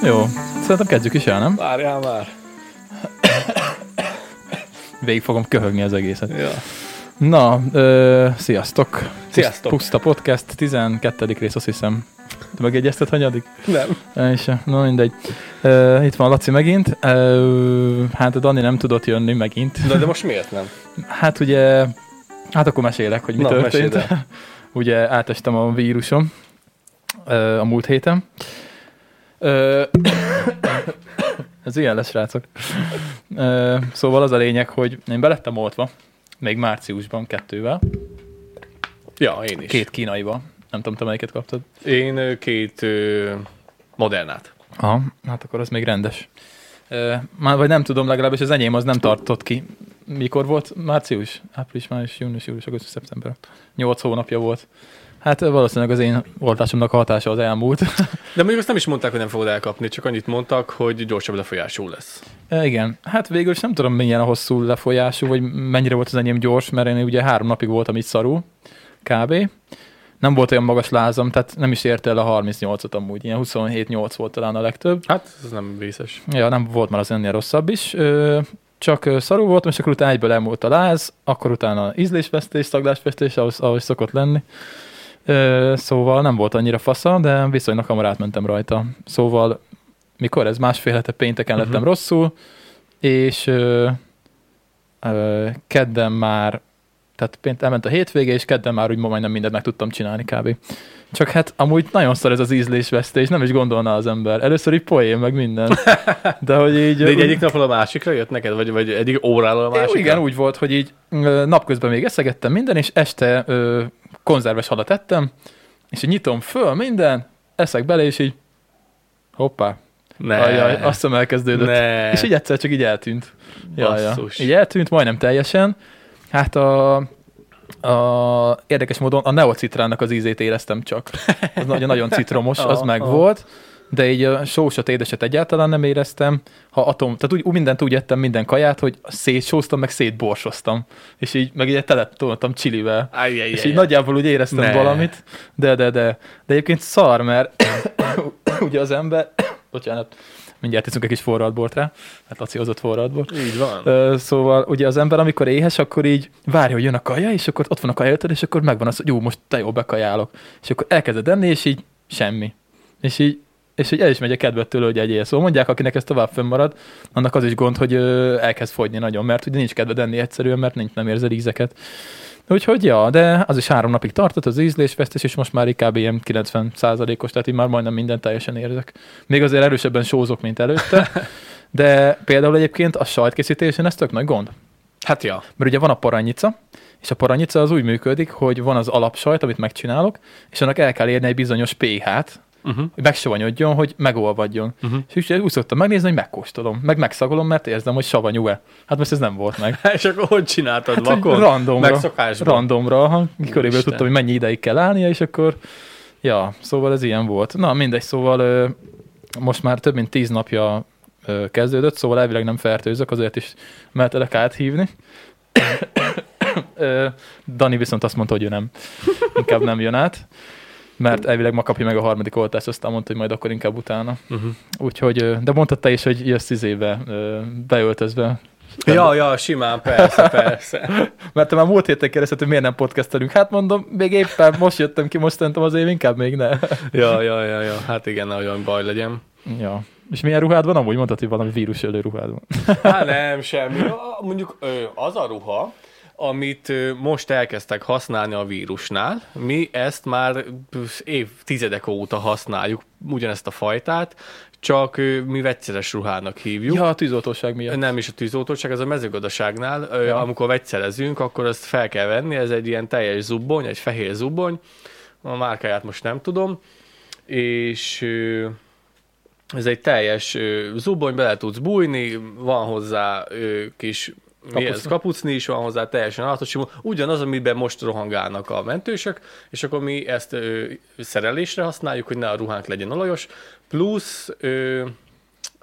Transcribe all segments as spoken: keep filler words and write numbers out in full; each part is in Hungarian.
Jó, szerintem kezdjük is el, nem? Várjál már. Végig fogom köhögni az egészet. Ja. Na, ö, sziasztok. Sziasztok. Puszta Podcast, tizenkettedik rész, azt hiszem. Te megjegyezted, hanyadik? Nem. Én sem. Na mindegy. Uh, itt van Laci megint. Uh, hát a Dani nem tudott jönni megint. De, de most miért nem? Hát ugye, hát akkor mesélek, hogy mi Na, történt. Ugye átestem a vírusom uh, a múlt héten. Uh, ez ilyen lesz, srácok. Uh, szóval az a lényeg, hogy én belettem oltva, még márciusban kettővel. Ja, én is. Két kínaival. Nem tudom, te melyiket kaptad? Én ö, két ö, Modernát. Aha, hát akkor az még rendes. Uh, már vagy nem tudom, legalábbis az enyém az nem tartott ki. Mikor volt? Március? Április, május, június, július, augusztus, szeptember. Nyolc hónapja volt. Hát valószínűleg az én oltásomnak a hatása az elmúlt. De mondjuk azt nem is mondták, hogy nem fogod elkapni, csak annyit mondtak, hogy gyorsabb lefolyású lesz. E, igen. Hát végül is nem tudom, milyen a hosszú lefolyású, vagy mennyire volt az enyém gyors, mert én ugye három napig voltam itt szarul, kb. Nem volt olyan magas lázam, tehát nem is érte el a harmincnyolcot amúgy. Ilyen huszonhét nyolc volt talán a legtöbb. Hát, ez nem vészes. Ja, nem volt már az ennél rosszabb is. Ö, csak szarul voltam, és akkor utána egyből elmúlt a láz, akkor utána ízlésvesztés, szaglásvesztés, ahogy, ahogy szokott lenni. Ö, szóval nem volt annyira fasza, de viszonylag hamar átmentem rajta. Szóval mikor ez? Másfél hete pénteken lettem uh-huh. rosszul, és ö, ö, kedden már, tehát pént, elment a hétvége, és kedden már úgy majdnem mindent meg tudtam csinálni kb. Csak hát amúgy nagyon szar ez az ízlésvesztés, nem is gondolná az ember. Először így poén, meg minden. De hogy így... De így egyik napról a másikra jött neked? Vagy, vagy egyik óráról a másikra? Igen, úgy volt, hogy így napközben még eszegettem minden, és este ö, konzerves halat ettem, és így nyitom föl minden, eszek bele, és így hoppá. Ne. Ajaj, azt hiszem elkezdődött. Ne. És így egyszer csak így eltűnt. Basszus. Így eltűnt, majdnem teljesen. Hát a, a érdekes módon a neocitrának az ízét éreztem csak. Az nagyon, nagyon citromos, az meg volt. De így a sósat, édeset egyáltalán nem éreztem. Ha atom, tehát úgy, úgy mindent úgy ettem, minden kaját, hogy szétsóztam, meg szétborsoztam. És így meg így teletoltam csilivel. Ajj, ajj, és ajj. így nagyjából úgy éreztem Ne. valamit. De, de, de. De egyébként szar, mert ugye az ember... Bocsánat, mindjárt teszünk egy kis forradbort rá. Hát Laci hozott forradbort. Így van. Ö, szóval ugye az ember, amikor éhes, akkor így várja, hogy jön a kaja, és akkor ott van a kaja előtted, és akkor megvan az, hogy jó, most te jó bekajálok. És akkor elkezded enni, és így semmi. És így és így el is megy a kedved tőle, hogy egyél. Szóval mondják, akinek ez tovább fönnmarad, annak az is gond, hogy ö, elkezd fogyni nagyon, mert ugye nincs kedved enni egyszerűen, mert nincs, nem érzed ízeket. Úgyhogy ja, de az is három napig tartott az ízlésvesztés, és most már inkább ilyen kilencven százalékos, tehát így már majdnem mindent teljesen érzek. Még azért erősebben sózok, mint előtte, de például egyébként a sajtkészítésén ez tök nagy gond. Hát ja. Mert ugye van a paranyica, és a paranyica az úgy működik, hogy van az alapsajt, amit megcsinálok, és annak el kell érni egy bizonyos pH-t, uh-huh. hogy megsavanyodjon, hogy megolvadjon. Uh-huh. És úgy, úgy szoktam megnézni, hogy megkóstolom, meg megszagolom, mert érzem, hogy savanyú-e. Hát most ez nem volt meg. És akkor hogy csináltad? Hát, vakon? randomra. Megszokásban? Randomra, ha körülbelül tudtam, hogy mennyi ideig kell állnia, és akkor, ja, szóval ez ilyen volt. Na, mindegy, szóval ö, most már több mint tíz napja ö, kezdődött, szóval elvileg nem fertőzök, azért is mehetelek áthívni. ö, Dani viszont azt mondta, hogy ő nem. Inkább nem jön át. Mert elvileg ma kapja meg a harmadik oltást, aztán mondta, hogy majd akkor inkább utána. Uh-huh. Úgyhogy, de mondtad te is, hogy jössz izébe, beöltözve. Ja, ja, simán, persze, persze. Mert te már múlt héten kérdezted, hogy miért nem podcastelünk. Hát mondom, még éppen most jöttem ki, most szerintem azért inkább még ne. Ja, ja, ja, ja, hát igen, ne olyan baj legyen. Ja. És milyen ruhád van? Amúgy mondtad, hogy valami vírusölő ruhád van. Hát nem, semmi. Mondjuk az a ruha, amit most elkezdtek használni a vírusnál. Mi ezt már évtizedek óta használjuk, ugyanezt a fajtát, csak mi vegyszeres ruhának hívjuk. Ja, a tűzoltóság miatt. Nem is a tűzoltóság, ez a mezőgazdaságnál. Ja. Amikor vegyszerezünk, akkor ezt fel kell venni, ez egy ilyen teljes zubbony, egy fehér zubbony, a márkáját most nem tudom, és ez egy teljes zubbony, bele tudsz bújni, van hozzá kis mi ez, kapucni is van hozzá, teljesen állatosímó. Ugyanaz, amiben most rohangálnak a mentősök, és akkor mi ezt ö, szerelésre használjuk, hogy ne a ruhánk legyen olajos, plusz ö,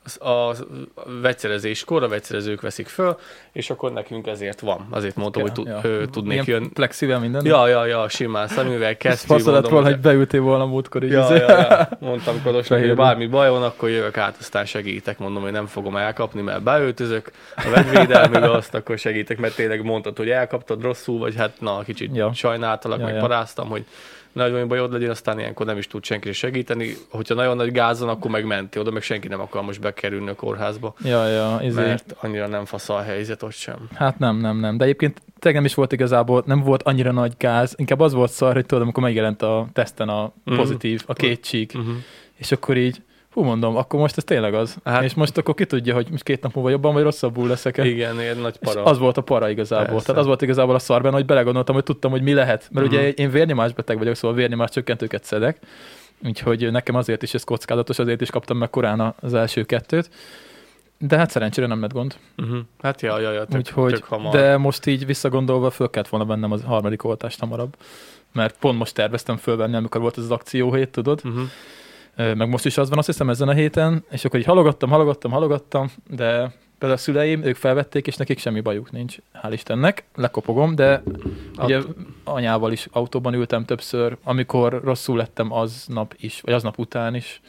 a vegyszerezéskor a vegyszerezők veszik föl, és akkor nekünk ezért van. Azért mondtam, hogy tud, ja. ö, tudnék ilyen jönni. plexivel minden? Ja, ja, ja, simán szemüveg, kesztyű. Fasza lett volna, hogy beültél volna múltkor így. Ja, ja, ja. Mondtam Kodosnak, hogy bármi baj van, akkor jövök át, aztán segítek. Mondom, hogy nem fogom elkapni, mert beöltözök a vegyvédelmibe, azt akkor segítek, mert tényleg mondtad, hogy elkaptad rosszul, vagy hát na, kicsit ja. sajnáltalak, ja, meg ja. paráztam, hogy nagy bajod legyen, aztán ilyenkor nem is tud senki segíteni. Hogyha nagyon nagy gázon, akkor meg mentél oda, meg senki nem akar most bekerülni a kórházba. Ja, ja, izé. Mert annyira nem fasz a helyzet ott sem. Hát nem, nem, nem. De egyébként tényleg nem is volt igazából, nem volt annyira nagy gáz. Inkább az volt szar, hogy tudod, amikor megjelent a teszten a pozitív, a két csík. Uh-huh. És akkor így, hú mondom, akkor most ez tényleg az. Hát, és most akkor ki tudja, hogy most két nap múlva jobban vagy rosszabbul leszek-e. Igen, ilyen nagy para. És az volt a para igazából. Persze. Tehát az volt igazából a szar benne, hogy belegondoltam, hogy tudtam, hogy mi lehet. Mert uh-huh. ugye én vérnyomásbeteg vagyok, szóval vérnyomás csökkentőket szedek. Úgyhogy nekem azért is ez kockázatos, azért is kaptam meg korán az első kettőt. De hát szerencsére nem lett gond. Uh-huh. Hát ja, ja, ja, tök, Úgyhogy, tök hamar. De most így visszagondolva föl kellett volna bennem az harmadik oltást hamarabb. Mert pont most terveztem fölvenni, amikor volt ez az akcióhét, tudod? Uh-huh. Meg most is az van, azt hiszem ezen a héten, és akkor így halogattam, halogattam, halogattam, de például a szüleim, ők felvették, és nekik semmi bajuk nincs, hál' Istennek, lekopogom, de At- ugye anyával is autóban ültem többször, amikor rosszul lettem aznap is, vagy aznap után is.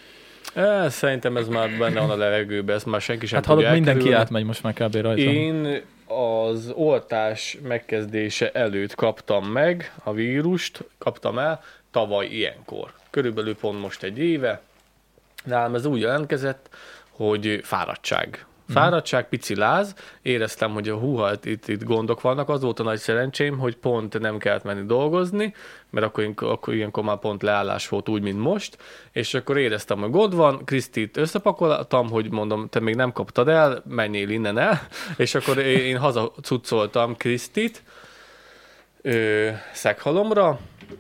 É, szerintem ez már benne van a levegőben, ezt már senki sem hát tudja hallod, elkerülni. mindenki átmegy most már kb. Rajta. Én az oltás megkezdése előtt kaptam meg a vírust, kaptam el tavaly ilyenkor. Körülbelül pont most egy éve. Nálam ez úgy jelentkezett, hogy fáradtság. Fáradtság, pici láz, éreztem, hogy a húha, itt, itt gondok vannak, az volt a nagy szerencsém, hogy pont nem kellett menni dolgozni, mert akkor, akkor ilyenkor már pont leállás volt úgy, mint most, és akkor éreztem, hogy gond van, Krisztit összepakoltam, hogy mondom, te még nem kaptad el, menjél innen el, és akkor én haza cuccoltam Krisztit ö, Szeghalomra,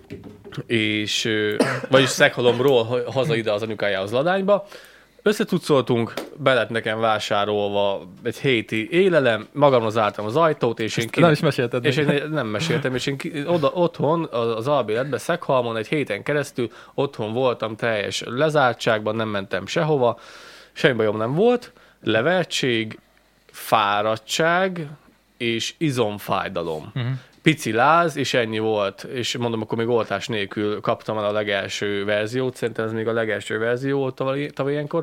és, vagyis Szeghalomról haza ide az anyukájához Ladányba. Összetucoltunk, be lett nekem vásárolva egy héti élelem, magamra zártam az ajtót, és én... Ki... Nem is mesélted és én nem meséltem, és én ki, oda, otthon, az albéletben, Szeghalmon egy héten keresztül otthon voltam teljes lezártságban, nem mentem sehova, semmi bajom nem volt, levertség, fáradtság és izomfájdalom. Uh-huh. Pici láz, és ennyi volt, és mondom, akkor még oltás nélkül kaptam el a legelső verziót, szerintem ez még a legelső verzió volt tavaly, tavaly ilyenkor,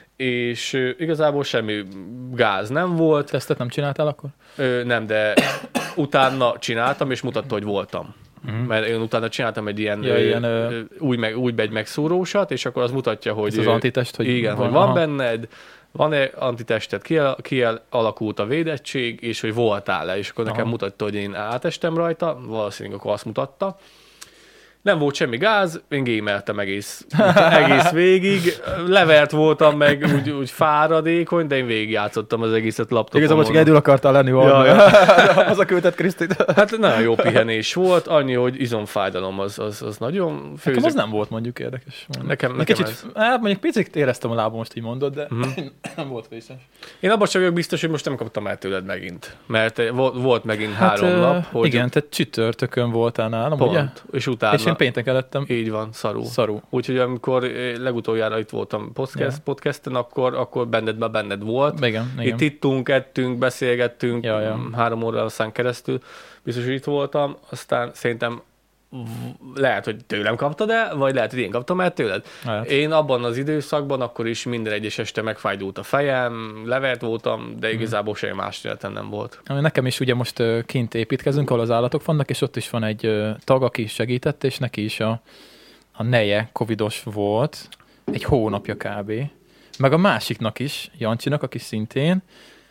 és uh, igazából semmi gáz nem volt. Tesztet nem csináltál akkor? Ö, nem, de utána csináltam, és mutatta, hogy voltam. Uh-huh. Mert én utána csináltam egy ilyen, ja, ö, ilyen ö... új, meg, új egy megszúrósat, és akkor az mutatja, hogy... Ez az antitest, hogy igen, van, hogy van benned, van-e antitestet, kialakult a védettség, és hogy voltál-e, és akkor nekem aha. mutatta, hogy én átestem rajta, valószínűleg akkor azt mutatta. Nem volt semmi gáz, én gémeltem egész, egész végig, levert voltam meg, úgy, úgy fáradékony, de én végigjátszottam az egészet laptopon. Igazából csak egyedül akartál lenni volna. Ja, ja. Az a küldött Krisztit. Hát nagyon jó pihenés volt, annyi, hogy izomfájdalom az, az, az nagyon főzök. Nekem az nem volt mondjuk érdekes. Nekem, nekem kicsit, ez... Hát mondjuk picit éreztem a lábam, most így mondod, de uh-huh. nem volt vészes. Én abban sem vagyok biztos, hogy most nem kaptam el tőled megint. Mert volt megint hát, három uh, nap. Hogy igen, te csütörtökön voltál nálam, pont, ugye? És utána. És én pénteken lettem. Így van, szarú. Szarú. Úgyhogy amikor legutoljára itt voltam podcast, yeah. podcasten, akkor, akkor benned már benned volt. Igen, igen. Itt ittunk, ettünk, beszélgettünk ja, ja. három óra aztán keresztül. Biztos, hogy itt voltam. Aztán szerintem lehet, hogy tőlem kaptad el, vagy lehet, hogy én kaptam el tőled. Lehet. Én abban az időszakban akkor is minden egyes este megfájdult a fejem, levert voltam, de igazából semmi más életem nem volt. Nekem is ugye most kint építkezünk, ahol az állatok vannak, és ott is van egy tag, aki segített, és neki is a, a neje covidos volt, egy hónapja kb. Meg a másiknak is, Jancsinak, aki szintén,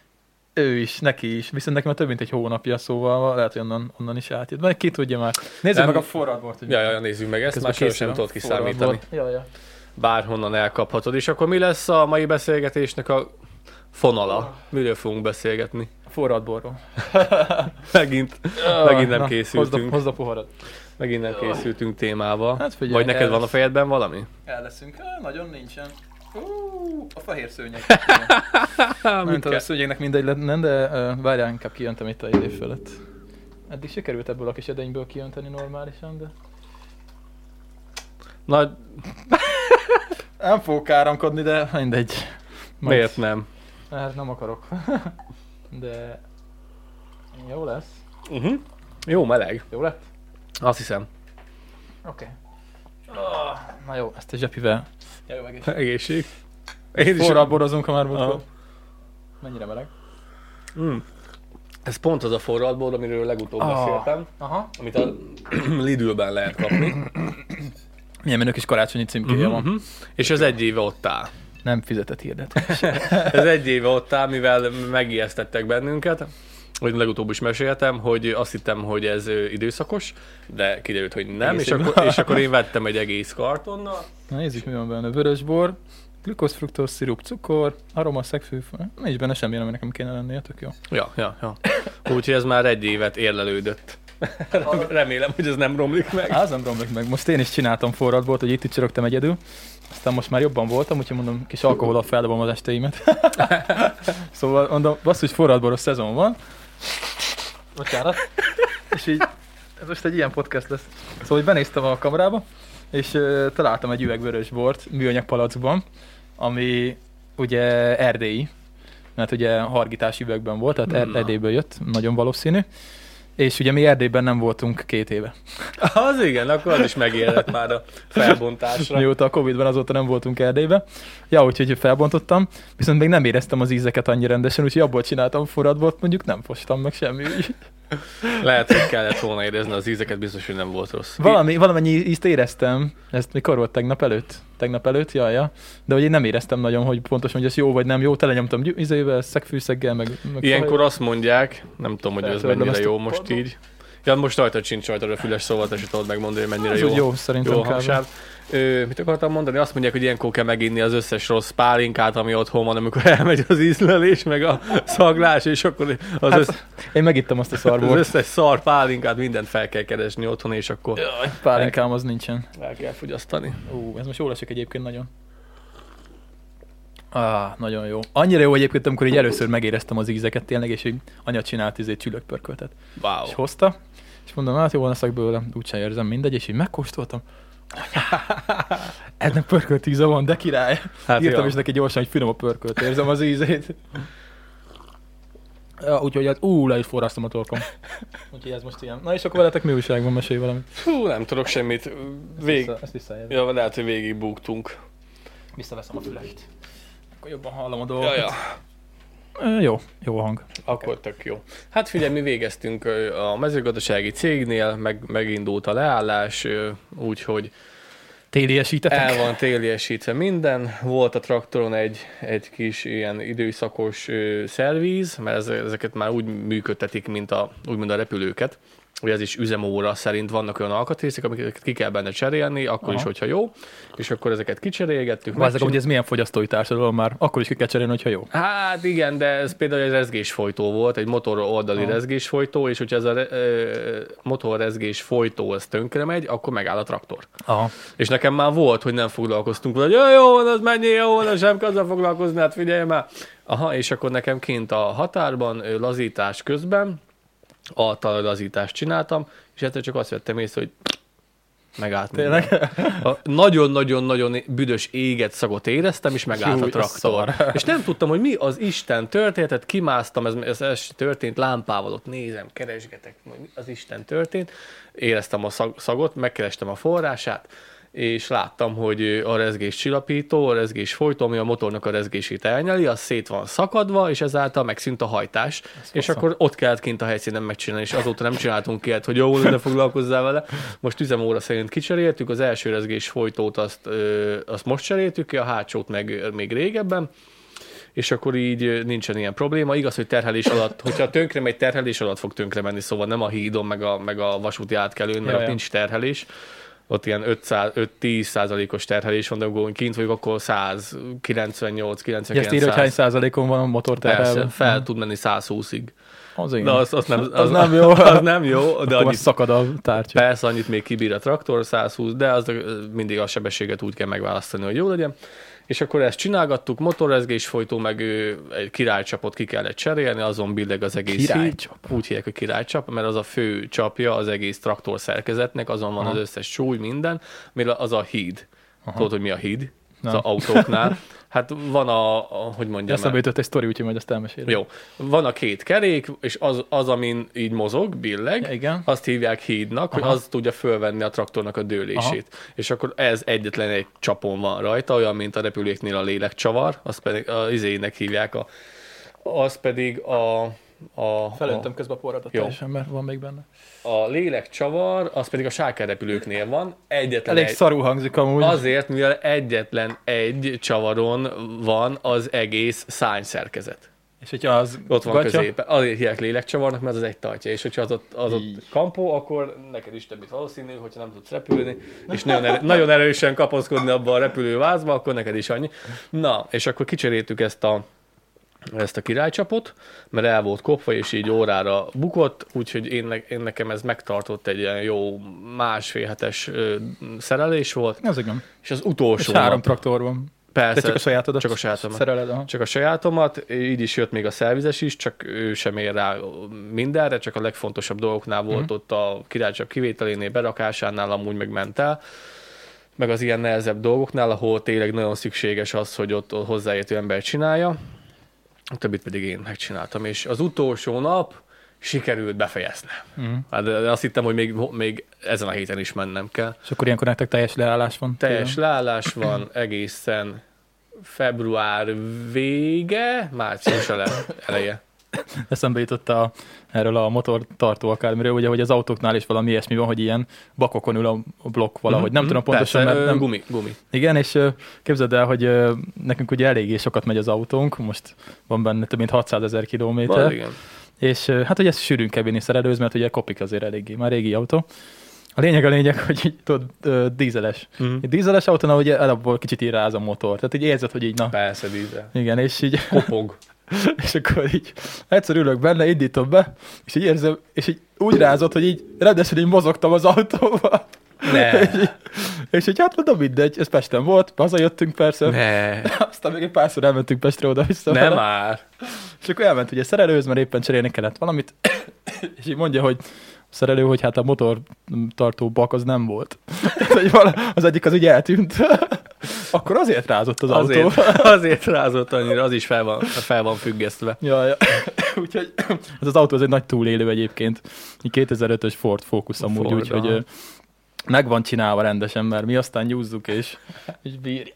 ő is, neki is, viszont nekem több mint egy hónapja, szóval lehet, hogy onnan, onnan is átjött. Vagy ki tudja már. Nézzük nem, meg a forradbort. Ja, ja, nézzük meg ezt, már sem tudod kiszámítani. Ja, ja. Bárhonnan elkaphatod. És akkor mi lesz a mai beszélgetésnek a fonala? Miről fogunk beszélgetni? A forradborról. megint, ja, megint nem na, készültünk. Hozd a poharat. Megint nem készültünk témával. Hát figyelj, vagy neked van a fejedben valami? El leszünk. Há, nagyon nincsen. Uh, a fehér szőnyeg. Nem tudom, a szőnyegnek mindegy lenne, de uh, várjál, inkább kijöntem itt a idő fölött. Eddig sikerült ebből a kis edényből kijönteni normálisan, de... Na... Nem fogok áramkodni, de mindegy. Majd- Miért nem? Hát nem akarok. De... Jó lesz. Uh-huh. Jó meleg. Jó lett? Azt hiszem. Oké. Okay. Oh, na jó, ezt a zsepivel. Ja, jó egészség. Egészség. Én is... Forrad borozunk, ha már múltkor. Aha. Mennyire meleg? Mm. Ez pont az a forradbor, amiről legutóbb Ah. beszéltem, Aha. amit a Lidlben lehet kapni. Milyen menő kis karácsonyi címkéje van. Uh-huh. És ez egy éve ott áll. Nem fizetett hirdetés. Ez egy éve ott áll, mivel megijesztettek bennünket, hogy legutóbb is meséltem, hogy azt hittem, hogy ez ö, időszakos, de kiderült, hogy nem, és Egész akkor, és akkor én vettem egy egész kartonnal. Na nézzük, mi van benne. Vörösbor, glükóz, fruktóz, szirup, cukor, aroma, szegfűfő. Nincs benne semmi, ami nekem kéne lennie, tök jó. Ja, ja, ja. Úgyhogy ez már egy évet érlelődött. Remélem, hogy ez nem romlik meg. Á, az nem romlik meg. Most én is csináltam forradbort, hogy itt itt csörögtem egyedül. Aztán most már jobban voltam, úgyhogy mondom, kis alkohollal feldobom az esteimet. Szóval mondom, basszus, forradboros szezon van. Bocsánat. És így, ez most egy ilyen podcast lesz. Szóval hogy benéztem a kamerába, és uh, találtam egy üveg vörös bort műanyag palackban, ami ugye erdélyi, mert ugye hargitás üvegben volt, tehát er- Erdélyből jött, nagyon valószínű. És ugye mi Erdélyben nem voltunk két éve. Az igen, akkor az is megérett már a felbontásra. Mióta a Covidban, azóta nem voltunk Erdélybe. Ja, úgyhogy felbontottam, viszont még nem éreztem az ízeket annyira rendesen, úgyhogy abból csináltam forradbort, mondjuk nem fostam meg semmi. Lehet, hogy kellett volna érezni az ízeket, biztos, hogy nem volt rossz. Valami, valamennyi ízt éreztem, ezt mikor volt, tegnap előtt? Tegnap előtt, jaj, ja. De hogy én nem éreztem nagyon, hogy pontosan, hogy ez jó vagy nem jó, telenyomtam izével, szegfűszeggel, meg... meg Ilyenkor szaj... azt mondják, nem tudom, hogy ez Eltörlöm mennyire ezt a jó most padlót. így. Ja, most rajtad sincs rajtad a füles, szóval te se tudod megmondani, hogy mennyire Ez jó. úgy jó, szerintem jó kb. hangsáv. Ö, mit akartam mondani? Azt mondják, hogy ilyenkor kell meginni az összes rossz pálinkát, ami otthon van, amikor elmegy az ízlelés, meg a szaglás, és akkor az, Hát, össz, én megittem azt a az szarbort. összes szar pálinkát, mindent fel kell keresni otthon, és akkor Jaj, pálinkám az nincsen. el kell fogyasztani. Ú, ez most jól esik egyébként nagyon. Ah, nagyon jó. Annyira jó egyébként, amikor így először megéreztem az ízeket tényleg, és így anya csinált izé csülökpörköltet. Wow. És hozta, és mondom, hát jó, leszek bőle, úgyse érzem, mindegy, és így megkóstoltam. Ennek pörkölt íze van, de király. Hát Írtam ja. is neki gyorsan, hogy finom a pörkölt, érzem az ízét. Ja, úgyhogy hát, ú, le is forráztam a torkom. Úgyhogy ez most ilyen. Na és akkor veletek mi újságban, mesélj valamit. Fú, nem tudok semmit. Vég... Vissza, ezt visszajelzem. Ja, lehet, hogy végig buktunk. Visszaveszem a fülest. Akkor jobban hallom a dolgokat. Ja, ja. Ö, Jó, jó a hang. Akkor tök jó. Hát figyelj, mi végeztünk ö, a mezőgazdasági cégnél, meg, megindult a leállás, ö, úgyhogy Téliesítetek? el van téliesítve minden. Volt a traktoron egy, egy kis ilyen időszakos ö, szervíz, mert ez, ezeket már úgy működtetik, mint a, úgymond a repülőket, hogy ez is üzemóra szerint vannak olyan alkatrészek, amiket ki kell benne cserélni, akkor Aha. is, hogyha jó, és akkor ezeket kicserélgettük. Ezek, megcsin- hogy ez milyen fogyasztói társadalom már, akkor is ki kell cserélni, hogyha jó. Hát igen, de ez például egy rezgésfojtó volt, egy motor oldali Aha. rezgésfojtó, és hogyha ez a re- ö, motor rezgésfojtó az tönkre megy, akkor megáll a traktor. Aha. És nekem már volt, hogy nem foglalkoztunk vele, hogy jó, jó van, az mennyi jó van, sem kell azzal foglalkozni, hát figyelj már. Aha, és akkor nekem kint a határban ö, lazítás közben a talajlazítást csináltam, és egyszer csak azt vettem észre, hogy megállt minden. Tényleg? A nagyon-nagyon-nagyon büdös éget szagot éreztem, és megállt Fúj, a a traktor. szar. És nem tudtam, hogy mi az Isten történt, tehát kimásztam, ez, ez, ez történt, lámpával ott nézem, keresgetek, hogy mi az Isten történt. Éreztem a szag, szagot, megkerestem a forrását, és láttam, hogy a rezgés csillapító, a rezgés folytó, ami a motornak a rezgését elnyeli, az szét van szakadva, és ezáltal megszűnt a hajtás. Ez És fasza. akkor ott kellett kint a helyszínen megcsinálni, és azóta nem csináltunk ilyet, hogy jó, ne foglalkozzál vele. Most üzemóra szerint kicseréltük, az első rezgés folytót azt, ö, azt most cseréltük ki, a hátsót meg még régebben, és akkor így nincsen ilyen probléma. Igaz, hogy terhelés alatt, hogyha tönkre megy, terhelés alatt fog tönkre menni, szóval nem a hídon, meg a, meg a vasúti átkelőn, mert Ja, ott ja. nincs terhelés. Ott ilyen öt-tíz százalékos terhelés van, de amikor kint vagyok, akkor száz kilencvennyolc Ugye kilencvenkilenc ezt írja, hogy hány száz. százalékon van a motor terhelve. Persze, fel tud menni száz húszig. Az, igen. De az, az, nem, az, Az nem jó. Az nem jó, de Akkor annyit, az szakad a tárgya. persze annyit még kibír a traktor, száz húsz, de az mindig a sebességet úgy kell megválasztani, hogy jó legyen. És akkor ezt csinálgattuk, motorrezgés folytó, meg ő, egy királycsapot ki kellett cserélni, azon billeg az egész Királycsap? híd. Úgy hívják, hogy királycsap, mert az a fő csapja az egész traktor szerkezetnek, azon van Aha. az összes súly, minden, mire az a híd. Aha. Tudod, hogy mi a híd? az autóknál. Hát van a, a hogy mondjam. Eszembe jutott egy sztori, úgyhogy majd ezt elmesélem. Jó. Van a két kerék, és az, az amin így mozog, billeg, Ja, igen. azt hívják hídnak, Aha. hogy az tudja fölvenni a traktornak a dőlését. Aha. És akkor ez egyetlen egy csapon van rajta, olyan, mint a repüléknél a lélekcsavar, azt pedig az izének hívják, a, az pedig a... a Felöntöm a, közben a porradat Jó. teljesen, mert van még benne. A lélekcsavar, az pedig a sárkárepülőknél van. Egyetlen Elég egy, szarul hangzik amúgy. azért, mivel egyetlen egy csavaron van az egész szárnyszerkezet. És hogyha az Ott van gatya, középen. Azért hívják lélekcsavarnak, mert az egy tartja. És hogyha az ott, az ott Így. kampó, akkor neked is több, mint valószínű, hogyha nem tudsz repülni, és nagyon, erő, nagyon erősen kapaszkodni abba a repülővázba, akkor neked is annyi. Na, és akkor kicseréltük ezt a ezt a királycsapot, mert el volt kopva, és így órára bukott, úgyhogy én, ne, én nekem ez megtartott egy ilyen jó másfél hetes ö, szerelés volt, Ez igen. és az És utolsó három nap, traktor van. persze, Te csak a sajátodat csak a sajátomat. szereled. Aha. Csak a sajátomat, így is jött még a szervizes is, csak ő sem ér rá mindenre, csak a legfontosabb dolgoknál volt Mhm. ott a királycsap kivételénél, berakásánál amúgy meg ment el, meg az ilyen nehezebb dolgoknál, ahol tényleg nagyon szükséges az, hogy ott hozzáértő ember csinálja, a többit pedig én megcsináltam, és az utolsó nap sikerült befejeznem. Mhm. Hát de azt hittem, hogy még, még ezen a héten is mennem kell. És akkor ilyenkor nektek teljes leállás van. Teljes leállás van egészen február vége, március ele- eleje. Eszembe jutott a, erről a motortartó akármiről, ugye, hogy az autóknál is valami ilyesmi van, hogy ilyen bakokon ül a blokk valahogy. Nem Mhm, tudom pontosan, persze, mert ö, nem... gumi, gumi. Igen, és ö, képzeld el, hogy ö, nekünk ugye eléggé sokat megy az autónk, most van benne több mint hatszázezer kilométer, Van, igen. és ö, hát ugye ezt sűrűn kell vinni szerelőz, mert ugye kopik azért eléggé, már régi autó. A lényeg a lényeg, hogy így tudod, ö, dízeles. Mhm. Egy dízeles autónál ugye alapból kicsit így ráz a motor, tehát így érzed, hogy így na, Persze, dízel. igen, és így Kopog. és akkor így egyszer ülök benne, indítom be, és így érzem, és így úgy rázott, hogy így rendesen így mozogtam az autóval. Ne. és, így, és így hát mondom, mindegy, ez Pesten volt, hazajöttünk persze, Ne. aztán még egy párszor elmentünk Pestre oda-vissza. Ne már. És akkor elment ugye szerelőz, mert éppen cserélni kellett valamit, és így mondja, hogy a szerelő, hogy hát a motortartó bak az nem volt. Tehát, hogy vala- az egyik az így eltűnt. Akkor azért rázott az autó. Azért, azért rázott annyira, az is fel van, fel van függesztve. Ja, ja. Úgyhogy ez az autó az egy nagy túlélő egyébként. Egy kétezer-ötös Ford Focus amúgy, Ford, úgyhogy aha. ö, meg van csinálva rendesen, mert mi aztán nyúzzuk és, és bírja.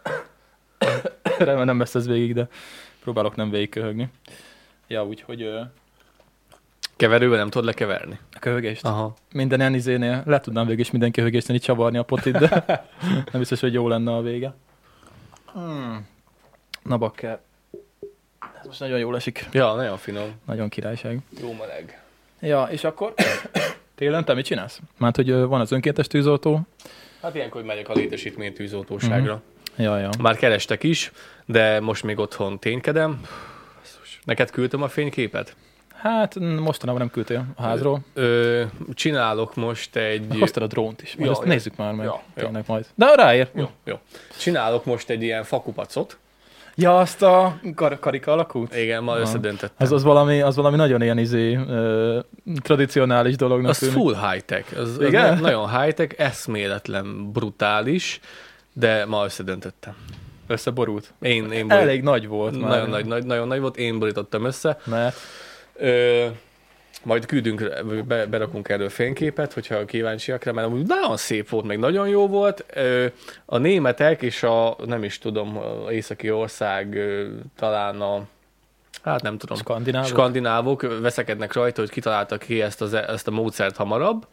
Remélem nem vesz ez végig, de próbálok nem végig köhögni. Ja, úgyhogy ö, Keverővel nem tudod lekeverni? a köhögést. Aha. Minden ilyen izénél le tudnám végig is minden köhögésnél így csavarni a potit, de nem biztos, hogy jó lenne a vége. Hmm. Na bakker. Ez most nagyon jól esik. Ja, nagyon finom. Nagyon királyság. Jó meleg. Ja, és akkor télen te mit csinálsz? Mert hogy ö, van az önkéntes tűzoltó. Hát ilyenkor megyek a létesítmény tűzoltóságra. Uh-huh. Ja, ja. Már kerestek is, de most még otthon ténykedem. Basszus. Neked küldtem a fényképet? Hát m, mostanában nem küldtél a házról. Ö, csinálok most egy... Hoztad a drónt is. Majd Ja, ezt ja. nézzük már meg. Ja, ja. Tényleg majd. De ráér. Jó, jó. Csinálok most egy ilyen fakupacot. Ja, azt a kar- karika alakút? Igen, ma Aha. összedöntöttem. Az, az, valami, az valami nagyon ilyen izé, ö, tradicionális dolognak Az tűnik. full high-tech. Az, az Igen? na- nagyon high-tech, eszméletlen brutális, de ma összedöntöttem. Összeborult. Én, én Elég nagy volt már. nagyon, nagy, nagy, nagyon nagy volt, én borítottam össze. Mert Ö, majd küldünk, be, berakunk erről fényképet, hogyha kíváncsiak rá, mert amúgy nagyon szép volt, meg nagyon jó volt. Ö, a németek és a, nem is tudom, a északi ország, ö, talán a, hát nem tudom, skandinávok. skandinávok veszekednek rajta, hogy kitaláltak ki ezt, az, ezt a módszert hamarabb,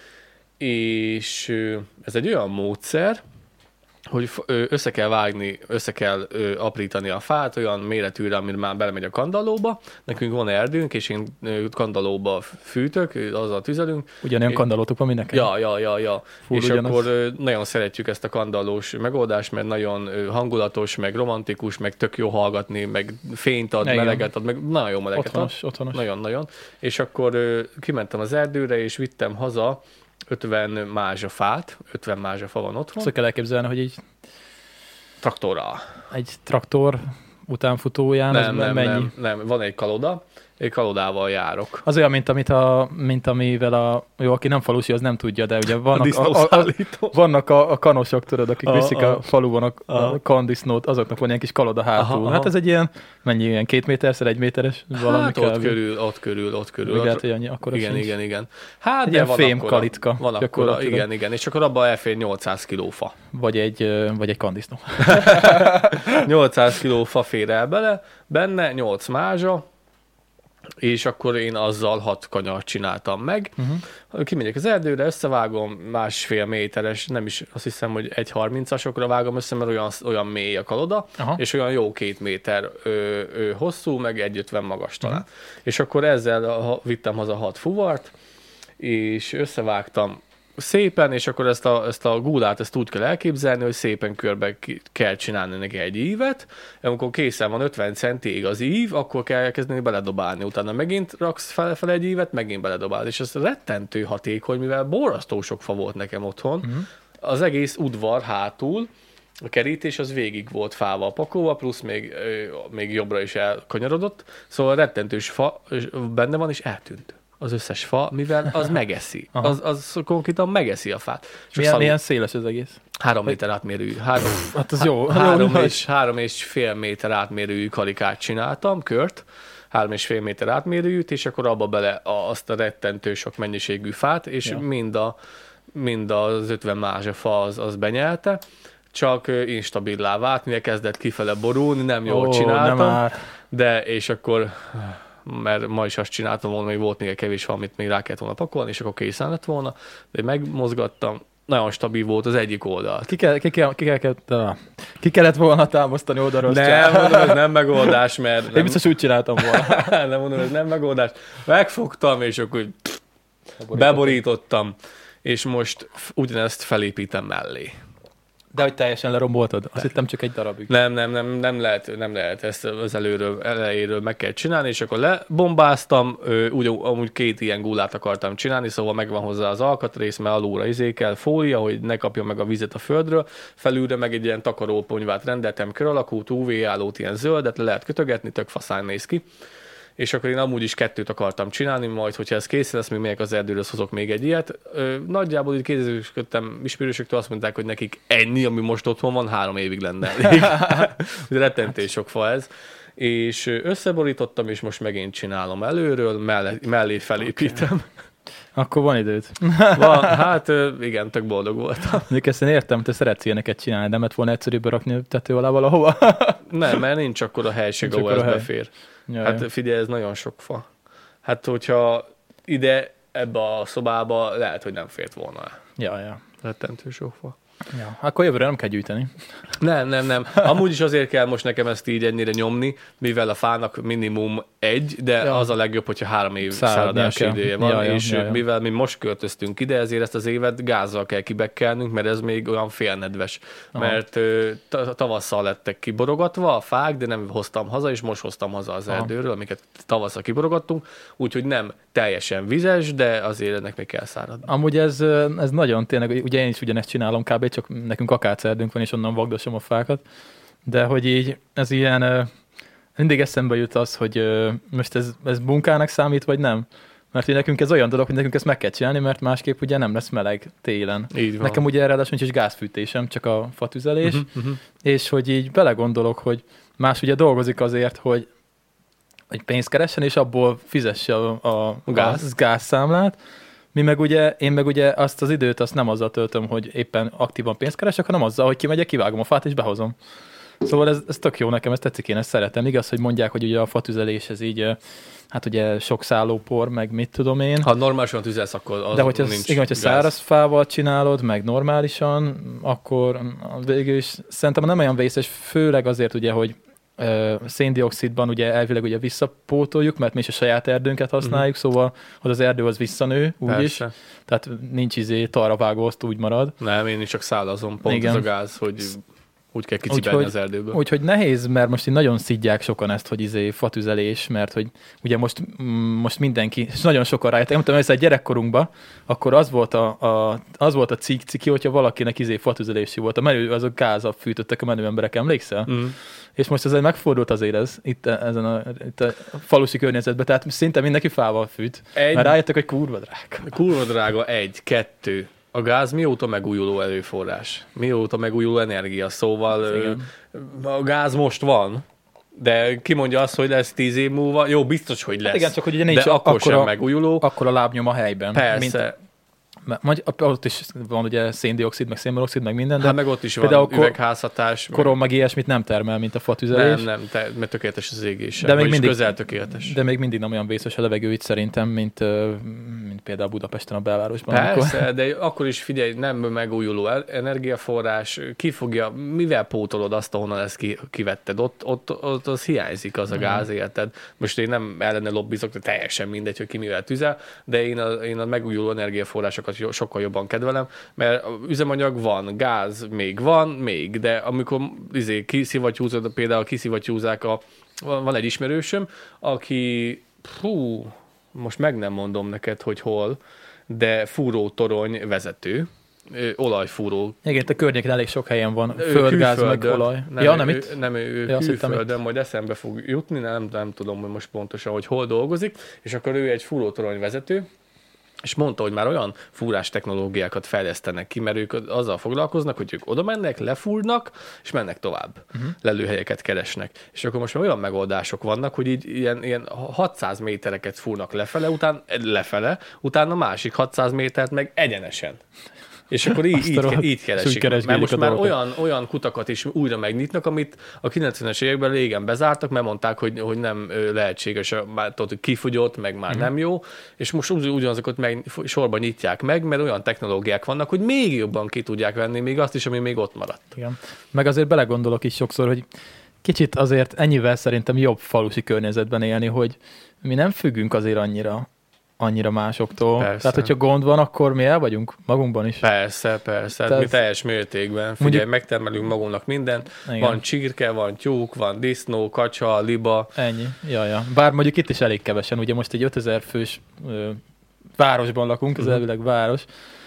és ö, ez egy olyan módszer, hogy f- ö, össze kell vágni, össze kell ö, aprítani a fát olyan méretűre, amire már belemegy a kandallóba. Nekünk van erdőnk, és én ö, kandallóba fűtök, ö, azzal tüzelünk. Ugyanilyen Én- kandallótok van mindenki? Ja, ja, ja, ja. Full és ugyanaz. akkor ö, nagyon szeretjük ezt a kandallós megoldást, mert nagyon ö, hangulatos, meg romantikus, meg tök jó hallgatni, meg fényt ad, Igen. meleget ad, meg nagyon jó meleget ad. Otthonos, otthonos. Nagyon-nagyon. És akkor ö, kimentem az erdőre, és vittem haza ötven mázsafát, ötven mázsafa van otthon, Azt kell elképzelni, hogy egy, traktorral. egy traktor utánfutóján Nem, az nem, mennyi? nem, nem, van egy kaloda, Én kalodával járok. Az olyan, mint, amit a, mint amivel a... Jó, aki nem falusi, az nem tudja, de ugye vannak a, a, a, a, vannak a, a kanosok, tudod, akik a, viszik a, a faluban a, a kandisznót, azoknak van ilyen kis kaloda hátul. Aha, aha. Hát ez egy ilyen, mennyi ilyen két méterszer, egy méteres valami hát ott körül, ott körül, ott körül. Még lehet, hogy annyi, akkor igen, igen, igen. Hát egy ilyen fém kalitka. Van akkora, igen, igen. És akkor abban elfér nyolcszáz kiló fa. Vagy egy, vagy egy kandisznó. nyolcszáz kiló fa fér el bele, benne nyolc mázsa, és akkor én azzal hat kanyart csináltam meg. Uh-huh. Kimegyek az erdőre, összevágom, másfél méteres, nem is azt hiszem, hogy egy harmincasokra vágom össze, mert olyan, olyan mély a kaloda, aha, és olyan jó két méter ö, ö, hosszú, meg egy ötven magas talán. Uh-huh. És akkor ezzel ha, vittem haza hat fuvart, és összevágtam szépen, és akkor ezt a, ezt a gúlát ezt úgy kell elképzelni, hogy szépen körbe kell csinálni neki egy ívet, amikor készen van ötven centiig az ív, akkor kell elkezdeni beledobálni, utána megint raksz fel egy ívet, megint beledobálni, és ez rettentő hatékony, mivel borzasztó sok fa volt nekem otthon, mm. az egész udvar hátul, a kerítés az végig volt fával pakolva, plusz még, még jobbra is elkanyarodott, szóval rettentős fa benne van, és eltűnt az összes fa, mivel az megeszi. az, az konkrétan megeszi a fát. Milyen, szalú... milyen széles az egész? Három méter átmérőjű. Három, hát az jó. Három, jó, és, három és fél méter átmérőjű karikát csináltam, kört, három és fél méter átmérőjűt, és akkor abba bele azt a rettentő sok mennyiségű fát, és ja. mind, a, mind az ötven mázsa fa az, az benyelte, csak instabilá vált, mivel kezdett kifele borulni, nem jól oh, csináltam, nem de és akkor... mert ma is azt csináltam volna, hogy volt még egy kevés valamit még rá kellett volna pakolni, és akkor készen lett volna, de megmozgattam, nagyon stabil volt az egyik oldal. Ki, kell, ki, kell, ki, kell, ki kellett volna támasztani oldalról? Nem, mondom, ez nem megoldás, mert... Nem, én biztos úgy csináltam volna. Nem mondom, ez nem megoldás. Megfogtam, és akkor beborítottam, és most ugyanezt felépítem mellé. De hogy teljesen leromboltad? Azt hittem csak egy darabig. Nem, nem, nem, nem lehet, nem lehet ezt az előről, elejéről meg kell csinálni, és akkor lebombáztam, úgy, amúgy két ilyen gulát akartam csinálni, szóval megvan hozzá az alkatrész, mert alulra izé kell fólia, hogy ne kapja meg a vizet a földről, felülre meg egy ilyen takaróponyvát rendeltem, kör alakú, u vé állót, ilyen zöldet, le lehet kötögetni, tök faszán néz ki. És akkor én amúgy is kettőt akartam csinálni, majd, hogyha ez kész lesz, még megyek az erdőről, hozok még egy ilyet. Ö, nagyjából így kérdezősködtem ismerősöktől, azt mondták, hogy nekik ennyi, ami most otthon van, három évig lenne. Rettentés sok fa ez. És összeborítottam, és most megint csinálom előről, mellé, mellé felépítem. Okay. Akkor van időd. Van, hát igen, tök boldog voltam. Mondjuk ezt én értem, te szeretsz ilyeneket csinálni, nem lett volna egyszerűbb rakni tető alá valahova? Nem, mert nincs akkor a helység, ahol ez befér. Jaj, hát jaj. Figyelj, ez nagyon sok fa. Hát hogyha ide, ebbe a szobába lehet, hogy nem fért volna el. Ja, ja. Rettentő sok fa. Ja, akkor jövőre nem kell gyűjteni. Nem, nem, nem. Amúgy is azért kell most nekem ezt így ennyire nyomni, mivel a fának minimum egy, de ja. az a legjobb, hogyha három év száradási ideje van, ja, ja, és ja, ja. mivel mi most költöztünk ide, ezért ezt az évet gázzal kell kibekkelnünk, mert ez még olyan félnedves. Aha. Mert tavasszal lettek kiborogatva a fák, de nem hoztam haza, és most hoztam haza az erdőről, amiket tavasszal kiborogattunk, úgyhogy nem teljesen vizes, de azért ennek még kell száradni. Amúgy ez, ez nagyon tényleg, ugye én is ugyanezt csinálom kb. Csak nekünk akácerdőnk van, és onnan vagdosom a fákat, de hogy így ez ilyen, mindig eszembe jut az, hogy most ez, ez munkának számít, vagy nem? Mert hogy nekünk ez olyan dolog, hogy nekünk ezt meg kell csinálni, mert másképp ugye nem lesz meleg télen. Így van. Nekem ugye ráadásul nincs is gázfűtésem, csak a fatüzelés, uh-huh, uh-huh. és hogy így belegondolok, hogy más ugye dolgozik azért, hogy, hogy pénzt keressen, és abból fizesse a, a gáz, gázszámlát. Mi meg ugye, én meg ugye azt az időt azt nem azzal töltöm, hogy éppen aktívan pénzt keresek, hanem azzal, hogy kimegyek, kivágom a fát és behozom. Szóval ez, ez tök jó nekem, ez tetszik, én ezt szeretem. Igaz, hogy mondják, hogy ugye a fatüzelés ez így, hát ugye sok szállópor, meg mit tudom én. Ha normálisan tüzelsz, akkor az de hogyha nincs igen, hogyha száraz fával csinálod, meg normálisan, akkor végül is szerintem nem olyan vészes, főleg azért ugye, hogy széndioxidban ugye elvileg ugye visszapótoljuk, mert mi is a saját erdőnket használjuk, uh-huh. szóval az az erdő az visszanő, úgyis. Tehát nincs izé talra vágó, azt úgy marad. Nem, én is csak szálazom, pont igen. Ez a gáz, hogy úgy kell kicibálni az erdőből. Úgyhogy nehéz, mert most így nagyon szidják sokan ezt, hogy izé fatüzelés, mert hogy ugye most, most mindenki, és nagyon sokan rájöttek, nem tudom, hogy egy gyerekkorunkban, akkor az volt a, a, az volt a cik, ciki, hogyha valakinek izé fatüzelési volt. A menő, azok gázzal fűtöttek a menő emberek, emlékszel? Mm. És most ez megfordult azért ez, itt, ezen a, itt a falusi környezetben, tehát szinte mindenki fával fűt. Egy, mert rájöttek, hogy kurva drága. Kurva drága, egy, kettő. A gáz mióta megújuló előforrás? Mióta megújuló energia? Szóval igen. A gáz most van, de ki mondja azt, hogy lesz tíz év múlva? Jó, biztos, hogy lesz. Hát igen, csak hogy ugye nincs de akkor sem megújuló. Akkor a lábnyom a helyben. Persze. Mint, ott is van ugye széndioxid, meg szénmonoxid, meg minden, de hát meg ott is van üvegházhatás. Koron meg ilyesmit nem termel, mint a fatüzelés. Nem, nem, te, mert tökéletes az égés. De még mindig, közel tökéletes. De még mindig nem olyan vészes a levegő itt szerintem, mint, mint például Budapesten a belvárosban. Persze, amikor... de akkor is figyelj, nem megújuló energiaforrás, ki fogja, mivel pótolod azt, ahonnan ezt ki, kivetted? Ott, ott, ott az hiányzik az a gáz, érted? Most én nem ellene lobbizok, de teljesen mindegy, hogy ki mivel tüzel, de én a, én a megújuló energiaforrásokat sokkal jobban kedvelem, mert üzemanyag van, gáz még van, még, de amikor izé, kiszivattyúzod, például kiszivattyúzák a, van egy ismerősöm, aki, hú, most meg nem mondom neked, hogy hol, de fúrótorony vezető, olajfúró. Igen, a környéken elég sok helyen van földgáz, meg olaj. Nem, ja, nem ő, itt? Nem, ő ja, külföldön, majd eszembe fog jutni, nem, nem tudom, hogy most pontosan, hogy hol dolgozik, és akkor ő egy fúrótorony vezető, és mondta, hogy már olyan fúrás technológiákat fejlesztenek ki, mert ők azzal foglalkoznak, hogy ők oda mennek, lefúrnak, és mennek tovább. Uh-huh. Lelőhelyeket keresnek. És akkor most már olyan megoldások vannak, hogy így ilyen, ilyen hatszáz métereket fúrnak lefele, után, lefele, utána másik hatszáz métert meg egyenesen. És akkor így, így, így keresik. Mert most már olyan, olyan kutakat is újra megnyitnak, amit a kilencvenes években régen bezártak, mert mondták, hogy, hogy nem lehetséges, már tudod, hogy kifogyott, meg már mm. nem jó, és most ugyanazokat meg sorban nyitják meg, mert olyan technológiák vannak, hogy még jobban ki tudják venni, még azt is, ami még ott maradt. Igen. Meg azért belegondolok is sokszor, hogy kicsit azért ennyivel szerintem jobb falusi környezetben élni, hogy mi nem függünk azért annyira annyira másoktól. Persze. Tehát, hogyha gond van, akkor mi el vagyunk magunkban is. Persze, persze. Tehát mi teljes mértékben. Figyelj, mondjuk... megtermelünk magunknak mindent. Igen. Van csirke, van tyúk, van disznó, kacsa, liba. Ennyi. Ja, ja. Bár mondjuk itt is elég kevesen. Ugye most egy ötezer fős ö, városban lakunk, az uh-huh. elvileg város,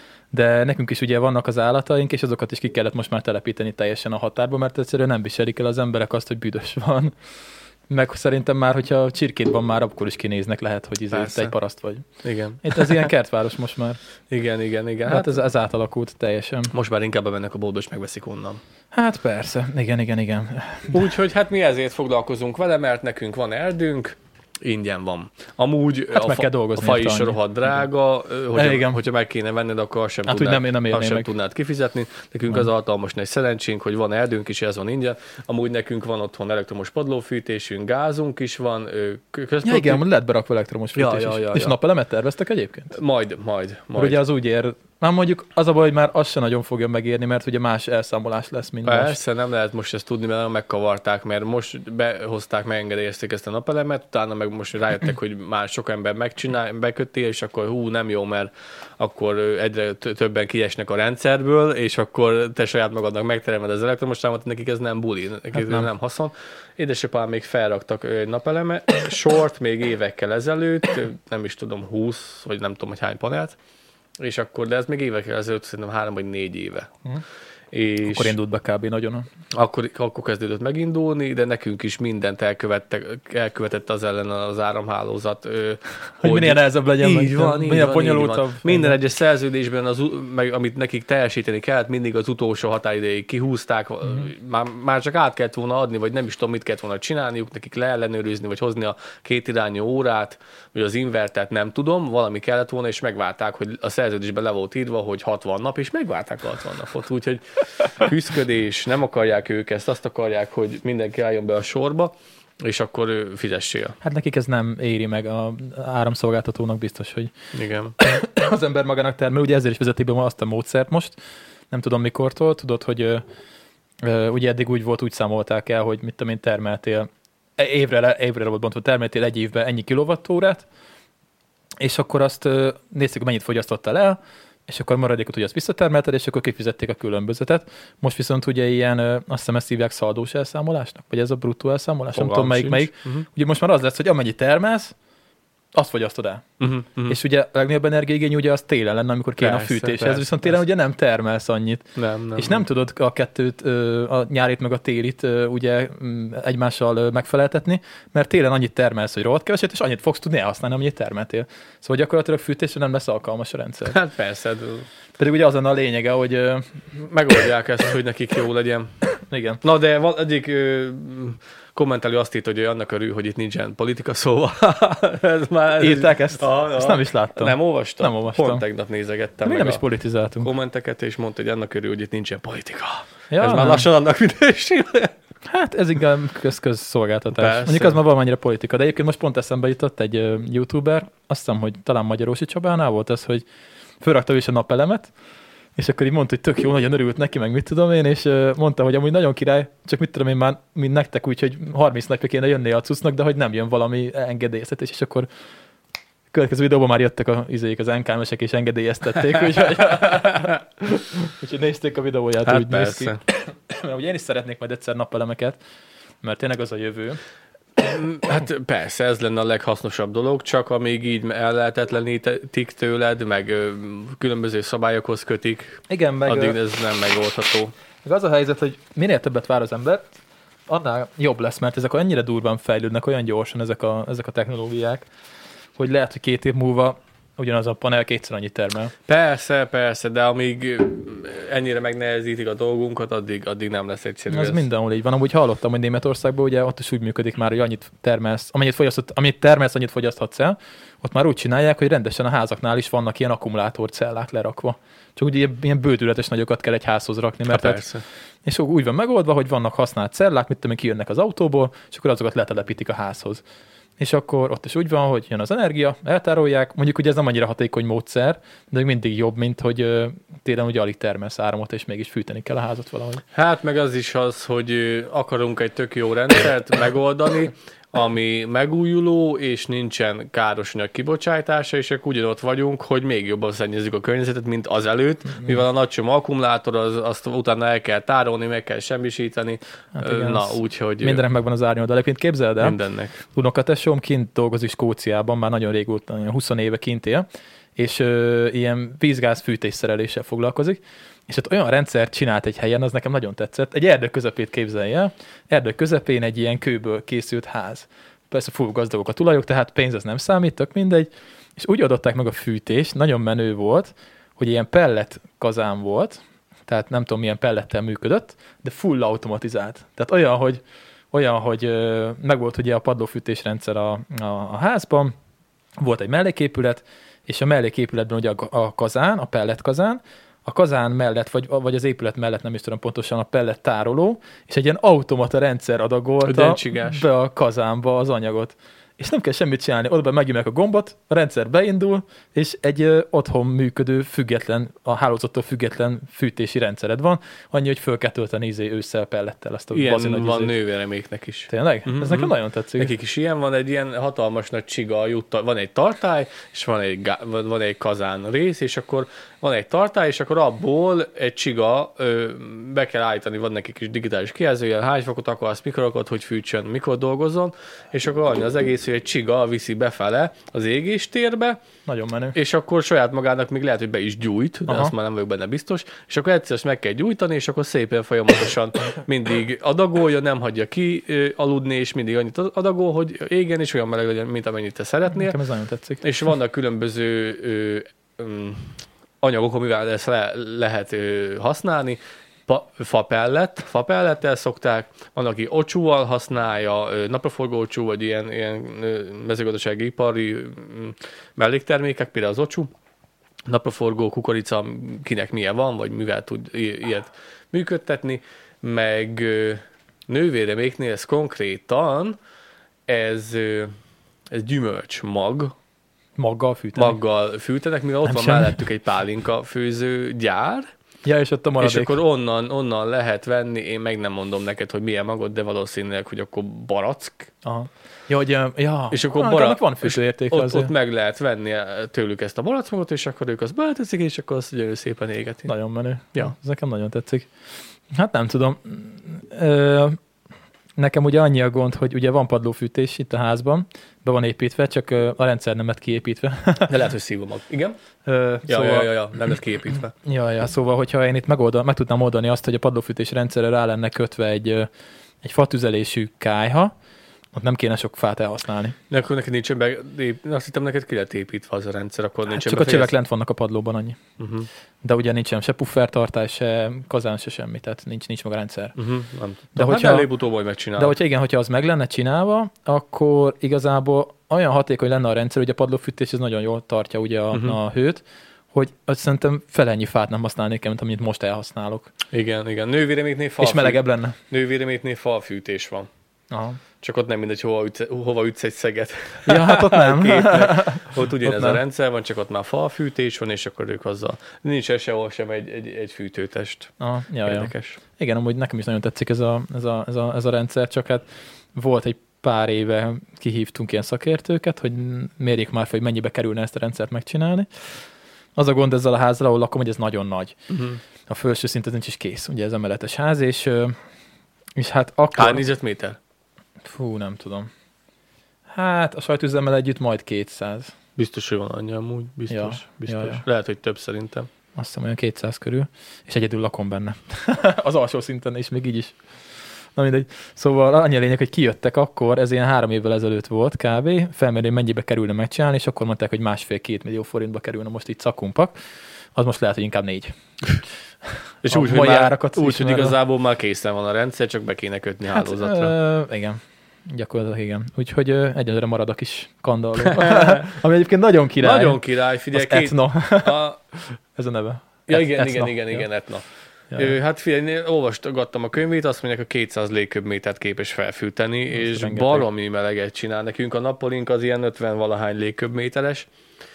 de nekünk is ugye vannak az állataink, és azokat is ki kellett most már telepíteni teljesen a határba, mert egyszerűen nem viselik el az emberek azt, hogy büdös van. Meg szerintem már, hogyha csirkét van már, akkor is kinéznek, lehet, hogy izé, te egy paraszt vagy. Igen. Itt ez ilyen kertváros most már. Igen, igen, igen. Hát, hát ez, ez átalakult teljesen. Most már inkább bemennek a boltba, és megveszik onnan. Hát persze, igen, igen, igen. Úgyhogy hát mi ezért foglalkozunk vele, mert nekünk van erdőnk, ingyen van. Amúgy hát a, fa, a fa is rohadt drága, hogyha, hogyha meg kéne venned, akkor azt sem, hát, tudnád, nem, nem azt sem tudnád kifizetni. Nekünk nem. Az hatalmas nagy szerencsénk, hogy van erdőnk is, ez van ingyen. Amúgy nekünk van otthon elektromos padlófűtésünk, gázunk is van. Központi... Ja igen, lehet berakva elektromos fűtés ja, ja, ja, is. És ja. napelemet terveztek egyébként? Majd, majd. majd. Ugye az úgy ér, már mondjuk az a baj, hogy már az se nagyon fogja megérni, mert ugye más elszámolás lesz, mint Persze, most. nem lehet most ezt tudni, mert megkavarták, mert most behozták, megengedélyezték ezt a napelemet, utána meg most rájöttek, hogy már sok ember megcsinál, beköti, és akkor hú, nem jó, mert akkor egyre többen kiesnek a rendszerből, és akkor te saját magadnak megteremed az elektromos támat, nekik ez nem buli, nekik hát nem. nem haszon. Édesapám még felraktak egy napeleme, sort még évekkel ezelőtt, nem is tudom, húsz, vagy nem tudom, hogy hány panelt, és akkor, de ez még évekkel ezelőtt, szerintem három vagy négy éve. Uh-huh. És akkor indult be kb. Nagyon. Akkor, akkor kezdődött megindulni, de nekünk is mindent elkövetett az ellen az áramhálózat. Hogy, hogy minél nehezebb legyen, így meg, van, minél bonyolultabb. Minden egyes szerződésben, az, meg, amit nekik teljesíteni kellett, mindig az utolsó határidejéig kihúzták, uh-huh. már, már csak át kellett volna adni, vagy nem is tudom, mit kellett volna csinálniuk, nekik leellenőrizni, vagy hozni a kétirányú órát, vagy az invertert, nem tudom, valami kellett volna, és megvárták, hogy a szerződésben le volt írva, hogy hatvan nap, és megvárták a hatvan napot, úgyhogy küszködés, nem akarják ők ezt, azt akarják, hogy mindenki álljon be a sorba, és akkor ő fizessél. Hát nekik ez nem éri meg, a áramszolgáltatónak biztos, hogy igen. az ember magának termel, ugye ezért is vezeti be azt a módszert most, nem tudom mikortól, tudod, hogy ö, ö, ugye eddig úgy volt, úgy számolták el, hogy mit tudom én termeltél, évre, évre volt bontva, termeltél egy évben ennyi kilowattórát, és akkor azt ö, néztük, mennyit fogyasztottál el, és akkor maradékot ugye azt visszatermelted, és akkor kifizették a különbözetet. Most viszont ugye ilyen, azt hiszem ezt hívják szaldós elszámolásnak, vagy ez a bruttó elszámolás, nem tudom melyik, melyik. Uh-huh. Ugye most már az lesz, hogy amennyi termelsz, azt fogyasztod el. Uh-huh, uh-huh. És ugye a legnagyobb energiaigény ugye az télen lenne, amikor kéne persze, a fűtés. Persze, ez viszont télen persze. ugye nem termelsz annyit. Nem, nem, és nem, nem tudod a kettőt, a nyárit meg a télit ugye egymással megfeleltetni, mert télen annyit termelsz, hogy rohadt keveset, és annyit fogsz tudni elhasználni, amennyit termeltél. Szóval gyakorlatilag fűtésre nem lesz alkalmas a rendszer. Hát persze. Pedig ugye az a lényege, hogy megoldják ezt, hogy nekik jó legyen. Igen. Na de van egyik ö, kommentelő azt írt, hogy annak örül, hogy itt nincsen politika, szóval ez már... Ez írták is... ezt? A, a, ezt nem is láttam. Nem olvastam? Nem olvastam. Pont tegnap nézegettem mi meg nem is politizáltunk. Kommenteket, és mondta, hogy annak örül, hogy itt nincsen politika. Ja, ez nem. már lassan annak minősül. Hát ez inkább köz-köz szolgáltatás. Persze. Mondjuk az már valamennyire politika, de egyébként most pont eszembe jutott egy uh, youtuber, azt hiszem, hogy talán Magyarósi Csabánál volt ez, hogy fölrakta is a napelemet, és akkor így mondta, hogy tök jó, nagyon örült neki, meg mit tudom én, és uh, mondta, hogy amúgy nagyon király, csak mit tudom én már, mint nektek, úgyhogy harminc napja kéne jönni a cuccnak, de hogy nem jön valami engedélyeztetés, és akkor következő videóban már jöttek a, izék, az en ká em-esek és engedélyeztették, úgyhogy, úgyhogy nézték a videóját, hát úgy persze. Néz ki. Mert ugye én is szeretnék majd egyszer napelemeket, mert tényleg az a jövő. Hát persze, ez lenne a leghasznosabb dolog, csak amíg így ellehetetlenítik tőled, meg ö, különböző szabályokhoz kötik, igen, meg, addig ez nem megoldható. Meg az a helyzet, hogy minél többet vár az ember, annál jobb lesz, mert ezek annyira durván fejlődnek, olyan gyorsan ezek a, ezek a technológiák, hogy lehet, hogy két év múlva ugyanaz a panel kétszer annyit termel. Persze, persze, de amíg ennyire megnehezítik a dolgunkat, addig, addig nem lesz egyszerű. Ez, ez mindenhol így van. Amúgy hallottam, hogy Németországban ugye ott is úgy működik már, hogy annyit termelsz, amennyit fogyasztott, amit termelsz, annyit fogyaszthatsz el. Ott már úgy csinálják, hogy rendesen a házaknál is vannak ilyen akkumulátorcellák lerakva. Csak ugye ilyen bődületes nagyokat kell egy házhoz rakni, mert persze. Hát, és úgy van megoldva, hogy vannak használt cellák, mit tudom, kijönnek az autóból, és akkor azokat letelepítik a házhoz. És akkor ott is úgy van, hogy jön az energia, eltárolják, mondjuk ugye ez nem annyira hatékony módszer, de még mindig jobb, mint hogy ö, télen ugye alig termelsz áramot, és mégis fűteni kell a házat valahogy. Hát meg az is az, hogy akarunk egy tök jó rendszert megoldani, ami megújuló, és nincsen károsanyag kibocsátása, és akkor ugyanott vagyunk, hogy még jobban szennyezzük a környezetet, mint azelőtt, mm. mivel a nagy csomó akkumulátor, az, azt utána el kell tárolni, meg kell semmisíteni. Hát igen, na, úgyhogy... Mindenek megvan az árnyolda. Egyébként képzeld el, mindennek. Unokatesóm kint dolgozik Skóciában, már nagyon régóta, húsz éve kint él, és ö, ilyen vízgáz fűtésszereléssel foglalkozik, és ott olyan rendszert csinált egy helyen, az nekem nagyon tetszett. Egy erdő közepét képzelje el, erdő közepén egy ilyen kőből készült ház. Persze full gazdagok a tulajok, tehát pénz az nem számít, tök mindegy. És úgy adották meg a fűtést, nagyon menő volt, hogy ilyen pellet kazán volt, tehát nem tudom milyen pellettel működött, de full automatizált. Tehát olyan, hogy, olyan, hogy meg volt ugye a padlófűtésrendszer a, a, a házban, volt egy melléképület, és a melléképületben ugye a, a kazán, a pellet kazán, a kazán mellett, vagy, vagy az épület mellett, nem is tudom pontosan, a pellet tároló, és egy ilyen automata rendszer adagolta be a kazánba az anyagot. És nem kell semmit csinálni, oda megnyomják a gombot, a rendszer beindul, és egy ö, otthon működő, független, a hálózattól független fűtési rendszered van, annyi, hogy föl kell tölteni izé ősszel pellettel. Azt a ilyen van nővéreméknek is. Tényleg? Mm-hmm. Ez nekem nagyon tetszik. Nekik is ilyen van, egy ilyen hatalmas nagy csiga, jutta, van egy tartály, és van egy, van egy kazán rész, és akkor van egy tartály, és akkor abból egy csiga ö, be kell állítani, van nekik is digitális kijelzőjel, hány fokot akarsz, mikor akarod, hogy fűtsön, mikor dolgozzon, és akkor annyi az egész, hogy egy csiga viszi befele az égéstérbe. Nagyon menő. És akkor saját magának még lehet, hogy be is gyújt, de aha, azt már nem vagyok benne biztos, és akkor egyszer meg kell gyújtani, és akkor szépen folyamatosan mindig adagolja, nem hagyja ki ö, aludni, és mindig annyit adagol, hogy égen, és olyan meleg legyen, mint amennyit te szeretnél. Nekem ez nagyon tetszik. És vannak különböző ö, ö, anyagok, amivel ezt le, lehet ö, használni. Pa, fapellet, fapellettel szokták, van, aki ocsúval használja, napraforgó ocsú, vagy ilyen, ilyen mezőgazdasági ipari melléktermékek, például az ocsú, napraforgó, kukorica, kinek milyen van, vagy mivel tud ilyet működtetni, meg nővéreméknél ez konkrétan, ez, ez gyümölcs mag, Maggal fűtenek. Maggal fűtenek, mivel ott nem van semmi. mellettük egy pálinka főző gyár, Ja, és ott a maradék. És akkor onnan, onnan lehet venni, én meg nem mondom neked, hogy milyen magot, de valószínűleg, hogy akkor barack. Aha. Ja, hogy, ja. És akkor ah, barack, van fűtőértéke ott, azért. ott meg lehet venni tőlük ezt a barackmagot, és akkor ők azt beleteszik, és akkor azt gyönyörű szépen égeti. Nagyon menő. Ja. Ez nekem nagyon tetszik. Hát nem tudom. Ö, nekem ugye annyi a gond, hogy ugye van padlófűtés itt a házban, be van építve, csak a rendszer nem lett kiépítve. De lehet, hogy szívomag. Igen? Ö, Ja, szóval, ja, ja, ja, nem lett kiépítve. Ja, ja, szóval, hogyha én itt megoldal, meg tudnám oldani azt, hogy a padlófűtés rendszerre rá lenne kötve egy, egy fatüzelésű kályha, ott nem kéne sok fát elhasználni. De akkor neked nincsen be, azt hittem neked ki lett építve az a rendszer, akkor Hát nincsen csak a csövek lent vannak a padlóban, annyi. Uh-huh. De ugye nincsen se puffertartás, se kazán, se semmi, tehát nincs, nincs meg a rendszer. Uh-huh. Nem de, hogyha, hogyha, hát előbb-utóbb majd megcsinálod. de hogyha igen, hogyha az meg lenne csinálva, akkor igazából olyan hatékony lenne a rendszer, hogy a padlófűtés ez nagyon jól tartja ugye a, uh-huh. a hőt, hogy azt szerintem felennyi fát nem használnék el, mint amit most elhasználok. Igen, igen. Nővéreméknél falfű... És melegebb lenne. Nővéreméknél falfűtés van. Aha. Csak ott nem mindegy, hova ütsz, hova ütsz egy szeget. Ja, hát ott nem. Ott ugyanez ott a nem. rendszer van, csak ott már falfűtés van, és akkor ők azzal. Nincs sehol sem egy, egy, egy fűtőtest. Aha, ja, Érdekes. Ja. Igen, amúgy nekem is nagyon tetszik ez a, ez, a, ez, a, ez a rendszer, csak hát volt egy pár éve kihívtunk ilyen szakértőket, hogy mérjék már fel, hogy mennyibe kerülne ezt a rendszert megcsinálni. Az a gond ezzel a házzal, ahol lakom, hogy ez nagyon nagy. Uh-huh. A felső szint nincs is kész, ugye ez emeletes ház, és, és hát akkor... Hány négyzetméter? Fú, nem tudom. Hát a sajtüzemmel együtt majd kétszáz. Biztos, hogy van annyi amúgy. Biztos. Ja, biztos. ja, ja. Lehet, hogy több szerintem. Azt hiszem olyan kétszáz körül, és egyedül lakom benne. Az alsó szinten, és még így is. Na mindegy. Szóval annyi a lényeg, hogy kijöttek akkor, ez ilyen három évvel ezelőtt volt kb. Felmérni, mennyibe kerülne megcsinálni, és akkor mondták, hogy másfél-két millió forintba kerülne most itt szakumpak. Az most lehet, hogy inkább négy. És úgy, hogy, már, úgy hogy ismerve. igazából már készen van a rendszer, csak be kéne kötni hát, hálózatra. Ö, igen. Gyakorlatilag igen. Úgyhogy ö, egyelőre marad a kis kandalló. Ami egyébként nagyon király. Nagyon király, figyelj. Az két... Etna. A... Ez a neve. Ja, Et, igen, etna. igen, igen, ja. igen, Etna. Ja. Ő, hát figyelj, olvastogattam a könyvét, azt mondják, a kétszáz légköbmétert képes felfűteni, azt és rengeteg. baromi meleget csinál. Nekünk a nappalink az ilyen ötven valahány légköbméteres,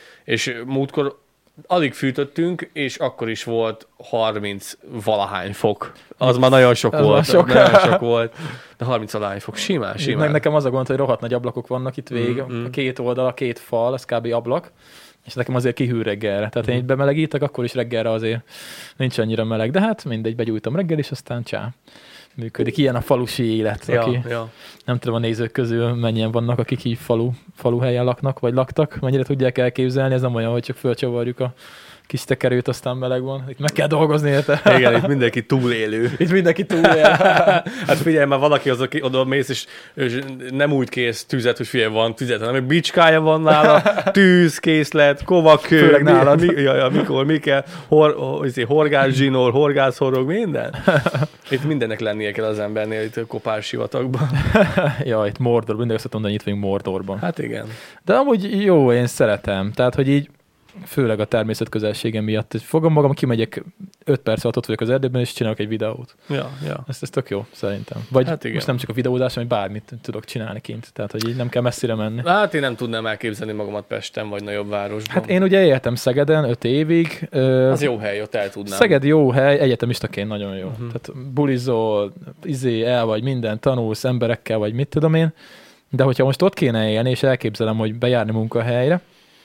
és múltkor alig fűtöttünk, és akkor is volt harminc valahány fok. Az már nagyon sok Ez volt. sok. Nagyon sok volt. De harminc valahány fok. Simán, simán. Meg nekem az a gond, hogy rohadt nagy ablakok vannak itt végig. Mm, mm. A két oldal, a két fal, ez kb. Ablak. És nekem azért kihűl reggelre. Tehát mm. én itt bemelegítek, akkor is reggelre azért nincs annyira meleg. De hát mindegy, begyújtom reggel, és aztán csá. Működik. Ilyen a falusi élet. Ja, aki, ja. Nem tudom a nézők közül mennyien vannak, akik így falu, falu helyen laknak, vagy laktak. Mennyire tudják elképzelni. Ez nem olyan, hogy csak fölcsavarjuk a kis tekerőt, aztán meleg van. Itt meg kell dolgozni érte. Igen, itt mindenki túlélő. Itt mindenki túlél. Hát figyelj, már valaki az, aki oda mész, és, és nem úgy kész tüzet, hogy figyelj, van tüzet, hanem egy bicskája van nála, tűz, készlet, kovakő, Főleg nálad. Mi, mi, ja, ja, mikor, mi kell, hor, hor, horgász zsinór, horgász horog, minden. Itt mindennek lennie kell az embernél, itt a kopás sivatagban. Ja, itt Mordor, mindig azt mondani, hogy itt vagyunk Mordorban. Hát igen. De amúgy jó, én szeretem. Tehát, hogy így főleg a természet közelsége miatt. Fogom magam, kimegyek öt perc alatt ott vagyok az erdőben, és csinálok egy videót. Ja, ja. Ez, ez tök jó, szerintem. Vagy Hát igen. most nem csak a videózás, hanem bármit tudok csinálni kint. Tehát, hogy így nem kell messzire menni. Hát én nem tudnám elképzelni magamat Pesten, vagy nagyobb városban. Hát én ugye éltem Szegeden öt évig. Az jó hely, ott el tudnám. Szeged jó hely, egyetemistaként nagyon jó. Uh-huh. Tehát bulizol, izé, el vagy minden, tanulsz emberekkel, vagy mit tudom én. De hogyha most ott kéne élni, és elképzelem, hogy bejárni munkahelyre,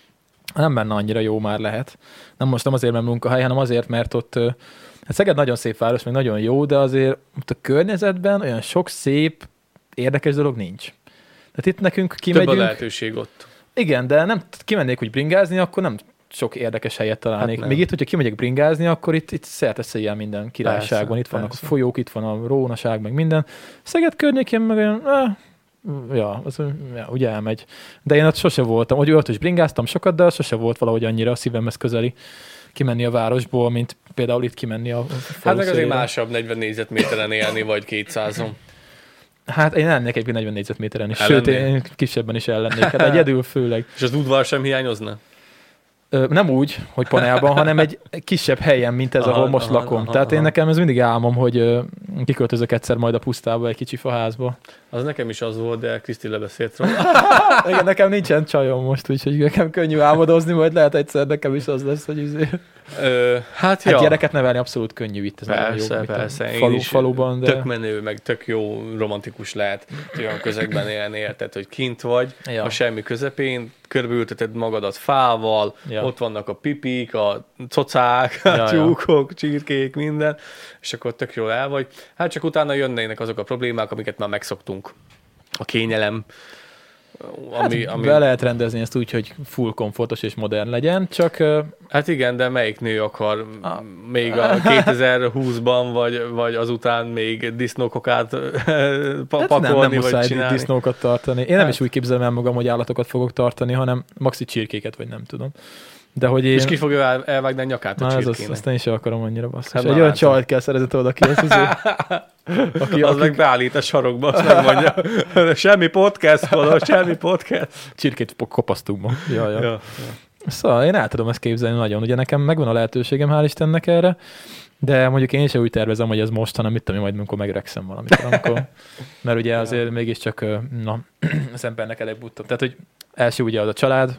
nem benne annyira jó már lehet. Nem most nem azért, mert munkahely, hanem azért, mert ott hát Szeged nagyon szép város, meg nagyon jó, de azért ott a környezetben olyan sok szép, érdekes dolog nincs. Tehát itt nekünk kimegyünk... Több a lehetőség ott. Igen, de nem kimennék úgy bringázni, akkor nem sok érdekes helyet találnék. Hát még itt, hogyha kimegyek bringázni, akkor itt, itt szerteszéjjel minden királyságban. Persze, itt vannak persze. A folyók, itt van a rónaság, meg minden. Szeged környékén meg olyan... Eh, Ja, az, ja, ugye elmegy. De én ott sose voltam, hogy ott is bringáztam sokat, de sose volt valahogy annyira a szívemhez közeli kimenni a városból, mint például itt kimenni a Hát meg azért másabb negyven négyzetméteren élni, vagy kétszázon. Hát én ellennék egy negyven négyzetméteren is, sőt, én kisebben is ellennék, hát egyedül főleg. És az udvar sem hiányozna? Ö, nem úgy, hogy panelban, hanem egy kisebb helyen, mint ez, aha, ahol most aha, lakom. Aha, Tehát aha. én nekem ez mindig álmom, hogy ö, kiköltözök egyszer majd a pusztába, egy kicsi faházba. Az nekem is az volt, de Kriszti lebeszélt róla. Igen, nekem nincsen csajom most, úgyhogy nekem könnyű álmodozni, majd lehet egyszer nekem is az lesz, hogy izé... Ö, hát, Hát ja. gyereket nevelni abszolút könnyű itt. Ez Persze, jó, persze. Falu, faluban, de... Tök menő, meg tök jó, romantikus lehet olyan közegben élni, érted, hogy kint vagy, ja. a semmi közepén, körbeülteted magadat fával, ja. ott vannak a pipik, a cocák, a ja, tyúkok, ja. csirkék, minden, és akkor tök jól el vagy. Hát csak utána jönnének azok a problémák, amiket már megszoktunk. A kényelem, ami, hát ami... be lehet rendezni ezt úgy, hogy full komfortos és modern legyen, csak... Hát igen, de melyik nő akar ah. még a kétezer-húszban, vagy, vagy azután még disznókokát pa- pakolni, nem, nem vagy muszáj csinálni? disznókat tartani. Én hát. nem is úgy képzelem el magam, hogy állatokat fogok tartani, hanem maxi csirkéket, vagy nem tudom. De hogy én... És ki fogja el, elvágni a nyakát a csirkének? Az, azt én is akarom annyira basszus. Hát egy olyan csajt kell szerezni tudod, aki ezt azért... Aki, az aki... meg beállít a sarokba, azt megmondja, semmi podcast, való, semmi podcast. Csirkét kopasztunk ma. Ja, ja. Ja, ja. Szóval én el tudom ezt képzelni nagyon. Ugye nekem megvan a lehetőségem, hál' Istennek erre, de mondjuk én sem úgy tervezem, hogy ez most, hanem mit tudom, majd amikor megrekszem valamit. Amikor... Mert ugye azért mégiscsak na, az embernek előbb-utóbb. Tehát, hogy első ugye az a család,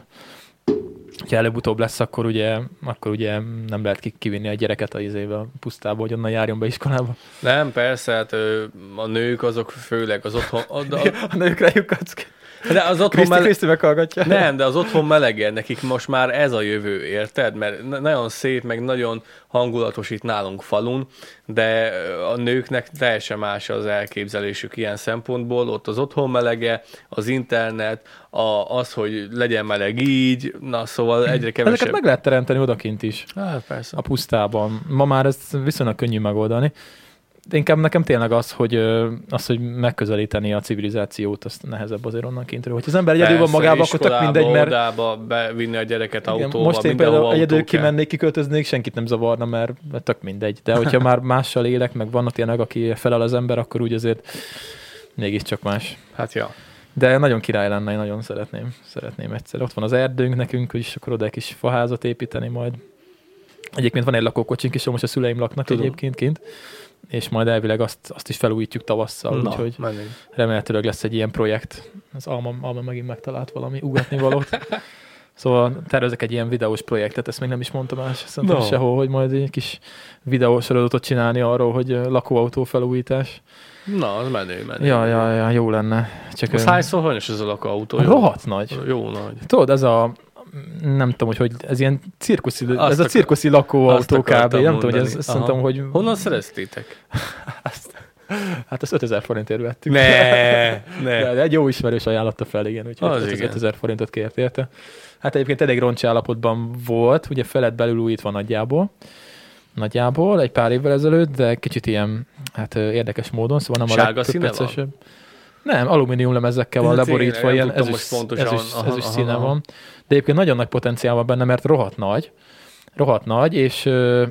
ha előbb-utóbb lesz, akkor ugye, akkor ugye nem lehet kivinni a gyereket a izébe, a pusztába, hogy onnan járjon be iskolába. Nem, persze, hát a nők azok főleg az otthon... A, a, a nőkre lyukadsz ki. De az otthon Kriszti, mele... Kriszti meghallgatja. Nem, de az otthon melegen, nekik most már ez a jövő, érted? Mert nagyon szép, meg nagyon hangulatos itt nálunk falun, de a nőknek teljesen más az elképzelésük ilyen szempontból. Ott az otthon melege, az internet, a, az, hogy legyen meleg így, na szóval egyre kevesebb. Ezeket meg lehet teremteni odakint is. Hát persze. A pusztában. Ma már ez viszonylag könnyű megoldani. De inkább nekem tényleg az, hogy, az, hogy megközelíteni a civilizációt, azt nehezebb azért onnan kintről. Hogy az ember egyedül van magában, akkor tök mindegy, mert... Odába bevinni a gyereket igen, autóba, most én például egyedül kimennék, kiköltöznék, senkit nem zavarna, mert, mert tök mindegy. De hogyha már mással élek, meg van tényleg, aki felel az ember, akkor úgy azért mégiscsak más. Hát ja. De nagyon király lenne, én nagyon szeretném, szeretném egyszer. Ott van az erdőnk nekünk, és akkor oda egy kis faházat építeni majd. Egyébként van egy lakókocsink is, ahol most a szüleim laknak Tudom. egyébként kint. És majd elvileg azt, azt is felújítjuk tavasszal, Na, úgyhogy menjünk. remélhetőleg lesz egy ilyen projekt. Az Alma, Alma megint megtalált valami ugatni valót. Szóval tervezek egy ilyen videós projektet, ezt még nem is mondtam más, szerintem no. sehol, hogy majd egy kis videósorozatot csinálni arról, hogy lakóautó felújítás. Na, az menő, menő. Ja, ja, ja, jó lenne. Csak az hányszor hanyos ez a lakóautó? Rohadt nagy. Jó nagy. Tudod, ez a nem tudom, hogy, hogy ez ilyen cirkuszi, azt ez a cirkuszi lakóautó kb. Nem tudom, hogy ez, ezt szerintem, hogy... Honnan szereztétek? Hát ezt ötezer forintért vettük. Ne, ne. De egy jó ismerős ajánlotta fel, igen, úgyhogy ötezer forintot kért érte. Hát egyébként elég roncsi állapotban volt, ugye felett belül újítva nagyjából. Nagyjából, egy pár évvel ezelőtt, de kicsit ilyen, hát érdekes módon, szóval nem Sárga a legpöpecesebb. Nem, alumínium lemezekkel van leborítva, ilyen ezüst színe van. De egyébként nagyon nagy potenciál van benne, mert rohadt nagy, rohadt nagy, és,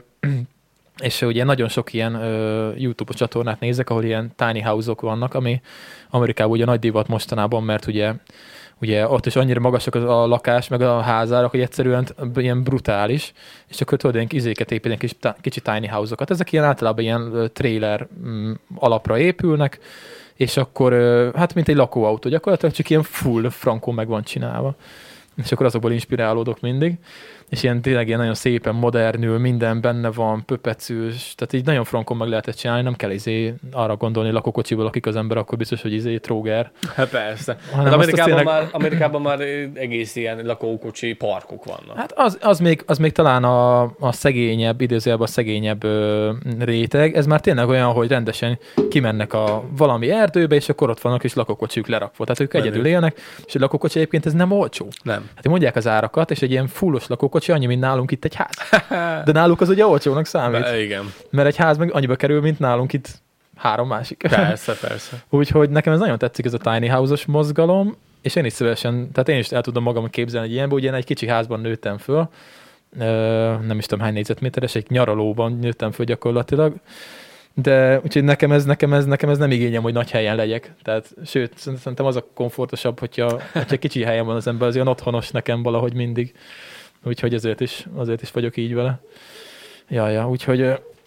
és ugye nagyon sok ilyen YouTube csatornát nézek, ahol ilyen tiny house-ok vannak, ami Amerikában ugye nagy divat mostanában, mert ugye, ugye ott is annyira magasak a lakás, meg a házárak, hogy egyszerűen ilyen brutális, és akkor tudod, ilyen izéket építenek, kis, kicsi tiny house-okat. Ezek ilyen általában ilyen trailer alapra épülnek, és akkor, hát mint egy lakóautó, gyakorlatilag csak ilyen full frankó meg van csinálva. És akkor azokból inspirálódok mindig. És ilyen tényleg ilyen nagyon szépen modernül, minden benne van, pöpecűs, tehát így nagyon frankon meg lehetett csinálni, nem kell izé arra gondolni, lakókocsiból lakik az ember, akkor biztos, hogy izé tróger. Hát persze. Hát Amerikában, tényleg... már, Amerikában már egész ilyen lakókocsi parkok vannak. Hát az, az, még, az még talán a, a szegényebb, idézőjelben a szegényebb ö, réteg, ez már tényleg olyan, hogy rendesen kimennek a valami erdőbe, és akkor ott vannak és lakókocsik lerakva. Tehát ők egyedül élnek, és a lakókocsi egyébként ez nem olcsó. Nem. Hát mondják az árakat, és egy ilyen fullos lakókocsi annyi, mint nálunk itt egy ház. De náluk az ugye olcsónak számít. Be, igen. Mert egy ház meg annyiba kerül, mint nálunk itt három másik. Persze, persze. Úgyhogy nekem ez nagyon tetszik, ez a tiny house-os mozgalom, és én is szívesen, tehát én is el tudom magam képzelni egy ilyenbe, ugye én egy kicsi házban nőttem föl, nem is tudom hány négyzetméteres, egy nyaralóban nőttem föl gyakorlatilag, de úgyhogy nekem ez, nekem ez, nekem ez nem igényem, hogy nagy helyen legyek. Tehát, sőt, szerintem az a komfortosabb, hogyha, hogyha kicsi helyen van az ember, az olyan otthonos nekem valahogy mindig. Úgyhogy azért is, azért is vagyok így vele. Ja, ja, úgyhogy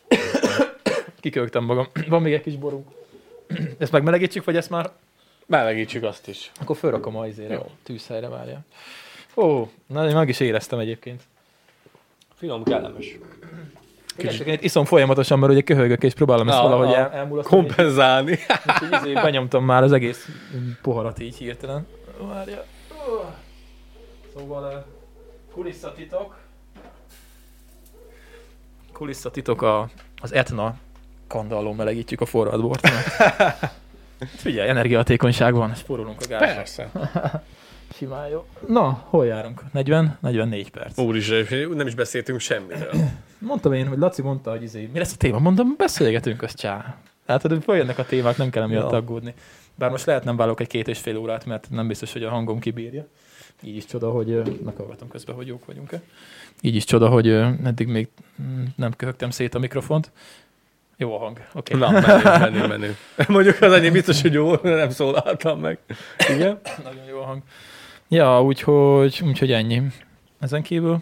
kiköltem magam. Van még egy kis borunk. Ezt megmelegítsük, vagy ezt már? Melegítsük azt is. Akkor fölrakom a izére, a tűzhelyre, várja. Ó, na, én meg is éreztem egyébként. Finom, kellemes. Igen, itt iszom folyamatosan, mert ugye köhögök, és próbálom ezt Ah, valahogy ah. el, elmulasztani. Kompenzálni. Úgyhogy izé benyomtam már az egész poharat így hirtelen. Várja. Szóval uh, kulisszatitok. Kulisszatitok a, az Etna kandallón melegítjük a forrad bort. Figyelj, energiahatékonyság van, és forrulunk a gázra. Persze. Simán jó. Na, hol járunk? negyven negyvennégy perc. Úristen, nem is beszéltünk semmiről. Mondtam én, hogy Laci mondta, hogy izé, mi lesz a téma? Mondom, beszélgetünk, az csá. Látod, hogy följönnek a témák, nem kell emiatt Ja. aggódni. Bár most lehet nem válok egy két és fél órát, mert nem biztos, hogy a hangom kibírja. Így is csoda, hogy ö, meghallgatom közben, hogy jók vagyunk-e. Így is csoda, hogy ö, eddig még mm, nem köhögtem szét a mikrofont. Jó a hang. Oké. Na, menő, menő, menő. Mondjuk az enyém biztos, hogy jó, nem szólaltam meg. Igen? Nagyon jó a hang. Ja, úgyhogy, úgyhogy ennyi. Ezen kívül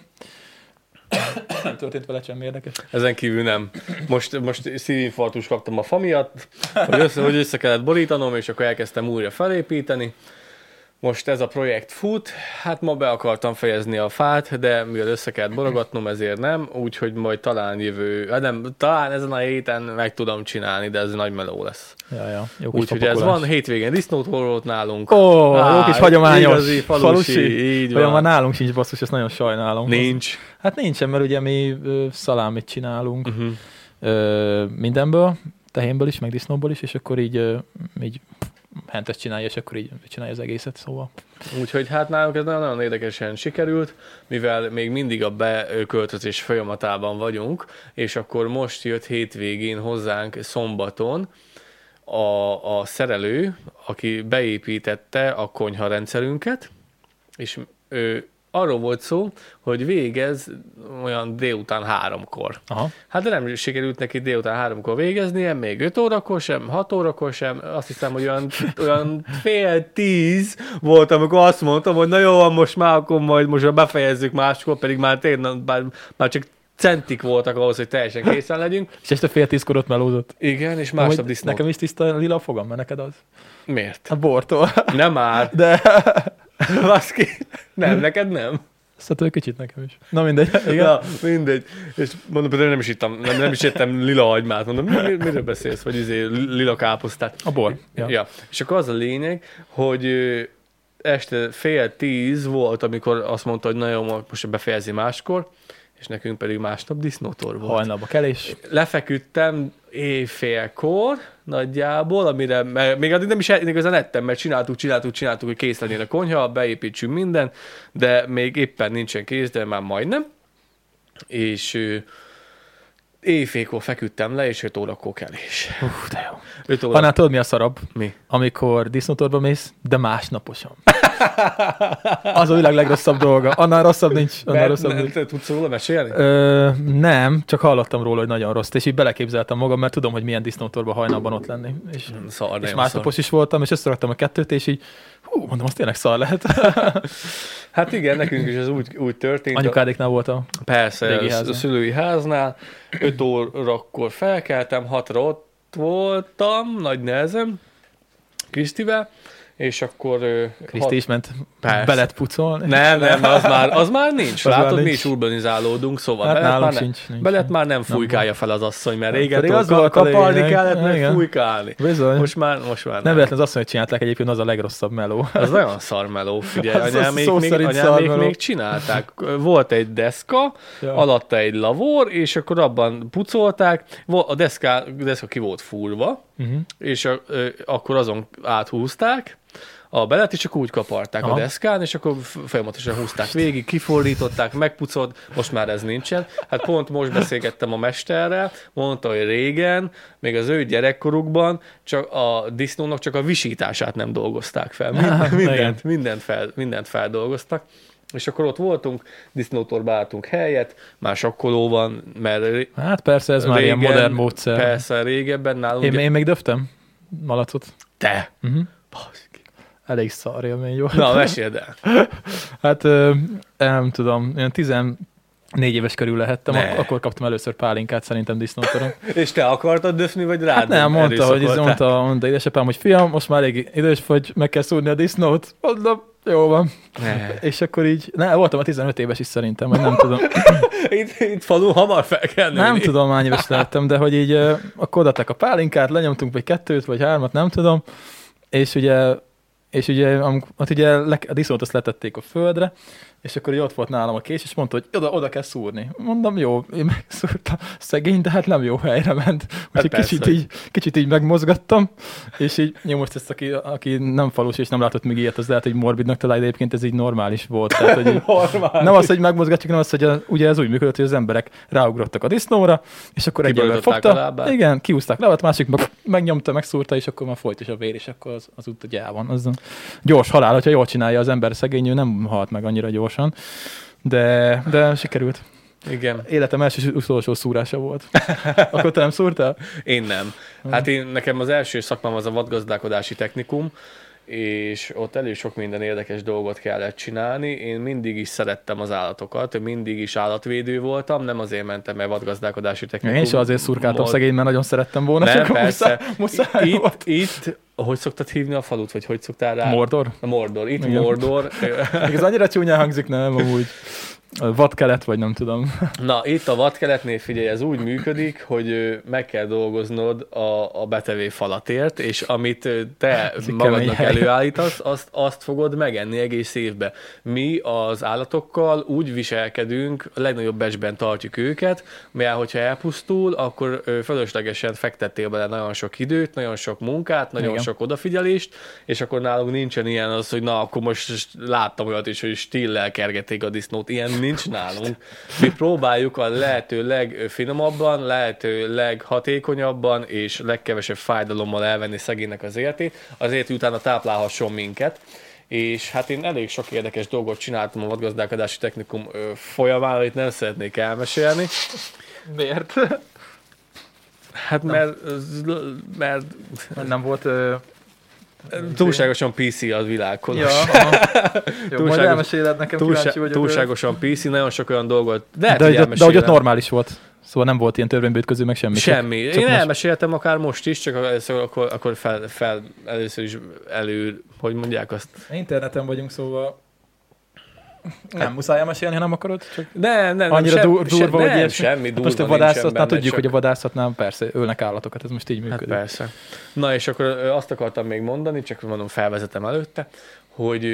nem történt vele semmi érdekes. Ezen kívül nem. Most, most szívinfarktus kaptam a fa miatt, hogy össze, hogy össze kellett borítanom, és akkor elkezdtem újra felépíteni. Most ez a projekt fut, hát ma be akartam fejezni a fát, de mivel össze kellett borogatnom, ezért nem, úgyhogy majd talán jövő, hát nem, talán ezen a héten meg tudom csinálni, de ez nagy meló lesz. Ja, ja. Jó kis Úgyhogy ez papakolás. van, hétvégén disznótól volt nálunk. Ó, oh, Á, jó kis hagyományos. igazi falusi, falusi. így Olyan van. már nálunk sincs basszus, ezt nagyon sajnálom. Nincs. Hát nincsen, mert ugye mi ö, szalámit csinálunk Uh-huh. ö, mindenből, tehénből is, meg disznóból is, és akkor így, ö, így hentes csinálja, és akkor így csinálja az egészet, szóval. Úgyhogy hát nálunk ez nagyon érdekesen sikerült, mivel még mindig a beköltözés folyamatában vagyunk, és akkor most jött hétvégén hozzánk szombaton a, a szerelő, aki beépítette a konyha rendszerünket, és ő arról volt szó, hogy végez olyan délután háromkor. Aha. Hát de nem sikerült neki délután háromkor végeznie, még öt órakor sem, hat órakor sem, azt hiszem, hogy olyan, olyan fél tíz volt, amikor azt mondtam, hogy na jó, van, most már akkor majd most befejezzük máskor, pedig már tényleg, már, már csak centik voltak ahhoz, hogy teljesen készen legyünk. És este fél tízkor ott melózott. Igen, és másnap Amúgy disznót. nekem is tiszta lila a fogam, mert neked az. Miért? A bortól. Nem már. De Baszki. Nem, neked nem. szóval kicsit nekem is. Na mindegy. Igen. Na, mindegy. És mondom, például nem is ittam, nem, nem is ettem lila hagymát. Mondom, mi, mi, miről beszélsz? Vagy izé, lila káposztát. A bor. Ja. Ja. ja. És akkor az a lényeg, hogy ö, este fél tíz volt, amikor azt mondta, hogy na jó, most befejezi máskor, és nekünk pedig másnap disznótor volt. Hajnalba kelés. Lefeküdtem éjfélkor nagyjából, amire mert még addig nem is igazán ettem, mert csináltuk, csináltuk, csináltuk, hogy kész legyen a konyha, beépítsünk minden, de még éppen nincsen kész, de már majdnem. És ö, éjfélkor feküdtem le, és öt órakor kelés. Uff, de jó. öt óra... Annál tudod, mi a szarabb? Mi? Amikor disznótorba mész, de másnaposan. Az a világ legrosszabb dolga. Annál rosszabb nincs. Annál Mert, rosszabb ne, nincs. te tudsz róla mesélni? Ö, nem, csak hallottam róla, hogy nagyon rossz, és így beleképzeltem magam, mert tudom, hogy milyen disznótorba hajnalban ott lenni. És, Szar, és másnapos is voltam, és összeraktam a kettőt, és így, hú, mondom, az tényleg szar lehet. Hát igen, nekünk is ez úgy, úgy történt. Anyukádéknál volt a... Persze, régi a, a házon. szülői háznál. öt órakor felkeltem, hatra ott voltam, nagy nehezem, Krisztivel, és akkor... ö, Kriszti is ment Persze. belet pucolni. Nem, nem, az már, az már nincs. Az már Látod, mi nincs. is urbanizálódunk, szóval Hát belet, nálunk már ne, sincs, nincs. belet már nem fújkálja fel az asszony, mert Hát régen pedig az tudod, volt a kaparni lényeg. kellett, meg Igen. fújkálni. Bizony. Most már, most már Nem nem. véletlen az asszony, hogy csinálták egyébként, az a legrosszabb meló. Az nagyon szarmeló, figyelj, Az- az anyámék, szó még, szerint anyámék szarmeló. még csinálták. Volt egy deszka, Ja. alatta egy lavor, és akkor abban pucolták, Vo- a deszka, deszka ki volt fúrva, Uh-huh. és a, ö, akkor azon áthúzták a belet, és csak úgy kaparták Aha. a deszkán, és akkor f- folyamatosan húzták végig, kifordították, megpucolt, most már ez nincsen. Hát pont most beszélgettem a mesterrel, mondta, hogy régen, még az ő gyerekkorukban csak a disznónak csak a visítását nem dolgozták fel. Mind, mindent, mindent, fel, mindent feldolgoztak. És akkor ott voltunk, disznótorba álltunk helyet, már sakkoló van, mert Hát persze, ez már ilyen modern módszer. Persze, régebben nálunk... Én, én még döftem malacot. Te! Uh-huh. Baszki. Elég szar élmény volt. Na, meséld el. Hát ö, nem tudom, olyan tizennégy éves körül lehettem, Ne. ak- akkor kaptam először pálinkát szerintem disznótoron. És te akartad döfni, vagy rád? Hát nem, mondta, hogy ez erőszakolták? mondta, mondta édesapám, hogy fiam, most már elég idős vagy, meg kell szúrni a disznót. Mondom, jó van. Ne. És akkor így, ne, voltam a tizenöt éves is szerintem, vagy nem tudom. itt, itt falu hamar fel kell nőni. Nem tudom, hány éves lettem, de hogy így uh, akkor odaadták a pálinkát, lenyomtunk vagy kettőt, vagy hármat, nem tudom, és ugye, és ugye, amikor, hát ugye le, a disznót azt letették a földre, és akkor így ott volt nálam a kés, és mondta, hogy oda, oda kell szúrni. Mondom, jó, én megszúrtam, szegény, de hát nem jó helyre ment. Úgyhogy hát kicsit, így, kicsit így megmozgattam, és így, jó, most ezt, aki, aki nem falus és nem látott még ilyet, az lehet, hogy morbidnak találja, de egyébként ez így normális volt. Tehát, hogy így, nem az, hogy megmozgatjuk, hanem az, hogy a, ugye ez úgy működött, hogy az emberek ráugrottak a disznóra, és akkor egy ember fogta, igen, kiúzták lábat, másik meg, megnyomta, megszúrta, és akkor már folyt is a vér, és akkor az, az út el van. Az gyors halál, hogyha jól csinálja az ember, szegény, ő nem halt meg annyira gyors. De, de sikerült. Igen. Életem első és utolsó szúrása volt. Akkor te nem szúrtál? Én nem. Hát én, nekem az első szakmám az a vadgazdálkodási technikum, és ott elég sok minden érdekes dolgot kellett csinálni. Én mindig is szerettem az állatokat, mindig is állatvédő voltam, nem azért mentem, mert vadgazdálkodási technikum. Én is azért szurkáltam Mod... szegény, mert nagyon szerettem volna. Nem, persze. Muszáj, muszáj itt, volt. itt, hogy szoktad hívni a falut, vagy hogy szoktál rá? Mordor? A Mordor. Itt igen. Mordor. Ez annyira csúnyán hangzik, nem, amúgy. Vadkelet, vagy nem tudom. Na, itt a vadkeletnél figyelj, ez úgy működik, hogy meg kell dolgoznod a, a betevé falatért, és amit te magadnak előállítasz, azt, azt fogod megenni egész évben. Mi az állatokkal úgy viselkedünk, a legnagyobb becsben tartjuk őket, mert hogyha elpusztul, akkor fölöslegesen fektettél bele nagyon sok időt, nagyon sok munkát, nagyon igen. sok odafigyelést, és akkor nálunk nincsen ilyen az, hogy na, akkor most láttam olyat is, hogy stillel kergették a disznót. Ilyen nincs nálunk. Mi próbáljuk a lehető legfinomabban, lehető leghatékonyabban és legkevesebb fájdalommal elvenni szegénynek az életét, azért, hogy utána táplálhasson minket. És hát én elég sok érdekes dolgot csináltam a vadgazdálkodási technikum folyamán, amit nem szeretnék elmesélni. Miért? Hát mert, mert, mert nem volt... Ö... túlságosan pé cé az világhoz. Ja, jó, majd elmeséled nekem, túlsá- kíváncsi vagyok. Túlságosan pé cé, nagyon sok olyan dolgot. De, de, hogy, de hogy ott normális volt. Szóval nem volt ilyen törvénybe ütköző, meg semmi. Semmi. Csak, Én csak elmeséltem most... akár most is, csak akkor, akkor fel, fel először is elő, hogy mondják azt. Interneten vagyunk, szóval nem hát, muszáj elmesélni, ha nem akarod. Csak nem, nem, annyira sem, dur- durva, sem, hogy nem, semmi durva most a vadászatnál tudjuk, csak... hogy a vadászatnál persze ölnek állatokat, ez most így működik. Hát persze. Na és akkor azt akartam még mondani, csak mondom, felvezetem előtte, hogy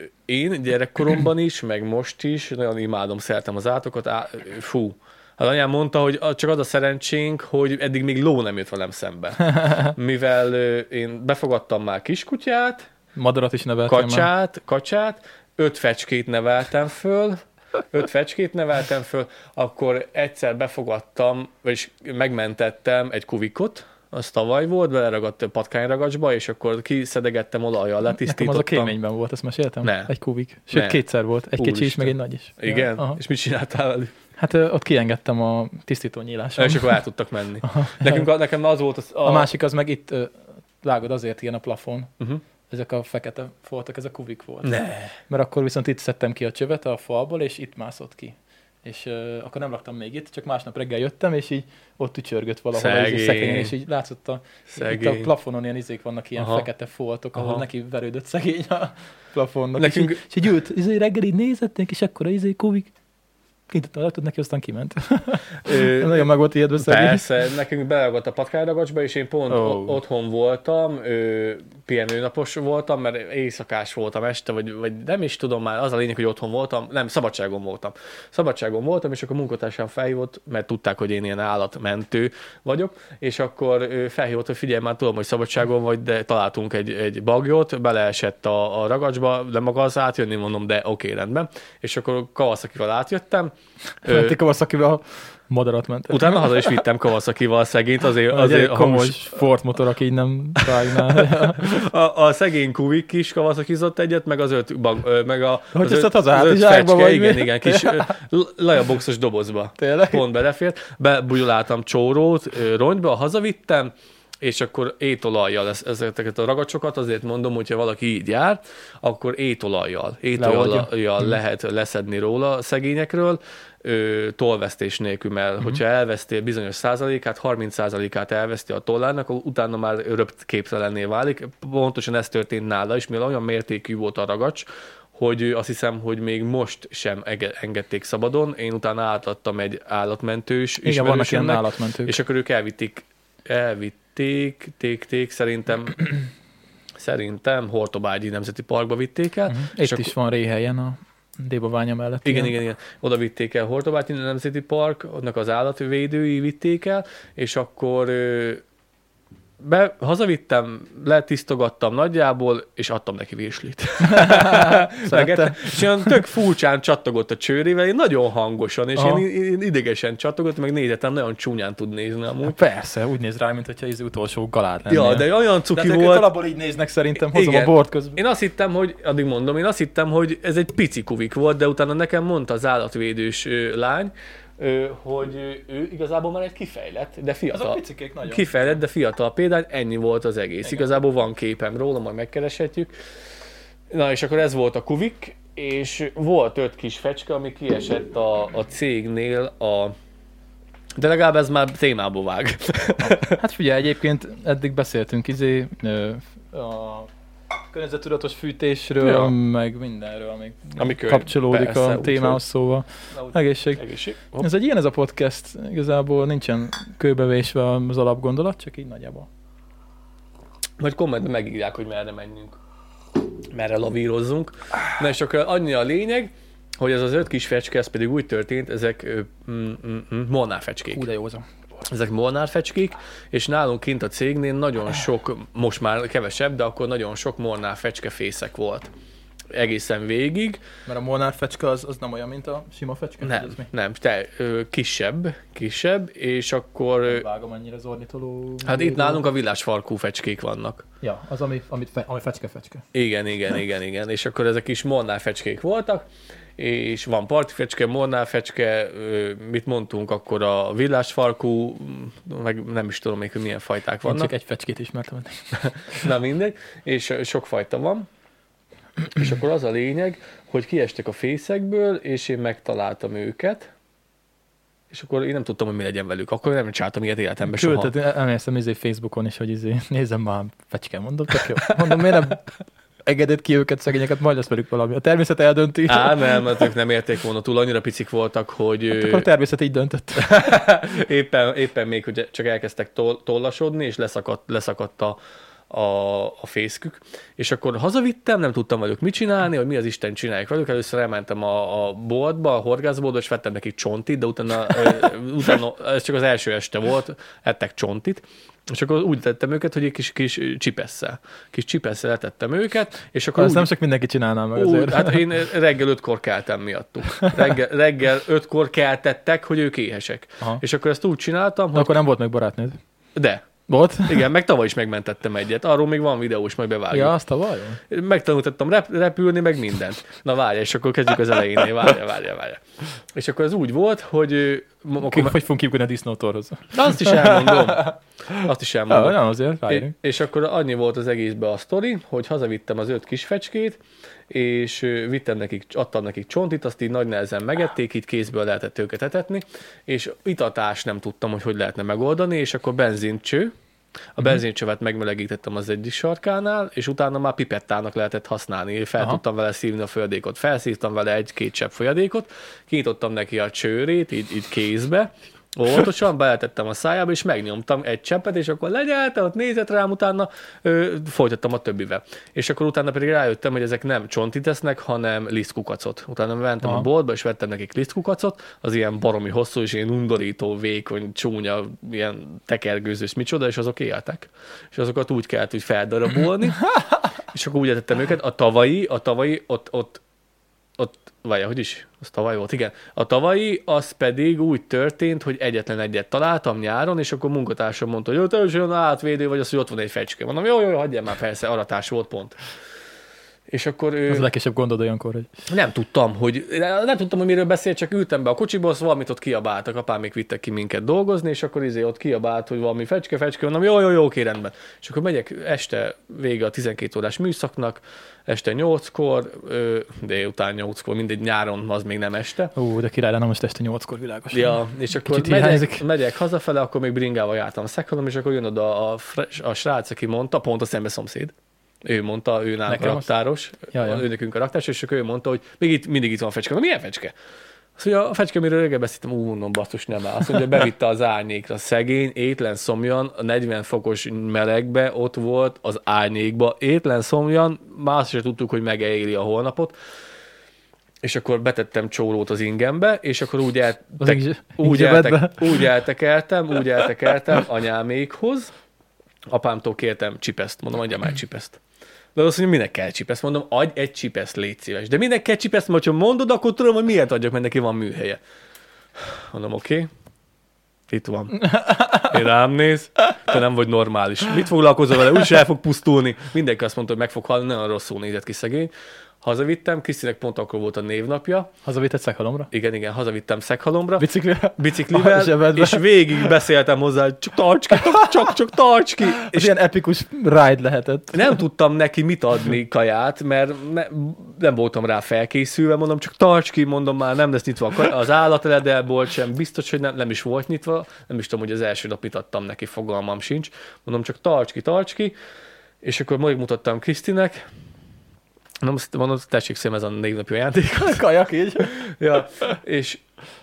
én gyerekkoromban is, meg most is nagyon imádom, szeretem az állatokat. Á, fú, az anyám mondta, hogy csak az a szerencsénk, hogy eddig még ló nem jött velem szembe. Mivel én befogadtam már kiskutyát, madarat is neveltem kacsát, már. kacsát, öt fecskét neveltem föl, öt fecskét neveltem föl, akkor egyszer befogadtam, vagyis megmentettem egy kuvikot, az tavaly volt, beleragadt patkányragacsba, és akkor kiszedegettem olajjal, letisztítottam. Nekem az a kéményben volt, ezt meséltem? Ne. Egy kuvik. Sőt, ne. kétszer volt. Egy kicsi is, meg egy nagy is. Igen? Ja, és mit csináltál velük? Hát ö, ott kiengedtem a tisztító nyíláson. És akkor el tudtak menni. Nekünk, nekem az volt az... A, a másik az meg itt, ö, lágod, azért ilyen a plafon. Uh-huh. Ezek a fekete foltok, ez a kuvik volt. Ne. Mert akkor viszont itt szedtem ki a csövet a falból, és itt mászott ki. És uh, akkor nem laktam még itt, csak másnap reggel jöttem, és így ott ücsörgött valahol a szekrényen, és így látszott a, itt a plafonon ilyen izék vannak, ilyen aha. fekete foltok, ahol aha. neki verődött szegény a plafonnak. Nekünk... És, így, és így ült, izé, reggel így nézették, és akkor a izé kuvik kintettem a laptot neki, aztán kiment. Ö, nagyon meg volt ijedve szegény. Persze, nekünk belegott a patkányragacsba, és én pont oh. otthon voltam, ö, pihenőnapos voltam, mert éjszakás voltam este, vagy, vagy nem is tudom már, az a lényeg, hogy otthon voltam, nem, szabadságon voltam. Szabadságon voltam, és akkor munkatársam felhívott, mert tudták, hogy én ilyen állatmentő vagyok, és akkor ö, felhívott, hogy figyelj, már tudom, hogy szabadságon vagy, de találtunk egy, egy bagyot, beleesett a, a ragacsba, de maga az átjönni, mondom, de oké, okay, rendben. És akkor Kawasakival átjöttem. Menték Kawasakival a madarat mentem. Utána haza is vittem Kawasakival szegényt, azért... azért a komoly Ford motor, aki így nem vágnál. a, a szegény kuvik is Kawasakizott egyet, meg az öt, bag, meg a, hogy az öt, az az öt fecske, vagy igen, mi? igen, kis lajaboxos dobozba. Tényleg? Pont belefért. Bebugyoláltam csórót, rongyba, hazavittem, és akkor étolajjal ezeket a ragacsokat, azért mondom, hogyha valaki így jár, akkor étolajjal, étolajjal hmm. lehet leszedni róla a szegényekről, ö, tollvesztés nélkül, mert hmm. hogyha elvesztél bizonyos százalékát, harminc százalékát elveszti a tollának, akkor utána már röptképtelenné válik. Pontosan ez történt nála is, mivel olyan mértékű volt a ragacs, hogy azt hiszem, hogy még most sem ege- engedték szabadon. Én utána átadtam egy állatmentős Igen, vannak ilyen ismerősömnek, állatmentők. és akkor ők elvitték, elvitték, ték, ték, szerintem, szerintem Hortobágyi Nemzeti Parkba vitték el. Uh-huh. És Itt akkor, is van Réhelyen a Débaványa mellett. igen, igen, igen. Oda vitték el Hortobágyi Nemzeti Park, annak az állatvédői vitték el, és akkor ö, be, hazavittem, letisztogattam nagyjából, és adtam neki virslit. És olyan tök furcsán csattogott a csőrével, én nagyon hangosan, és én, én idegesen csattogottam, meg nézettem, nagyon csúnyán tud nézni amúgy. Hát persze, úgy néz rá, mint hogyha ez utolsó galát lenne. Ja, de olyan cuki de volt. alapból így néznek szerintem, hozom Igen. a bort közben. Én azt hittem, hogy, addig mondom, én azt hittem, hogy ez egy pici kuvik volt, de utána nekem mondta az állatvédős ö, lány, ö, hogy ő igazából már egy kifejlett, de fiatal. Azok picikék nagyon. Kifejlett, de fiatal példány, ennyi volt az egész. Igen. Igazából van képem róla, majd megkereshetjük. Na és akkor ez volt a kuvik, és volt öt kis fecske, ami kiesett a, a cégnél a... De legalább ez már témába vág. Hát figyelj, egyébként eddig beszéltünk izé, ö, a környezettudatos fűtésről, Ja. meg mindenről, ami, Ami kö- kapcsolódik persze, a témához, szóval. Egészség. Egészség. Ez egy ilyen ez a podcast, igazából nincsen kőbevésve az alapgondolat, csak így nagyjából. Majd kommentben megírják, hogy merre menjünk. Merre lavírozzunk. Na és akkor annyi a lényeg, hogy ez az öt kis fecske, ez pedig úgy történt, ezek ö, mm, mm, mm, molnárfecskék. Hú, de jó az a... Ezek molnárfecskék, és nálunk kint a cégnél nagyon sok, most már kevesebb, de akkor nagyon sok molnárfecske fészek volt. Egészen végig. Mert a molnár fecske az, az nem olyan, mint a sima fecske? Nem, Ez mi? nem, te, ö, kisebb, kisebb, és akkor... ö, Vágom annyira az ornitoló... Hát itt nálunk a villásfarkú fecskék vannak. Ja, az, ami, amit fe, ami fecske-fecske. Igen, igen, igen, igen. És akkor ezek is molnárfecskék voltak, és van partifecske, molnárfecske, ö, mit mondtunk akkor a villásfarkú, meg nem is tudom még, hogy milyen fajták Én vannak. csak egy fecskét ismertem. Na mindegy, és sok fajta van. És akkor az a lényeg, hogy kiestek a fészekből, és én megtaláltam őket, és akkor én nem tudtam, hogy mi legyen velük. Akkor nem csináltam ilyet életemben soha. Küldted, emlékszem izé Facebookon is, hogy izé, nézem már, fecske, mondom, tök jó. Mondom, miért nem engedett ki őket, szegényeket, majd lesz velük valami. A természet eldönti. Á, nem, mert ők nem érték volna túl, annyira picik voltak, hogy... Hát akkor a természet így döntött. éppen, éppen még, hogy csak elkezdtek tol- tollasodni, és leszakadt, leszakadt a, a, a fészkük. És akkor hazavittem, nem tudtam velük mit csinálni, hogy mi az Isten csinálják velük. Először elmentem a, a boltba, a horgászboltba, és vettem nekik csontit, de utána, utána, ez csak az első este volt, ettek csontit. És akkor úgy tettem őket, hogy egy kis, kis csipesszel. Kis csipesszel letettem őket, és akkor Ezt úgy, nem csak mindenki csinálná meg úgy, azért. hát én reggel ötkor keltem miattuk. Reggel, reggel ötkor keltettek, hogy ők éhesek. Aha. És akkor ezt úgy csináltam, De hogy... akkor nem volt meg barátnőd. De. Volt? Igen, meg tavaly is megmentettem egyet. Arról még van videós, majd bevágjuk. Ja, azt a vaj? Megtanultattam rep- repülni, meg mindent. Na várj, és akkor kezdjük az elejénél. Várja, várja, várja. És akkor ez úgy volt, hogy... ö, m- Akkor akkor hogy fogunk kívülni a disznótorhoz? azt is elmondom. Azt is Ja, elmondom. nem azért, É- ráérünk. és akkor annyi volt az egészben a sztori, hogy hazavittem az öt kis fecskét, és ö, vittem nekik, adtam nekik csontit, azt így nagy nehezen megették, így kézből lehetett őket etetni, és itatás nem tudtam, hogy hogy lehetne megoldani, és akkor benzincső, a benzincsövet megmelegítettem az egyik sarkánál, és utána már pipettának lehetett használni. Fel Aha. tudtam vele szívni a folyadékot. Felszívtam vele egy-két csepp folyadékot, kinyitottam neki a csőrét, így, így kézbe, óvatosan, beletettem a szájába, és megnyomtam egy cseppet, és akkor legyelte, ott nézett rám, utána ö, folytattam a többivel. És akkor utána pedig rájöttem, hogy ezek nem csontit esznek, hanem lisztkukacot. Utána mentem Aha. a boltba, és vettem nekik lisztkukacot, az ilyen baromi hosszú, és ilyen undorító, vékony, csúnya, ilyen tekergőzős, micsoda, és azok éltek. És azokat úgy kellett úgy feldarabolni, és akkor úgy etettem őket. A tavalyi, a tavalyi, ott, ott, ott vagy hogy is? Az tavaly volt, igen. A tavalyi, az pedig úgy történt, hogy egyetlen egyet találtam nyáron, és akkor munkatársam mondta, hogy jó, te is olyan átvédő vagy, az, hogy ott van egy fecske. Mondom, jó, jó, jó, hagyjál már, persze, aratás volt pont. És akkor ő... Ez a legkisebb gondod olyankor, hogy... Nem tudtam, hogy, nem tudtam, hogy miről beszél, csak ültem be a kocsiból, szóval valamit ott kiabáltak, apám még vittek ki minket dolgozni, és akkor izé ott kiabált, hogy valami fecske, fecske, mondom, jó, jó, jó, oké, rendben. És akkor megyek este vége a tizenkét órás műszaknak, este nyolckor, délután nyolckor, mindegy nyáron, az még nem este. Ú, de király lenne most este nyolckor világos. Ja, és akkor Kicsit megyek, hiányzik. megyek hazafele, akkor még bringával jártam a Szekhalom, és akkor jön oda a, a, a srác, aki mondta, pont a szembe szomszéd, Ő mondta, ő nálunk raktáros, ja, ja. ő nekünk a raktáros, és akkor ő mondta, hogy még itt, mindig itt van a fecske. Na, milyen fecske? Azt mondja, a fecske, amiről régen beszéltem, ú, mondom, basszus, nem áll. Azt mondja, bevitte az árnyékra. Szegény, étlen szomjan, a negyven fokos melegbe ott volt az árnyékba. Étlen szomjan, más sem tudtuk, hogy megeéli a holnapot. És akkor betettem csórót az ingembe, és akkor úgy, el, te, úgy, eltek, úgy eltekertem, úgy eltekertem anyámékhoz. Apámtól kértem csipeszt, mondom, adjam már csipeszt. De azt mondja, minek kell csipeszt? Mondom, adj egy csipeszt, légy szíves. De minek kell csipeszt? Mert ha mondod, akkor tudom, hogy miért adjak, mert neki van műhelye. Mondom, oké. Okay. Itt van. Én rám néz, te nem vagy normális. Mit foglalkozol vele? Úgyis el fog pusztulni. Mindenki azt mondta, hogy meg fog halni, nagyon rosszul nézett ki szegény. Hazavittem, Krisztinek pont akkor volt a névnapja. Hazavitted Szekhalomra? Igen, igen, hazavittem Szekhalomra. Biciklivel? Biciklivel, és végig beszéltem hozzá, hogy csak tarts ki, csak, csak tarts ki. És ilyen epikus ride lehetett. Nem tudtam neki mit adni kaját, mert ne, nem voltam rá felkészülve, mondom, csak tarts ki, mondom, már nem lesz nyitva az állateledel sem, biztos, hogy nem, nem is volt nyitva, nem is tudom, hogy az első nap mit adtam neki, fogalmam sincs. Mondom, csak tarts ki, tarts ki, és akkor majd mutattam Krisztinek. Nem, mondom, tessék szém, ez a névnapi ajándék. Kajak így. Ja, és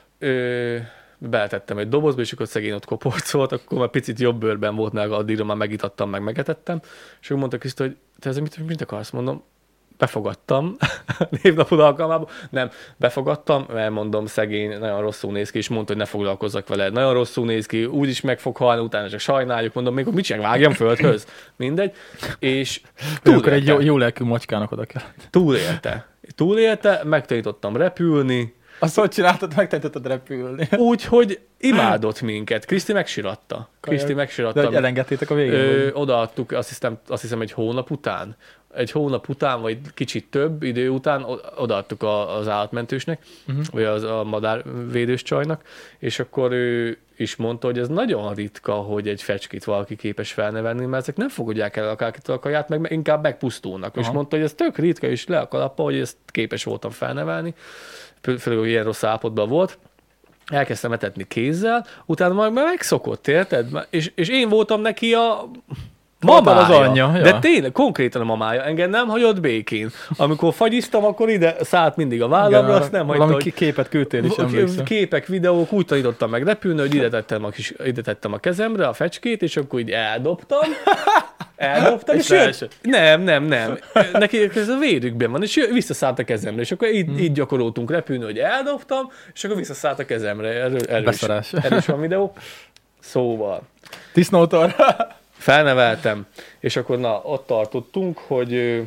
ö, beletettem egy dobozba, és akkor szegény ott koporcolt, akkor már picit jobb bőrben volt, meg addigra már megitattam, meg megetettem, és akkor mondta Kriszti, hogy te ezzel mit, mit akarsz? Mondom, befogadtam névnapod alkalmából. Nem, befogadtam, mert mondom, szegény, nagyon rosszul néz ki, és mondta, hogy ne foglalkozzak vele. Nagyon rosszul néz ki, úgyis meg fog halni, utána csak sajnáljuk, mondom, még mit csinálják, vágjam földhöz. Mindegy. És akkor egy jó, jó lelkű macskának oda kell. Túlélte. Túlélte, megtanítottam repülni. Azt hogy csináltad, megtanítottad repülni? Úgy, hogy imádott minket. Kriszti megsiratta. Kriszti megsiratta. De hogy elengedtétek a végén? Odaadtuk, azt hiszem, azt hiszem egy hónap után. Egy hónap után, vagy kicsit több idő után odaadtuk a, az állatmentősnek, uh-huh. vagy az, a madárvédős csajnak, és akkor ő is mondta, hogy ez nagyon ritka, hogy egy fecskét valaki képes felnevelni, mert ezek nem fogadják el akárkitől a kaját, meg inkább megpusztulnak. Aha. És mondta, hogy ez tök ritka, és le a kalappa, hogy ezt képes voltam felnevelni, főleg, hogy ilyen rossz állapotban volt. Elkezdtem etetni kézzel, utána majd megszokott, érted? És, és én voltam neki a mamája. Az anyja. Ja. De tényleg, konkrétan a mamája. Engem nem hagyott békén. Amikor fagyiztam, akkor ide szállt mindig a vállamra, igen, azt nem hagyta, valami hogy... képet küldtél is, emlékszem. Képek, videók, úgy tanítottam meg repülni, hogy ide tettem a, kis, ide tettem a kezemre a fecskét, és akkor így eldobtam. Eldobtam, és, és jött. Nem, nem, nem. Neki ez a vérükben van, és visszaszállt a kezemre, és akkor így, hmm. így gyakoroltunk repülni, hogy eldobtam, és akkor visszaszállt a kezemre. Erről, erős, erős van videó. Szóval. Tisznótor. Felneveltem, és akkor na, ott tartottunk, hogy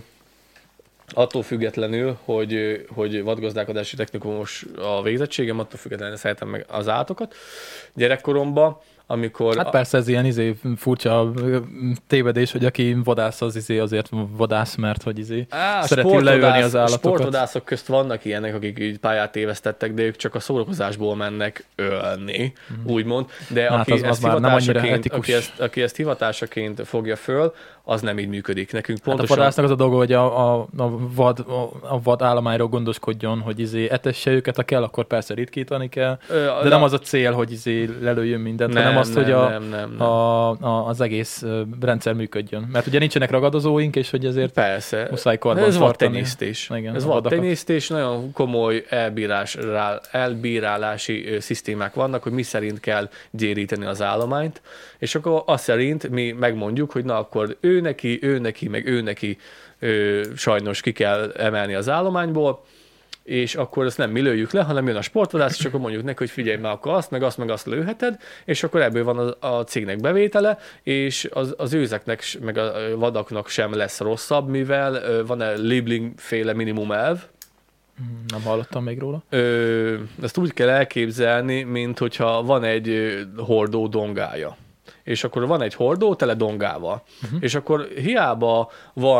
attól függetlenül, hogy, hogy vadgazdálkodási technikumos a végzettségem, attól függetlenül szeretem meg az állatokat. Gyerekkoromban, amikor... Hát persze ez ilyen izé, furcsa tévedés, hogy aki vadász, az izé azért vadász, mert hogy izé Á, szereti leölni az állatokat. Sportvadászok közt vannak ilyenek, akik így pályát tévesztettek, de ők csak a szórakozásból mennek ölni, mm. úgymond. De hát aki, az, az ezt hivatásaként, aki, ezt, aki ezt hivatásaként fogja föl, az nem így működik. Nekünk pontosan... Hát a vadásznak az a dolga, hogy a, a, a, vad, a, a vad állományról gondoskodjon, hogy izé etesse őket, ha kell, akkor persze ritkítani kell, Ö, de na... nem az a cél, hogy izé lelőjön mindent, nem, hanem azt, nem, hogy a, nem, nem, nem. A, a, az egész rendszer működjön. Mert ugye nincsenek ragadozóink, és hogy ezért persze. muszáj karban ez tartani. Vadtenyésztés. Igen, ez vadtenyésztés, nagyon komoly elbírás, elbírálási szisztémák vannak, hogy mi szerint kell gyéríteni az állományt, és akkor azt szerint mi megmondjuk, hogy na akkor ő neki, ő neki, meg ő neki ö, sajnos ki kell emelni az állományból, és akkor ezt nem mi lőjük le, hanem jön a sportvadász, és akkor mondjuk neki, hogy figyelj már, akkor azt, meg azt, meg azt lőheted, és akkor ebből van a, a cégnek bevétele, és az, az őzeknek, meg a vadaknak sem lesz rosszabb, mivel ö, van-e Liebling-féle minimum elv. Nem hallottam még róla. Ö, ezt úgy kell elképzelni, mint hogyha van egy hordó dongája. És akkor van egy hordó tele dongával. Uh-huh. És akkor hiába van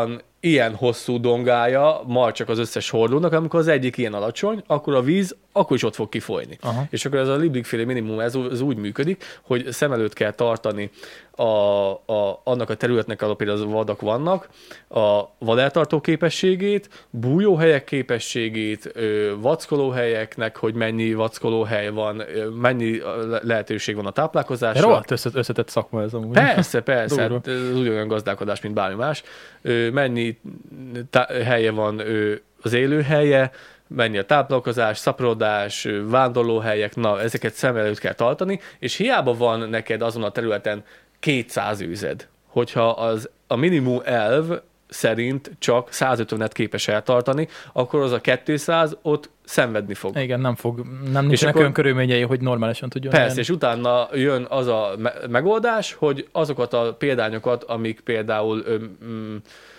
ilyen hosszú dongája, már csak az összes hordónak, amikor az egyik ilyen alacsony, akkor a víz akkor is ott fog kifolyni. Aha. És akkor ez a Liebig-féle minimum, ez, ez úgy működik, hogy szem előtt kell tartani a, a, annak a területnek, ahol például az vadak vannak, a vadeltartó képességét, bújóhelyek képességét, vackolóhelyeknek, hogy mennyi vackolóhely van, mennyi lehetőség van a táplálkozásra. Rohadt összetett szakma ez amúgy. Persze, persze, hát ez ugyanolyan gazdálkodás, mint bármi más. Mennyi tá- helye van az élőhelye, mennyi a táplálkozás, szaporodás, vándorlóhelyek, na, ezeket szem előtt kell tartani, és hiába van neked azon a területen kétszáz őzed, hogyha az, a minimum elv szerint csak százötvenet képes eltartani, akkor az a kétszáz ott szenvedni fog. Igen, nem fog, nem nincsenek olyan körülményei, hogy normálisan tudjon. Persze, lenni. És utána jön az a me- megoldás, hogy azokat a példányokat, amik például mm,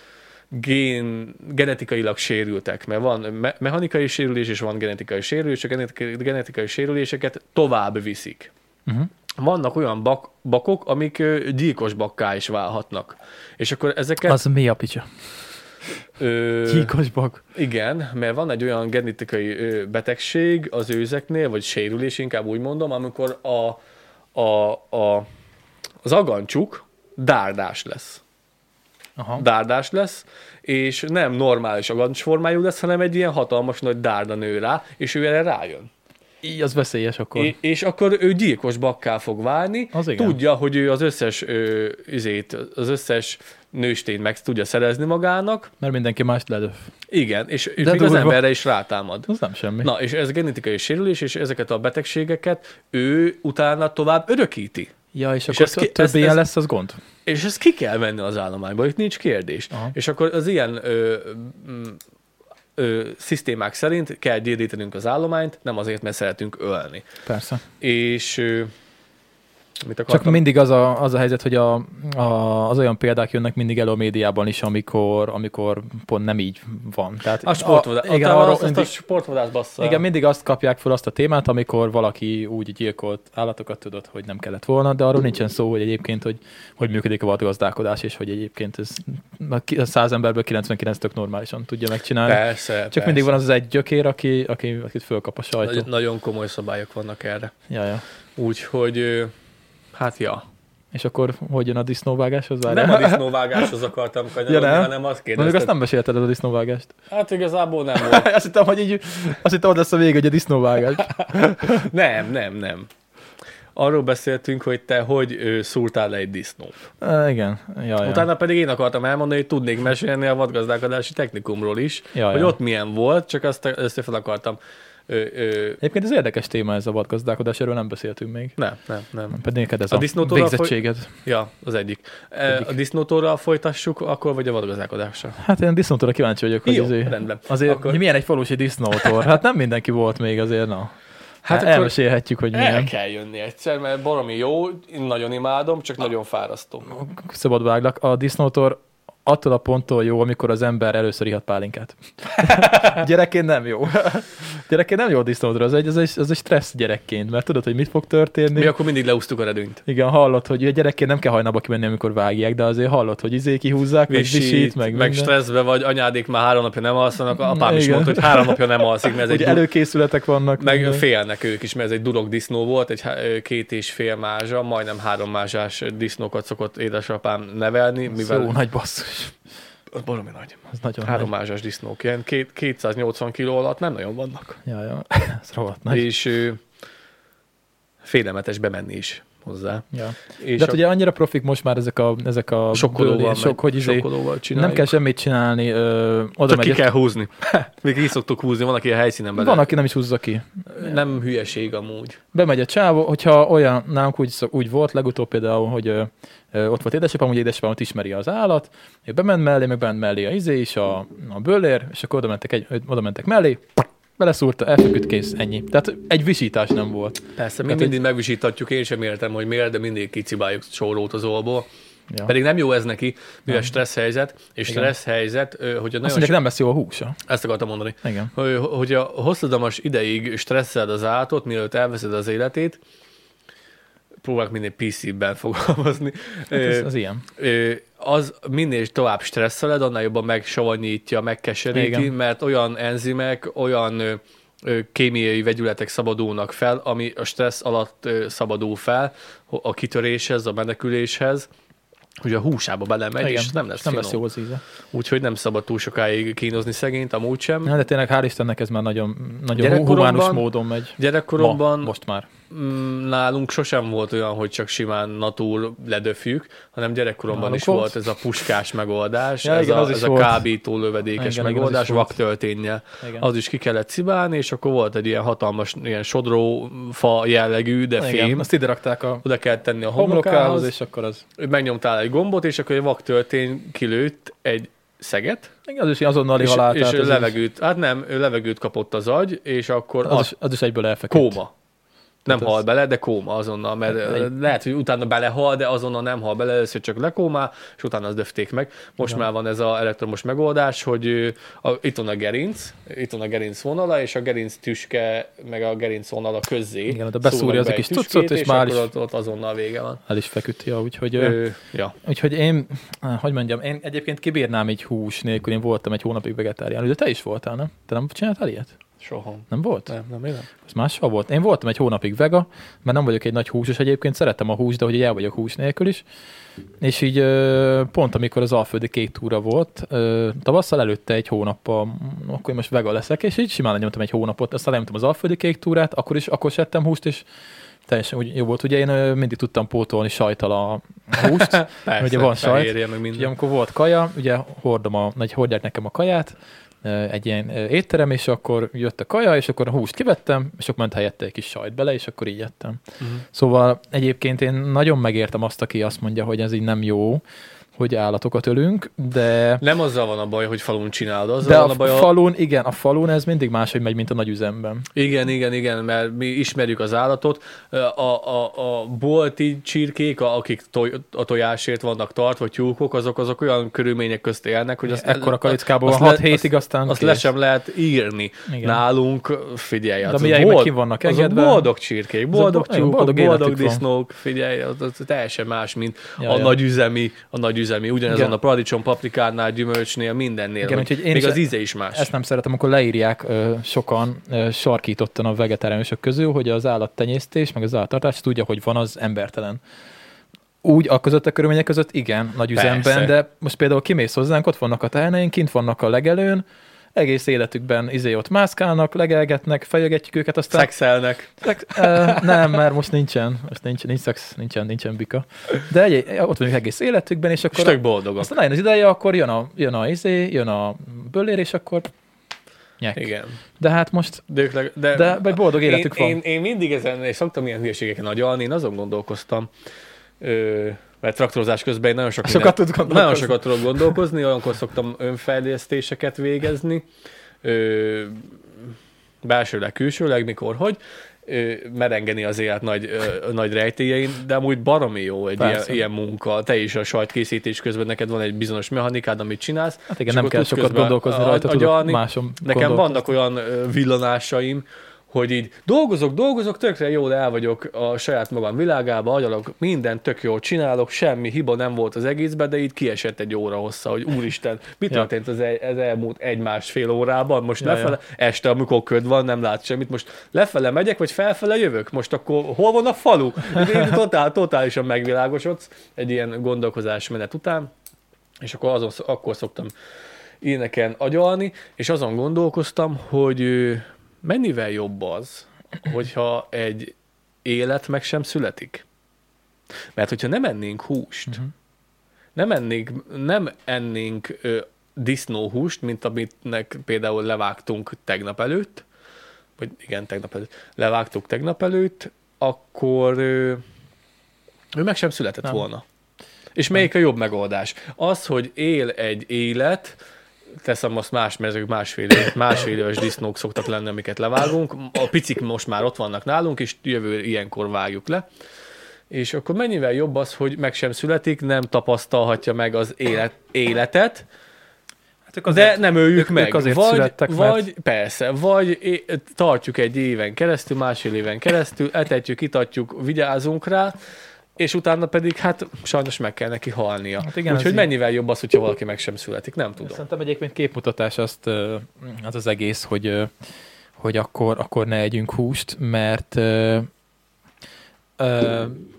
Gén, genetikailag sérültek, mert van me- mechanikai sérülés, és van genetikai sérülés, a genetikai, genetikai sérüléseket tovább viszik. Uh-huh. Vannak olyan bak- bakok, amik ö, gyilkos bakká is válhatnak. És akkor ezeket... Az mi a picsa? Ö, gyilkos bak. Igen, mert van egy olyan genetikai ö, betegség az őzeknél, vagy sérülés, inkább úgy mondom, amikor a, a, a, az agancsuk dárdás lesz. Aha. Dárdás lesz, és nem normális agancsformájú lesz, hanem egy ilyen hatalmas nagy dárda nő rá, és ő erre rájön. Így az veszélyes akkor. É, és akkor ő gyilkos bakká fog válni, tudja, hogy ő az összes ö, izét, az összes nőstényt meg tudja szerezni magának. Mert mindenki mást ledöf. Igen, és De még az emberre is rátámad. Az nem semmi. Na, és ez genetikai sérülés, és ezeket a betegségeket ő utána tovább örökíti. Ja, és, és akkor ki, több ez, ilyen ez, lesz, az gond. És ezt ki kell venni az állományba, itt nincs kérdés. Aha. És akkor az ilyen ö, ö, szisztémák szerint kell gyérítenünk az állományt, nem azért, mert szeretünk ölni. Persze. És ö, mit akartam? Csak mindig az a, az a helyzet, hogy a, a, az olyan példák jönnek mindig elő a médiában is, amikor, amikor pont nem így van. Tehát a sportvadász, a, igen, a, azt, mindig, azt a sportvadász bassza. Igen, mindig azt kapják fel azt a témát, amikor valaki úgy gyilkolt állatokat tudott, hogy nem kellett volna, de arról nincsen szó, hogy egyébként, hogy, hogy működik a vadgazdálkodás, és hogy egyébként ez a száz emberből kilencvenkilenc tök normálisan tudja megcsinálni. Persze, Csak persze. mindig van az az egy gyökér, aki, aki, akit fölkap a sajtó. Nagy, nagyon komoly szabályok vannak erre. Ja, ja. Úgyhogy hát ja. És akkor hogy jön a disznóvágáshoz? Várjál? Nem a disznóvágáshoz akartam kanyarodni, ja, hanem azt kérdeztem. Mondjuk azt nem mesélted a disznóvágást. Hát igazából nem volt. azt hittem, hogy így, azt hittem, hogy lesz a vége, hogy a disznóvágás. nem, nem, nem. Arról beszéltünk, hogy te hogy ő, szúrtál le egy disznót. Uh, igen. Ja, Utána ja. pedig én akartam elmondani, hogy tudnék mesélni a vadgazdálkodási technikumról is, ja, hogy ja. ott milyen volt, csak azt, ezt fel akartam. Ö, ö... Egyébként ez érdekes téma, ez a vadgazdálkodás, erről nem beszéltünk még. Nem, nem, nem. Pedig neked ez a, a végzettséged. Foly... Ja, az egyik. egyik. A disznótorral folytassuk akkor, vagy a vadgazdálkodással? Hát én disznótorra kíváncsi vagyok, hogy Jó, azért, rendben. azért akkor... milyen egy falusi disznótor? Hát nem mindenki volt még azért, na. Hát, hát elmesélhetjük, hogy milyen. El kell jönni egyszer, mert baromi jó, én nagyon imádom, csak nagyon fárasztó. Szabad váglak. A disznótor attól a ponttól jó, amikor az ember először ihat pálinkát. Gyerekként nem jó. Gyerekként nem jó a disznótra, az egy, az, egy, az egy stressz gyerekként, mert tudod, hogy mit fog történni. Mi akkor mindig leúztuk a redőnyt. Igen, hallod, hogy gyerekként nem kell hajnalba kimenni, amikor vágják, de azért hallod, hogy izé kihúzzák, meg visít, meg meg stresszbe vagy, anyádék már három napja nem alszanak, apám is mondta, hogy három napja nem alszik, mert ez egy dur... előkészületek vannak. Meg minden. Félnek ők is, mert ez egy durok disznó volt, egy két és fél mázsa, majdnem három mázsás disznókat szokott édesapám nevelni. Mivel... Szó, nagy basszus. Az baromi nagy. Az nagyon Három nagy. mázsas disznók, ilyen két, kétszáznyolcvan kiló alatt nem nagyon vannak. Ja, ja. Ez rohadt nagy. És ö, félelmetes bemenni is hozzá. Ja. És de hát a... ugye annyira profik most már ezek a, ezek a sokkolóval, sok, hogy izé, csináljuk. Nem kell semmit csinálni. Ö, oda Csak megy ki kell húzni. Még ki szoktuk húzni, van, aki a helyszínen bele. Van, aki nem is húzza ki. Nem hülyeség amúgy. Bemegy a csávó, hogyha olyan, nálunk úgy, úgy volt legutóbb például, hogy ö, ö, ott volt édesapám, hogy édesapámat ismeri az állat, ő bement mellé, meg bent mellé a izé is, a, a bőlér, és akkor oda mentek, egy, oda mentek mellé, beleszúrta, elfeküdt, kész, ennyi. Tehát egy visítás nem volt. Persze, mi mindig egy... megvisítatjuk, én sem értem, hogy miért, de mindig kicibáljuk sórót az olból. Ja. Pedig nem jó ez neki, mivel stressz helyzet, és Igen. stressz helyzet, hogy a nagyon... Azt mondják, nem lesz jó a húsa. Ezt akartam mondani. Igen. Hogy, hogy a hosszadalmas ideig stresszeled az állatot, mielőtt elveszed az életét, próbálok minél pé cé-ben fogalmazni. Hát ez, az ilyen. az minél tovább stresszeled, annál jobban megsavanyítja, megkeseríti, Igen. mert olyan enzimek, olyan ö, ö, kémiai vegyületek szabadulnak fel, ami a stressz alatt ö, szabadul fel, a kitöréshez, a meneküléshez, hogy a húsába belemegy, Igen, és nem lesz nem finom. lesz jó az íze. Úgyhogy nem szabad túl sokáig kínozni szegényt, amúgy sem. Na, de tényleg hál' Istennek ez már nagyon, nagyon Gyerekkoromban- humánus módon megy. Gyerekkoromban Ma, most már. mm, nálunk sosem volt olyan, hogy csak simán natur ledöfjük, hanem gyerekkoromban Nálunk is volt. volt ez a puskás megoldás, Ja, ez, igen, a, az is ez a volt. kábító lövedékes Igen, igen, megoldás, az is volt. vaktölténnyel. Igen. Az is ki kellett cibálni, és akkor volt egy ilyen hatalmas, ilyen sodrófa jellegű, de Igen, fém. azt ide rakták a Oda kellett tenni a homlokához, homlokához, és akkor az... megnyomtál egy gombot, és akkor egy vaktöltény kilőtt egy szeget, Igen, az is azonnali és, halál. és tehát ez levegőt, hát nem, ő levegőt kapott az agy, és akkor Az, az, is, az is egyből elfeküdt. kóma. Nem Tehát hal ez- bele, de kóma azonnal, mert Egy- lehet, hogy utána belehal, de azonnal nem hal bele, először csak lekómál, és utána az döfték meg. Most Igen. már van ez az elektromos megoldás, hogy ö, a, itt van a gerinc, itt van a gerinc vonala, és a gerinc tüske, meg a gerinc vonala közzé. Igen, oda beszúrja szúrnak az be a egy kis tüskét, cuccot, és már akkor is- ott, ott azonnal vége van. El is feküdt, ja, úgyhogy... Ö, ja. Úgyhogy én, hogy mondjam, én egyébként kibírnám így hús nélkül, én voltam egy hónapig vegetáriánus, de te is voltál, nem? Te nem csináltál ilyet? Soha. Nem volt? Nem, nem, én nem. Ez máshol volt. Én voltam egy hónapig vega, mert nem vagyok egy nagy húsos egyébként, szeretem a húst, de hogy így el vagyok hús nélkül is. És így ö, pont amikor az alföldi kék túra volt, ö, tavasszal előtte egy hónappal, mm, akkor én most vega leszek, és így simán lenyomtam egy hónapot, aztán lenyomtam az alföldi kék túrát, akkor is akkor sem ettem húst, és teljesen úgy jó volt. Ugye én ö, mindig tudtam pótolni sajttal a húst, Persze, ugye van sajt. fehérje, meg minden. ugye amikor volt kaja, ugye hordom a, nagy hordják nekem a kaját, ö, egy ilyen ö, étterem, és akkor jött a kaja, és akkor a húst kivettem, és akkor ment helyette egy kis sajt bele, és akkor így ettem. Uh-huh. Szóval egyébként én nagyon megértem azt, aki azt mondja, hogy ez így nem jó, hogy állatokat ölünk, de, Nem azzal van a baj, hogy falun csinálod, azzal de van a, a baj, a... falun, igen, a falun ez mindig máshogy megy, mint a nagyüzemben. Igen, igen, igen, mert mi ismerjük az állatot. A, a, a bolti csirkék, a, akik toj, a tojásért vannak tartva, tyúkok, azok, azok olyan körülmények közt élnek, hogy azt, Ekkora kalickában azt van hat le- hétig, aztán azt kész. le sem lehet írni. Igen. Nálunk, figyelj, De az a miénk meg ki vannak azok engedve. boldog csirkék, boldog bo- igen, tyúkok, boldog boldog, életük van. disznók, figyelj, az, az teljesen más, mint Ja, a ja. nagyüzemi, a nagyüzemi, ugyanez Igen. van a paradicsom, paprikánál, gyümölcsnél, mindennél, Igen, hogy úgyhogy én még is az e- íze is más. Ezt nem szeretem, akkor leírják ö, sokan ö, sarkítottan a vegetáriánusok közül, hogy az állattenyésztés, meg az állattartás tudja, hogy van az embertelen. Úgy a között a körülmények között igen, nagy üzemben, Persze. de most például kimész hozzánk, ott vannak a teheneink, kint vannak a legelőn, egész életükben izé ott mászkálnak, legelgetnek, fejögetjük őket, aztán... Szexelnek. Szex, ö, nem, mert most nincsen, most nincs, nincs szex, nincsen, nincsen bika. De egy, ott vagyunk egész életükben, és És akkor... tök boldogok. Aztán eljön az ideje, akkor jön a, jön a izé, jön a böllér, és akkor nyek. Igen. De hát most, De, ők leg- de, de vagy boldog életük én, van. Én, én mindig ezen, és szoktam ilyen hülyeségeken agyalni, én azon gondolkoztam, ö, mert traktorozás közben én nagyon sok Sokat minden- tudsz gondolkozni. Nagyon sokat tudok gondolkozni, olyankor szoktam önfejlesztéseket végezni, ö, belsőleg, külsőleg, mikor, hogy ö, merengeni az élet nagy, ö, nagy rejtélyein, de amúgy baromi jó egy ilyen, Persze. ilyen munka. Te is a sajtkészítés közben neked van egy bizonyos mechanikád, amit csinálsz. Hát igen, és nem akkor kell tudsz sokat közben gondolkozni a- rajta, tudok agyalni. másom Nekem gondolkozni. vannak olyan ö, villanásaim, hogy így dolgozok, dolgozok, tökre jól el vagyok a saját magam világába, agyalok, minden tök jól csinálok, semmi hiba nem volt az egészben, de így kiesett egy óra hossza, hogy úristen, mi Ja. történt az, el, az elmúlt egy-másfél órában, most Ja, lefele, este, amikor köd van, nem lát semmit, most lefele megyek, vagy felfele jövök, most akkor hol van a falu? Én totál, totálisan megvilágosodsz egy ilyen gondolkozás menet után, és akkor azon, akkor szoktam ilyeneken agyalni, és azon gondolkoztam, hogy ö, mennyivel jobb az, hogyha egy élet meg sem születik. Mert hogyha nem ennénk húst, uh-huh. nem ennénk, nem ennénk ö, disznóhúst, mint amitnek például levágtunk tegnap előtt, vagy igen, tegnap előtt, levágtuk tegnap előtt, akkor ö, ő meg sem született Nem. volna. És melyik a jobb megoldás? Az, hogy él egy élet, teszem azt más, mert ezek másfél, év, másfél éves disznók szoktak lenni, amiket levágunk. A picik most már ott vannak nálunk, és jövő ilyenkor vágjuk le. És akkor mennyivel jobb az, hogy meg sem születik, nem tapasztalhatja meg az élet, életet, Hát de nem öljük ők- meg. ők azért vagy, születtek, mert- vagy persze, vagy é- tartjuk egy éven keresztül, másfél éven keresztül, etetjük, itatjuk, vigyázunk rá, és utána pedig hát sajnos meg kell neki halnia. Hát igen, úgyhogy ez mennyivel jobb az, hogyha valaki meg sem születik, nem tudom. Szerintem egyébként képmutatás azt, ö, az az egész, hogy, ö, hogy akkor, akkor ne együnk húst, mert ö, ö,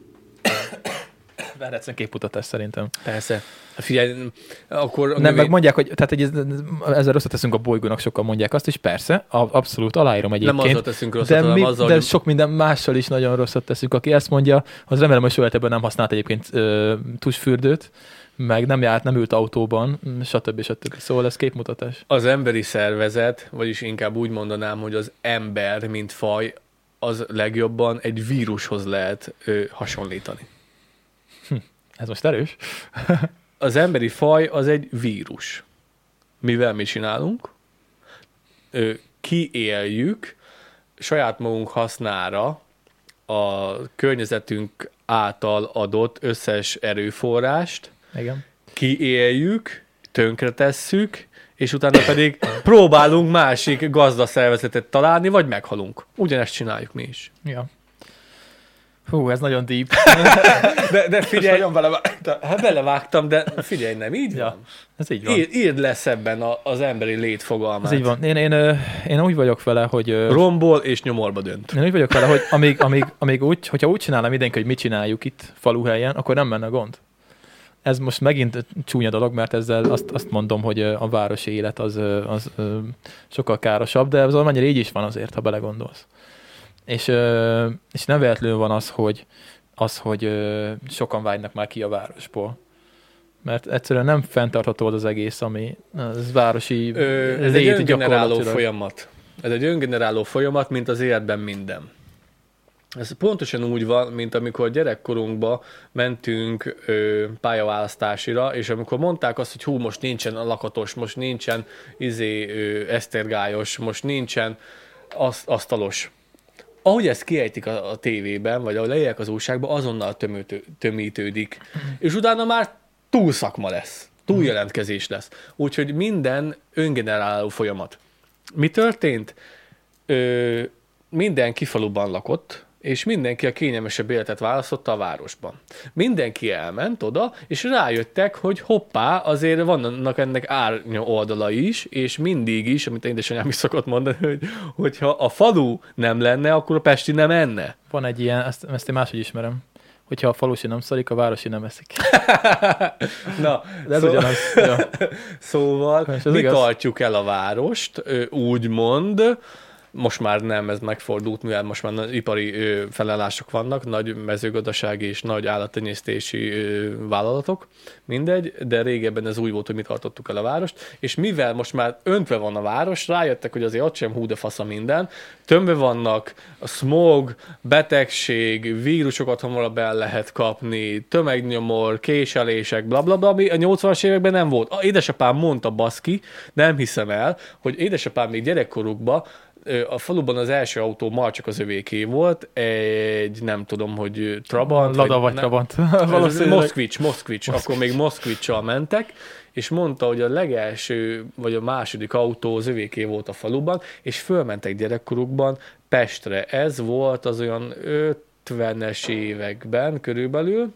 mert egyszerűen képmutatás szerintem. Persze. Figyelj, akkor... Nem, növén... meg mondják, hogy tehát, hogy ez, ezzel rosszat teszünk a bolygónak, sokan mondják azt is, persze, abszolút aláírom egyébként. Nem azzal teszünk rosszat, de, hanem mi, azzal, de hogy... sok minden mással is nagyon rosszat teszünk. Aki ezt mondja, az remélem, hogy soha ebben nem használt egyébként ö, tusfürdőt, meg nem járt, nem ült autóban, stb. stb. Szóval ez képmutatás. Az emberi szervezet, vagyis inkább úgy mondanám, hogy az ember, mint faj, az legjobban egy vírushoz lehet ö, hasonlítani. Hm, ez most erős. Az emberi faj az egy vírus. Mivel mi csinálunk? Ö, kiéljük saját magunk hasznára a környezetünk által adott összes erőforrást, igen. Kiéljük, tönkretesszük, és utána pedig próbálunk másik gazdaszervezetet találni, vagy meghalunk. Ugyanezt csináljuk mi is. Ja. Hú, ez nagyon deep. de, de figyelj, nagyon belevágtam. Hát belevágtam, de figyelj, nem így ja, van. Ez így van. Ír, írd le szebben a, az emberi lét fogalmát. Ez így van. Én, én, én úgy vagyok vele, hogy... Rombol és nyomorba dönt. Én úgy vagyok vele, hogy amíg, amíg, amíg úgy, hogyha úgy csinálna mindenki, hogy mit csináljuk itt faluhelyen, akkor nem menne gond. Ez most megint csúnya dolog, mert ezzel azt, azt mondom, hogy a városi élet az, az, az sokkal károsabb, de ez valamennyire így is van azért, ha belegondolsz. És, és nem véletlenül van az, hogy, az, hogy sokan vágynak már ki a városból. Mert egyszerűen nem fenntartható az az egész, ami az városi Ö, ez egy öngeneráló folyamat. Ez egy öngeneráló folyamat, mint az életben minden. Ez pontosan úgy van, mint amikor gyerekkorunkban mentünk ö, pályaválasztásira, és amikor mondták azt, hogy hú, most nincsen lakatos, most nincsen izé, ö, esztergályos, most nincsen asz, asztalos. Ahogy ezt kiejtik a, a tévében, vagy ahogy leírják az újságban, azonnal tömítő, tömítődik. És utána már túl szakma lesz, túl jelentkezés lesz. Úgyhogy minden öngeneráló folyamat. Mi történt? Ö, mindenki faluban lakott, és mindenki a kényelmesebb életet választotta a városban. Mindenki elment oda, és rájöttek, hogy hoppá, azért vannak ennek árnya oldalai is, és mindig is, amit édesanyám is szokott mondani, hogy hogyha a falu nem lenne, akkor a pesti nem enne. Van egy ilyen, ezt, ezt én máshogy ismerem. Hogyha a falusi nem szarik, a városi nem eszik. Na, de ez szó... ugyanaz. Ja. Szóval mi igaz? tartjuk el a várost, úgymond, most már nem, ez megfordult, mivel most már ipari ö, felállások vannak, nagy mezőgazdasági és nagy állattenyésztési ö, vállalatok, mindegy, de régebben ez úgy volt, hogy mi tartottuk el a várost, és mivel most már öntve van a város, rájöttek, hogy azért ott sem hú de fasza minden, tömve vannak a smog, betegség, vírusokat hamarabb el lehet kapni, tömegnyomor, késelések, blablabla, ami a nyolcvanas években nem volt. A édesapám mondta, baszki, nem hiszem el, hogy édesapám még gyerekkorukban a faluban az első autó már csak az övéké volt, egy nem tudom, hogy Trabant. Lada vagy, vagy Trabant. Moszkvics, Moszkvics, akkor még Moszkvicsal mentek, és mondta, hogy a legelső, vagy a második autó az övéké volt a faluban, és fölmentek gyerekkorukban Pestre. Ez volt az olyan ötvenes években körülbelül.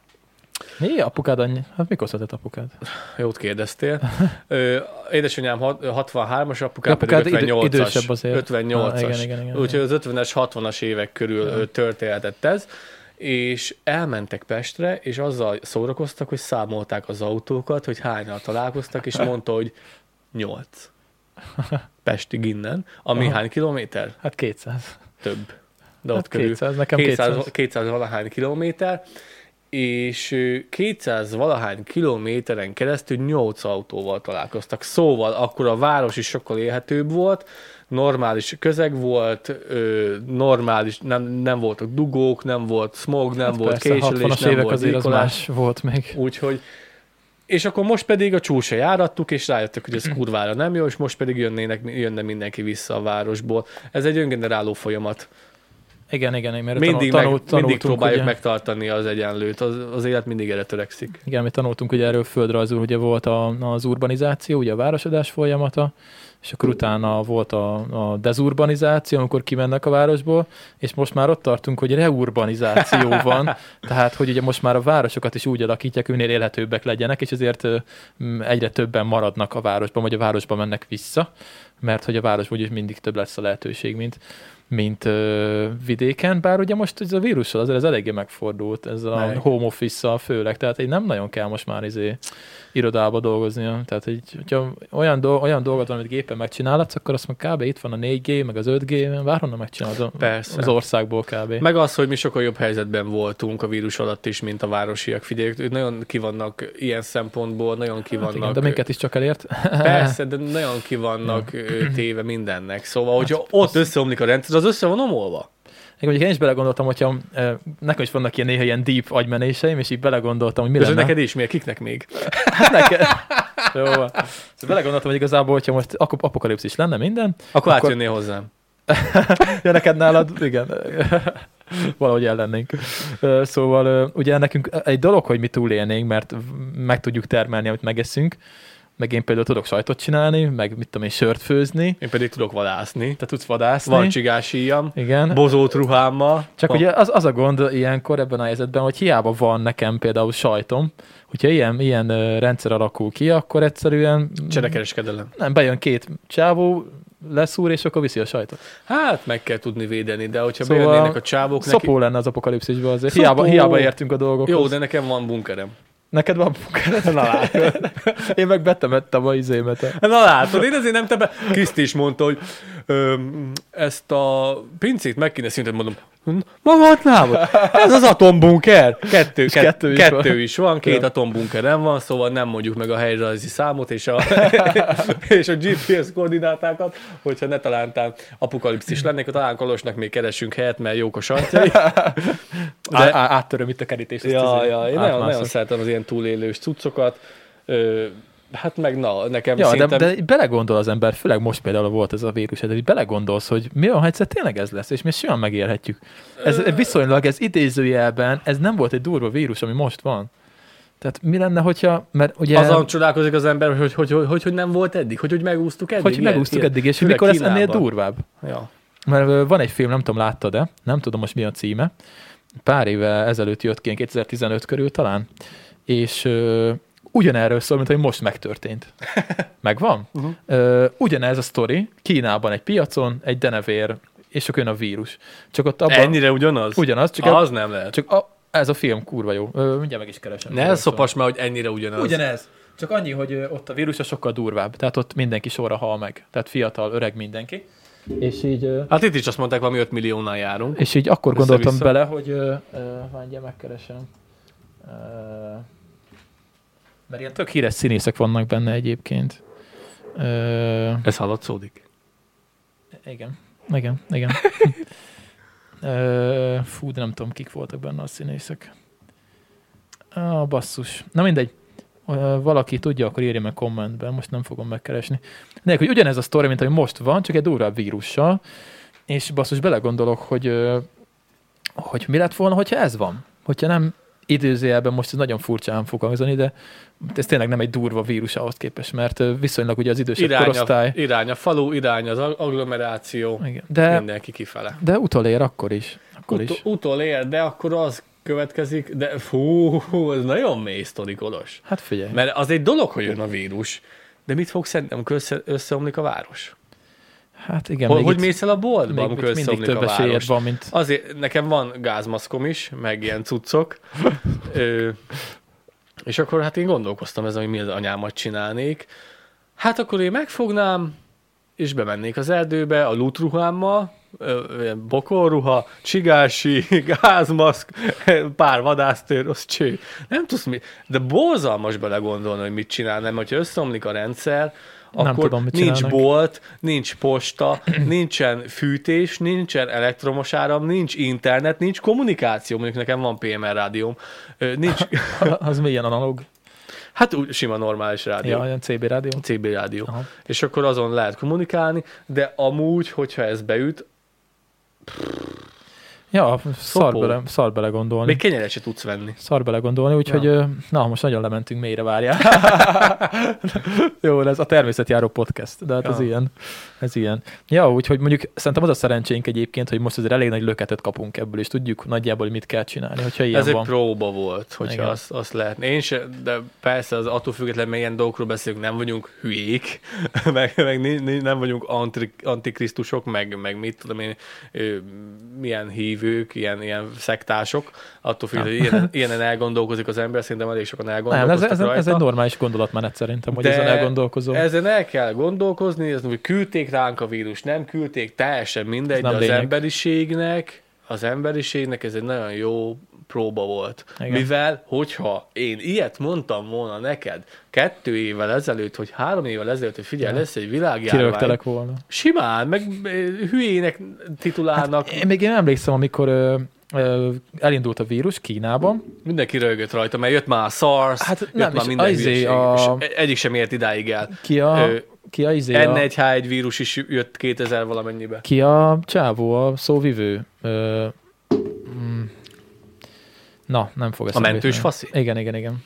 Mi? Apukád annyi? Hát mikor született apukád? Jót kérdeztél. Ö, édesanyám hatvanhármas, apukám apukád pedig ötvennyolcas. Idősebb azért. ötvennyolcas. Ah, igen, igen, igen, Úgyhogy az ötvenes, hatvanas évek körül ja. történhetett ez. És elmentek Pestre, és azzal szórakoztak, hogy számolták az autókat, hogy hányan találkoztak, és mondta, hogy nyolc. Pestig innen. Ami Aha. hány kilométer? Hát kétszáz. Több. De hát ott körül. kétszáz, nekem kétszáz. kétszáz valahány kilométer. És kétszáz valahány kilométeren keresztül nyolc autóval találkoztak. Szóval akkor a város is sokkal élhetőbb volt, normális közeg volt, normális, nem, nem voltak dugók, nem volt smog, nem hát volt persze, késelés, nem évek volt azért vékolás. Az más volt még. Úgyhogy, és akkor most pedig a csúcsa járattuk, és rájöttek, hogy ez kurvára nem jó, és most pedig jönnének, jönne mindenki vissza a városból. Ez egy öngeneráló folyamat. Igen, igen, mert mindig, tanult, meg, mindig próbáljuk ugye, megtartani az egyenlőt, az, az élet mindig erre törekszik. Igen, mi tanultunk ugye erről földrajzul, ugye volt a, az urbanizáció, ugye a városodás folyamata, és akkor utána volt a, a dezurbanizáció, amikor kimennek a városból, és most már ott tartunk, hogy reurbanizáció van, tehát hogy ugye most már a városokat is úgy alakítják, hogy minél élhetőbbek legyenek, és ezért egyre többen maradnak a városban, vagy a városba mennek vissza, mert hogy a városban úgyis mindig több lesz a lehetőség, mint, mint ö, vidéken, bár ugye most ez a vírussal azért ez eléggé megfordult, ez a Meg. home office-szal főleg, tehát így nem nagyon kell most már izé irodába dolgoznia, tehát így, hogyha olyan, do- olyan dolgot van, amit gépen megcsinálhatsz, akkor azt meg kb. Itt van a négy G, meg az öt G, bárhonnan megcsinálod Persze. az országból kb. Meg az, hogy mi sokkal jobb helyzetben voltunk a vírus alatt is, mint a városiak. Figyeljük, ők nagyon kivannak ilyen szempontból, nagyon kivannak. Hát igen, de minket is csak elért. Persze, de nagyon kivannak téve mindennek. Szóval, hogyha hát, ott az... összeomlik a rendszer, az össze van omolva. Én, én is belegondoltam, hogyha nekem is vannak ilyen néha ilyen deep agymenéseim, és így belegondoltam, hogy mi lenne. neked is, miért? Kiknek még? Hát neked. Jó, szóval belegondoltam, hogy igazából, hogyha most apokalipszis lenne minden. Akkor, akkor... átjönnél hozzám. Ja, neked nálad, igen. Valahogy ellennénk. Szóval ugye nekünk egy dolog, hogy mi túlélnénk, mert meg tudjuk termelni, amit megeszünk. Meg én például tudok sajtot csinálni, meg mit tudom én, sört főzni. Én pedig tudok vadászni. Te tudsz vadászni. Van csigásíjam. Igen. Bozót ruhámmal. Csak ugye az, az a gond ilyenkor ebben a helyzetben, hogy hiába van nekem például sajtom, hogyha ilyen, ilyen uh, rendszer alakul ki, akkor egyszerűen... Cserekereskedelem. Nem, bejön két csávó, leszúr, és akkor viszi a sajtot. Hát meg kell tudni védeni, de hogyha szóval bejönnének a csávók... Szopó neki... lenne az apokalipszisben azért. Hiába, hiába értünk a dolgokhoz. Jó, de nekem van bunkerem. Neked van bunkered? Na látod. Én meg betemettem a izémet. Na látod, én azért nem te be... Kriszti is mondta, hogy ö, ezt a pincét meg kéne szintet, mondom, magad lábad? Ez az atombunker. Kettő, kett, kettő, is, kettő van. is van, két ja. atombunkerem van, szóval nem mondjuk meg a helyrajzi számot és a, és a gé pé es koordinátákat, hogyha ne talántán apokalipszis lennék, talán Kolosnak még keresünk helyet, mert jók a sajtjai. De... Á, áttöröm itt a kerítést. Ja, ja, én nagyon, nagyon szeretem az ilyen túlélős cuccokat. Ö, Hát meg na, nekem ja, szintem... de, de belegondol az ember, főleg most például volt ez a vírus, de belegondolsz, hogy mi van, ha egyszer tényleg ez lesz, és mi simán megélhetjük. Ez viszonylag, ez idézőjelben, ez nem volt egy durva vírus, ami most van. Tehát mi lenne, hogyha... Mert ugye... Azon csodálkozik az ember, hogy hogy, hogy, hogy, hogy nem volt eddig, hogy, hogy megúsztuk eddig. Hogy megúsztuk eddig, és hogy mikor lesz ennél durvább. Ja. Mert van egy film, nem tudom, láttad-e, nem tudom most mi a címe, pár éve ezelőtt jött ki, kétezer-tizenöt körül talán, és... ugyanerről szól, mint hogy most megtörtént. Megvan? Uh-huh. Uh, ugyanez a sztori, Kínában egy piacon, egy denevér, és akkor jön a vírus. Csak ott abban... Ennyire ugyanaz? Ugyanaz. Csak az a, nem lehet. Csak a, ez a film kurva jó. Uh, mindjárt meg is keresem. Ne szopas már, hogy ennyire ugyanaz. Ugyanez. Csak annyi, hogy ott a vírus sokkal durvább. Tehát ott mindenki sorra hal meg. Tehát fiatal, öreg mindenki. És így... Uh, hát itt is azt mondták, valami öt milliónál járunk. És így akkor gondoltam vissza. bele, hogy... Uh, uh, mindjárt megkeresem. Uh, Mert ilyen tök híres színészek vannak benne egyébként. Ö... Ez hallatszódik? Igen, igen, igen. Ö... Fú, de nem tudom, kik voltak benne a színészek. Ah, basszus. Na mindegy. Valaki tudja, akkor írja meg kommentben, most nem fogom megkeresni. De hogy ugyanez a sztori, mint ami most van, csak egy durvább vírussal, és basszus, belegondolok, hogy, hogy mi lett volna, hogyha ez van. Hogyha nem időzőjelben, most ez nagyon furcsán fog hangzani, de ez tényleg nem egy durva vírus ahhoz képest, mert viszonylag ugye az idősebb irány korosztály... A, irány a falu, irány az agglomeráció, igen. De, mindenki kifele. De utolér akkor is. Akkor Ut- is. Utolér, de akkor az következik, de fú, ez nagyon mély sztori, Kolos. Hát figyelj. Mert az egy dolog, hogy jön a vírus, de mit fog szerintem, össze, összeomlik a város? Hát igen. Hogy, hogy mész el a boltba, amikor összeomlik a város? Van, mint... Azért nekem van gázmaszkom is, meg ilyen cuccok. Ö, és akkor hát én gondolkoztam ezen, hogy mi az anyámat csinálnék. Hát akkor én megfognám, és bemennék az erdőbe a lútruhámmal, bokorruha, csigási, gázmaszk, pár vadásztőr, az cső. Nem tudsz mi. De borzalmas belegondolni, hogy mit csinálnám, hogyha összeomlik a rendszer, akkor tudom, nincs csinálnak. bolt, nincs posta, nincsen fűtés, nincsen elektromos áram, nincs internet, nincs kommunikáció, mondjuk nekem van pé em er rádióm, nincs... Az milyen analóg? Hát úgy, sima normális rádió. Ja, olyan cé bé rádió. cé bé rádió. Aha. És akkor azon lehet kommunikálni, de amúgy, hogyha ez beüt... Ja, szar bele, szar bele gondolni. Még kenyeret se tudsz venni. Szar bele gondolni, úgyhogy ja. na, most nagyon lementünk mélyre, várjál. Jó, ez a természetjáró podcast, de hát ja. ez ilyen. Ez ilyen. Ja, úgyhogy mondjuk szerintem az a szerencsénk egyébként, hogy most azért elég nagy löketet kapunk ebből, és tudjuk nagyjából, hogy mit kell csinálni, hogyha ilyen ez van. egy próba volt, hogyha azt, azt lehetne. Én se, de persze az attól függetlenül, mert ilyen dolgokról beszélünk, nem vagyunk hülyék, meg, meg nem vagyunk antri, antikrisztusok, meg, meg mit tudom én, milyen hívők, ilyen, ilyen szektások. Attól függetlenül, hogy ilyen, ilyenen elgondolkozik az ember, szerintem elég sokan elgondolkoztak nem, ez, ez, rajta. ez egy normális gondolatmenet szerintem, hogy de ezen elgondolkozom. Ezen el kell gondolkozni, ez, hogy küldték ránk a vírus, nem küldték, teljesen mindegy, de az lényeg. emberiségnek, az emberiségnek ez egy nagyon jó próba volt. Igen. Mivel, hogyha én ilyet mondtam volna neked kettő évvel ezelőtt, hogy három évvel ezelőtt, hogy figyelj, ja. lesz egy világjárvány. Kirögtelek volna. Simán, meg hülyének titulálnak. Hát, én még én emlékszem, amikor ö, ö, elindult a vírus Kínában. Mindenki rögött rajta, mert jött már a SARS, hát jött nem, már minden hülyeség, a... és egyik sem ért idáig el. Ki a... Ö, Ki a izé en egy há egy vírus is jött kétezer valamennyibe. Ki a csávó, a szóvivő? Ö, mm, na, nem fog eszembe. A mentős faszi? Igen, igen, igen.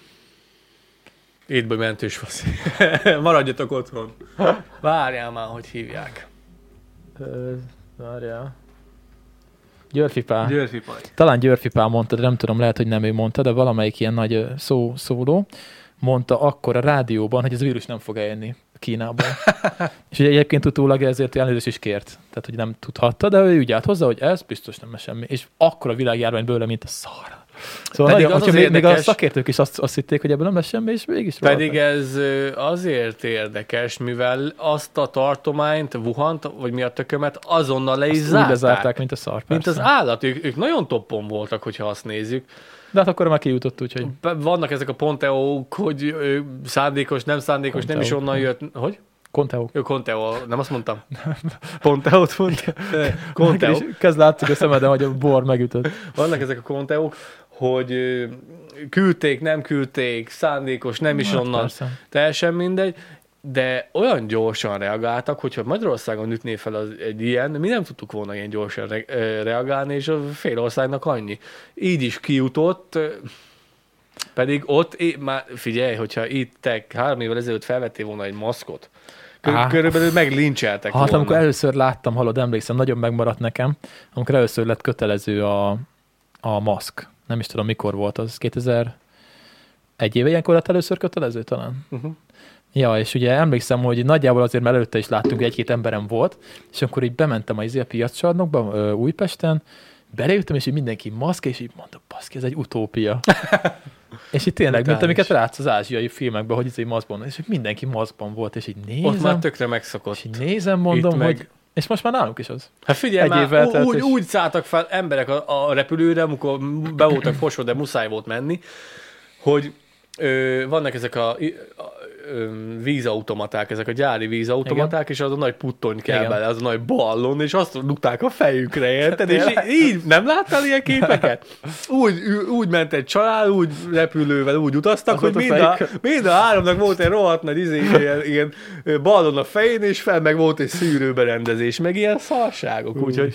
Étből mentős faszi. Maradjatok otthon. Várjál már, hogy hívják. Ö, várjál. Györfipál. Györfipál. Talán Györfipál mondta, de nem tudom, lehet, hogy nem ő mondta, de valamelyik ilyen nagy szó, szóló mondta akkor a rádióban, hogy ez a vírus nem fog eljönni Kínából. És ugye egyébként utólag ezért elnézést is kért. Tehát, hogy nem tudhatta, de ő úgy állt hozzá, hogy ez biztos nem semmi. És akkor a világjárvány bőle, mint a szar. Szóval pedig nagyon, az az még, érdekes, még a szakértők is azt, azt hitték, hogy ebből nem lesz semmi, és mégis pedig ez azért érdekes, mivel azt a tartományt, Wuhant, vagy mi a tökömet, azonnal le is zárták. Úgy lezárták, mint a szar, persze. Mint az állat. Ők, ők nagyon toppon voltak, hogyha azt nézzük. De hát akkor már kijutott, úgyhogy... Vannak ezek a ponteók, hogy szándékos, nem szándékos, Conteo. Nem is onnan jött. Hogy? Conteo. Jó, Conteo, nem azt mondtam. Ponteót mondtam. Conteo. Kezd látszik a szemeden, hogy a bor megütött. Vannak ezek a konteók, hogy küldték, nem küldték, szándékos, nem is hát onnan. Persze. Teljesen mindegy. De olyan gyorsan reagáltak, hogyha Magyarországon ütné fel az egy ilyen, mi nem tudtuk volna ilyen gyorsan re- reagálni, és a fél országnak annyi. Így is kijutott, pedig ott, é- már figyelj, hogyha itt te három évvel ezelőtt felvettél volna egy maszkot, kör- körülbelül meglincseltek hát, volna. amikor először láttam, hallod, emlékszem, nagyon megmaradt nekem, amikor először lett kötelező a, a maszk. Nem is tudom, mikor volt az, kétezer egy éve ilyenkor lett először kötelező talán? Uh-huh. Ja, és ugye emlékszem, hogy nagyjából azért, mert előtte is láttunk, hogy egy-két emberem volt, és akkor így bementem a, a piaccsarnokba Újpesten, belejöttem, és így mindenki maszk, és így mondom, baszki, ez egy utópia. És így tényleg, mint amiket látsz az ázsiai filmekben, hogy ez egy maszkban, és mindenki maszkban volt, és így nézem. Ott már tökre megszokott. És így nézem, mondom, meg... hogy... És most már nálunk is az. Hát figyelj, egy már telt, úgy, és... úgy szálltak fel emberek a, a repülőre, amikor be voltak fosva, de muszáj volt menni, hogy ö, vannak ezek a, a vízautomaták, ezek a gyári vízautomaták, igen. És az a nagy puttony kell igen. bele, az a nagy ballon, és azt dugták a fejükre, érted? És így nem láttál ilyen képeket? Úgy, úgy ment egy család, úgy repülővel úgy utaztak, az hogy mind a, mind a háromnak volt egy rohadt nagy izé, ilyen, ilyen ballon a fején, és fel meg volt egy szűrőberendezés, meg ilyen szarságok, úgyhogy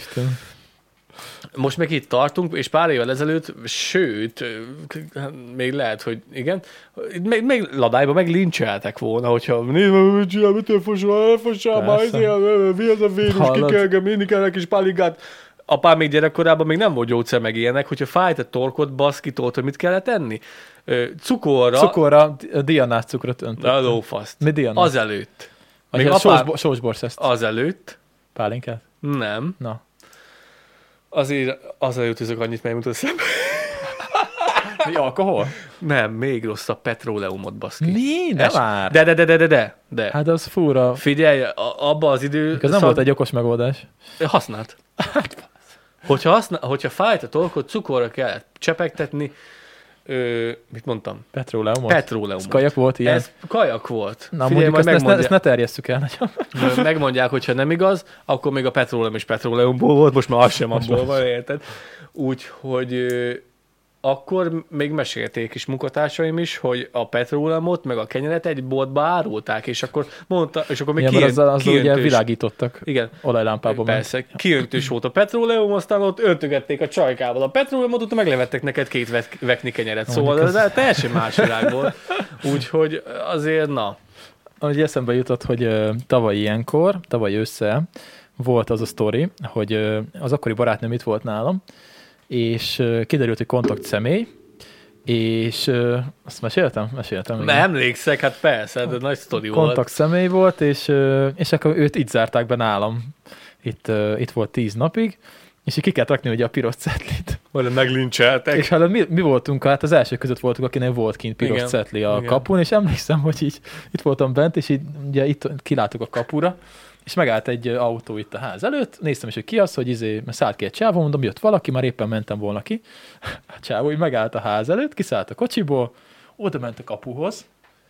most meg itt tartunk, és pár évvel ezelőtt, sőt, még lehet, hogy igen, még, még ladályban meg lincseltek volna, hogyha nézd, mit csinál, mitől fosol, elfossál már, mi az a vírus, kikelgem, mindig kell egy kis paligát. Apám még gyerekkorában még nem volt gyógyszer meg ilyenek, hogyha fájt a torkot, baszki hogy mit kellett tenni? Cukorra. Cukorra, dianás cukrot öntött. A lófaszt. Mi dianás? Azelőtt. Még apám... Sósborszeszt. Azelőtt. Pálinkát? Nem. Na. Azért azelőtt üzök annyit megmutat szembe. Mi, alkohol? Nem, még rosszabb, petróleumot, baszki. Mi? De már. De, de, de, de, de, de. Hát az fura. Figyelj, abba az idő... Ez nem szab... volt egy okos megoldás. Használt. hogyha, használ, hogyha fájt a torkot, cukorra kell csepegtetni, ö, mit mondtam? Petróleumot. Petróleumot. Ez kajak volt ilyen? Ez kajak volt. Na, figyelj, mondjuk ezt, ezt, ezt ne terjesszük el nagyon. Megmondják, hogyha nem igaz, akkor még a petróleum is petróleumból volt, most már az sem abból van, érted? Úgyhogy akkor még mesélték is munkatársaim is, hogy a petróleumot, meg a kenyeret egy boltba árulták, és akkor mondta, és akkor még Igen, kijön, azzal, azzal ugye kijöntős, világítottak. igen, Olajlámpában. persze, kijöntős volt a petróleum, aztán ott öntögették a csajkával a petróleumot, utána meglevettek neked két vek, vekni kenyeret, szóval ez az... teljesen más világ volt. Úgyhogy azért, na. Ahogy eszembe jutott, hogy uh, tavaly ilyenkor, tavaly ősszel volt az a sztori, hogy uh, az akkori barátnőm itt volt nálam, és uh, kiderült, hogy kontakt személy, és uh, azt meséltem? Meséltem. Igen. Emlékszek, hát persze, de nagy sztori volt. Kontakt személy volt, és, uh, és akkor őt itt zárták be nálam. Itt, uh, itt volt tíz napig, és így ki kell rakni ugye a piros cetlit. Majd meglincseltek. És hát mi, mi voltunk, hát az elsők között voltunk, akinek volt kint piros igen, cetli a igen. kapun, és emlékszem, hogy így itt voltam bent, és így ugye itt kiláttuk a kapura, és megállt egy autó itt a ház előtt, néztem is, hogy ki az, hogy izé, mert szállt ki egy csávó, mondom, jött valaki, már éppen mentem volna ki. A csávó így megállt a ház előtt, kiszállt a kocsiból, oda ment a kapuhoz,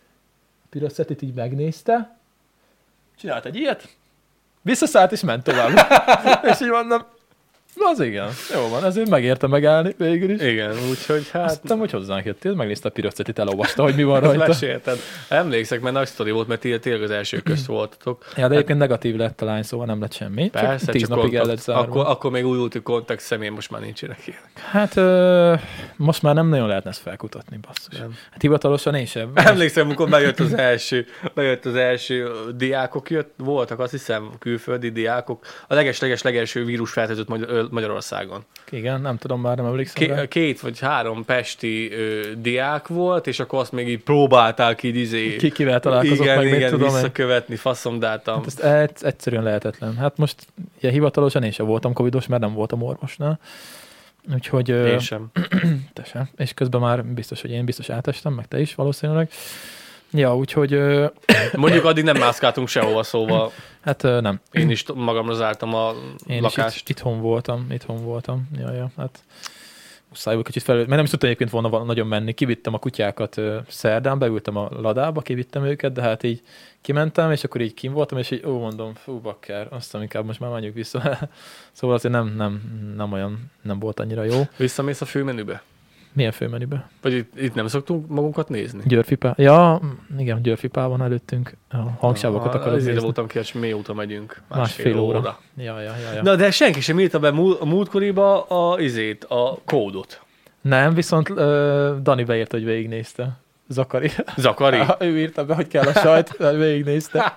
piros cetlit így megnézte, csinált egy ilyet, visszaszállt és ment tovább. És így mondom, na az igen, jó van, ezért megérte megállni végül is. Igen, úgyhogy hát... Azt hiszem, hogy hozzánk jöttél, megnézte a piros cetlit, elolvasta, hogy mi van rajta. Lesélted. Emlékszek, mert nagy sztori volt, mert tényleg az első közt voltatok. Ja, de hát... egyébként negatív lett a lány, szóval nem lett semmi. Persze, csak tíz csak napig kontakt, el lett zárva. Akkor, akkor még új úti kontakt személy, most már nincsenek ilyen. Hát ö, most már nem nagyon lehetne ezt felkutatni, basszus. Nem. Hát hivatalosan én sem. Emlékszem, amikor bejött az első, bejött az első diákok, jött, voltak azt hiszem külföldi diákok, a leges-leges legelső vírus fertőzött Magyar- Magyarországon. Igen, nem tudom, már nem emlékszem K- Két vagy három pesti ö, diák volt, és akkor azt még így próbálták így izé... Ki kivel találkozott, igen, meg igen, mit tudom visszakövetni, faszomdáltam. Hát ez egyszerűen lehetetlen. Hát most ja, hivatalosan én sem voltam covidos, mert nem voltam orvosnál. Úgyhogy... Én sem. Te sem. És közben már biztos, hogy én biztos átestem, meg te is valószínűleg. Ja, úgyhogy... Mondjuk addig nem mászkáltunk sehova, szóval... Hát nem. Én is magamra zártam a én lakást. Is itt, itthon voltam, itthon voltam. Ja, ja, hát... Muszáj volt kicsit felül, mert nem is tudtam egyébként volna nagyon menni. Kivittem a kutyákat uh, szerdán, beültem a ladába, kivittem őket, de hát így kimentem, és akkor így kim voltam, és így ó, mondom, fú, bakker, aztán inkább most már menjünk vissza. Szóval azért nem, nem, nem olyan, nem volt annyira jó. Visszamész a főmenübe? Milyen főmenübe? Vagy itt, itt nem szoktunk magunkat nézni? Győrfipá. Ja, igen, Győrfipá van előttünk. A hangsávokat akarod nézni. Azért voltam ki, hogy mióta megyünk. Másfél, másfél óra. óra. Ja, ja, ja, ja. Na, de senki sem írta be a múltkoriba a, izét, a kódot. Nem, viszont uh, Dani beírta, hogy végignézte. Zakari. Zakari? Ő írta be, hogy kell a sajt, végignézte.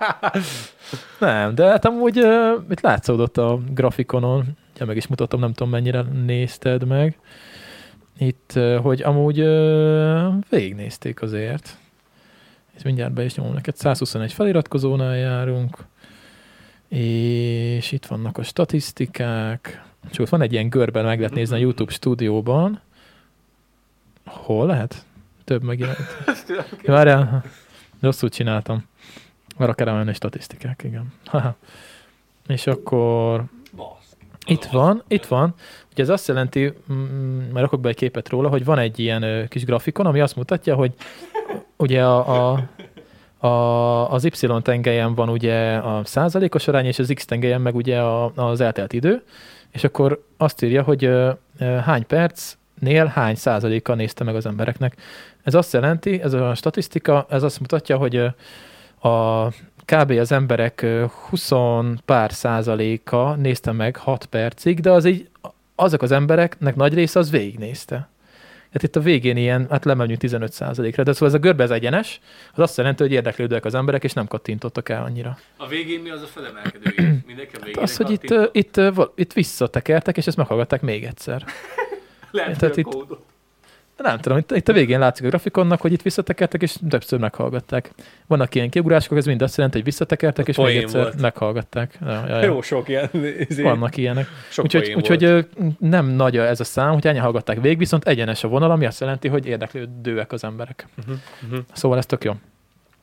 Nem, de hát amúgy uh, itt látszódott a grafikonon, ja, meg is mutatom, nem tudom mennyire nézted meg. Itt, uh, hogy amúgy uh, végignézték azért. És mindjárt be is nyomom neked. száz huszonegy feliratkozónál járunk, és itt vannak a statisztikák. Csak van egy ilyen görben, meg lehet nézni a YouTube stúdióban. Hol lehet? Több megjelent. Várjál, rosszul csináltam. Arra kell emelni statisztikák, igen. És akkor itt van, itt van. Ugye ez azt jelenti, mert rakok be egy képet róla, hogy van egy ilyen kis grafikon, ami azt mutatja, hogy ugye a, a, a, az Y tengelyen van ugye a százalékos arány, és az X tengelyen meg ugye a, az eltelt idő, és akkor azt írja, hogy hány perc nél hány százaléka nézte meg az embereknek. Ez azt jelenti, ez a statisztika, ez azt mutatja, hogy a kb. Az emberek húsz pár százaléka nézte meg hat percig, de az így, azok az embereknek nagy része az végignézte. Tehát itt a végén ilyen, hát lemegyünk tizenöt százalékra, de szóval ez a görbe ez egyenes, az azt jelenti, hogy érdeklődőek az emberek, és nem kattintottak el annyira. A végén mi az a felemelkedő? Mindenki a végén az, hogy itt, itt, itt visszatekertek, és ezt meghallgatták még egyszer. Lehet, tehát itt, nem tudom, itt, itt a végén látszik a grafikonnak, hogy itt visszatekertek, és többször meghallgatták. Vannak ilyen kiugrások, ez mind azt jelenti, hogy visszatekertek, és még egyszer volt. Meghallgatták. Ja, ja, ja. Jó, sok ilyen. Vannak ilyenek. Úgyhogy úgy, nem nagy ez a szám, hogy ennyi hallgatták végig, viszont egyenes a vonal, ami azt jelenti, hogy érdeklődőek az emberek. Uh-huh, uh-huh. Szóval ez tök jó.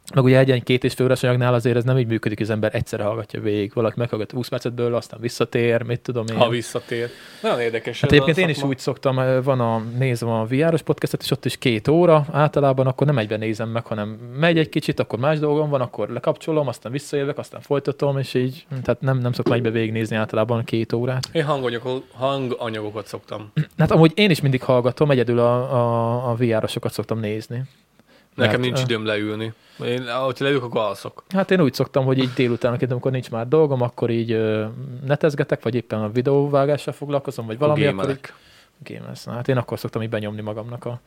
Meg ugye egy két és fél órás anyagnál azért ez nem így működik, hogy az ember egyszerre hallgatja végig. Valaki meghallgat húsz percet belőle, aztán visszatér, mit tudom én. Ha visszatér. Nagyon érdekes. Hát egyébként én is úgy szoktam, van a, nézem a vé er-os podcastet, és ott is két óra, általában akkor nem egyben nézem meg, hanem megy egy kicsit, akkor más dolgom van, akkor lekapcsolom, aztán visszajövök, aztán folytatom, és így, tehát nem, nem szoktam egybe végignézni általában két órát. Én hanganyagok, hanganyagokat szoktam. Hát amúgy én is mindig hallgatom, egyedül a, a, a vé er-osokat szoktam nézni. Nekem Mert, nincs időm leülni. Én, ahogy leülök, akkor alszok. Hát én úgy szoktam, hogy így délután, amikor nincs már dolgom, akkor így uh, netezgetek, vagy éppen a videóvágással foglalkozom, vagy valami. Akkor így... Gameless. Hát én akkor szoktam így benyomni magamnak a,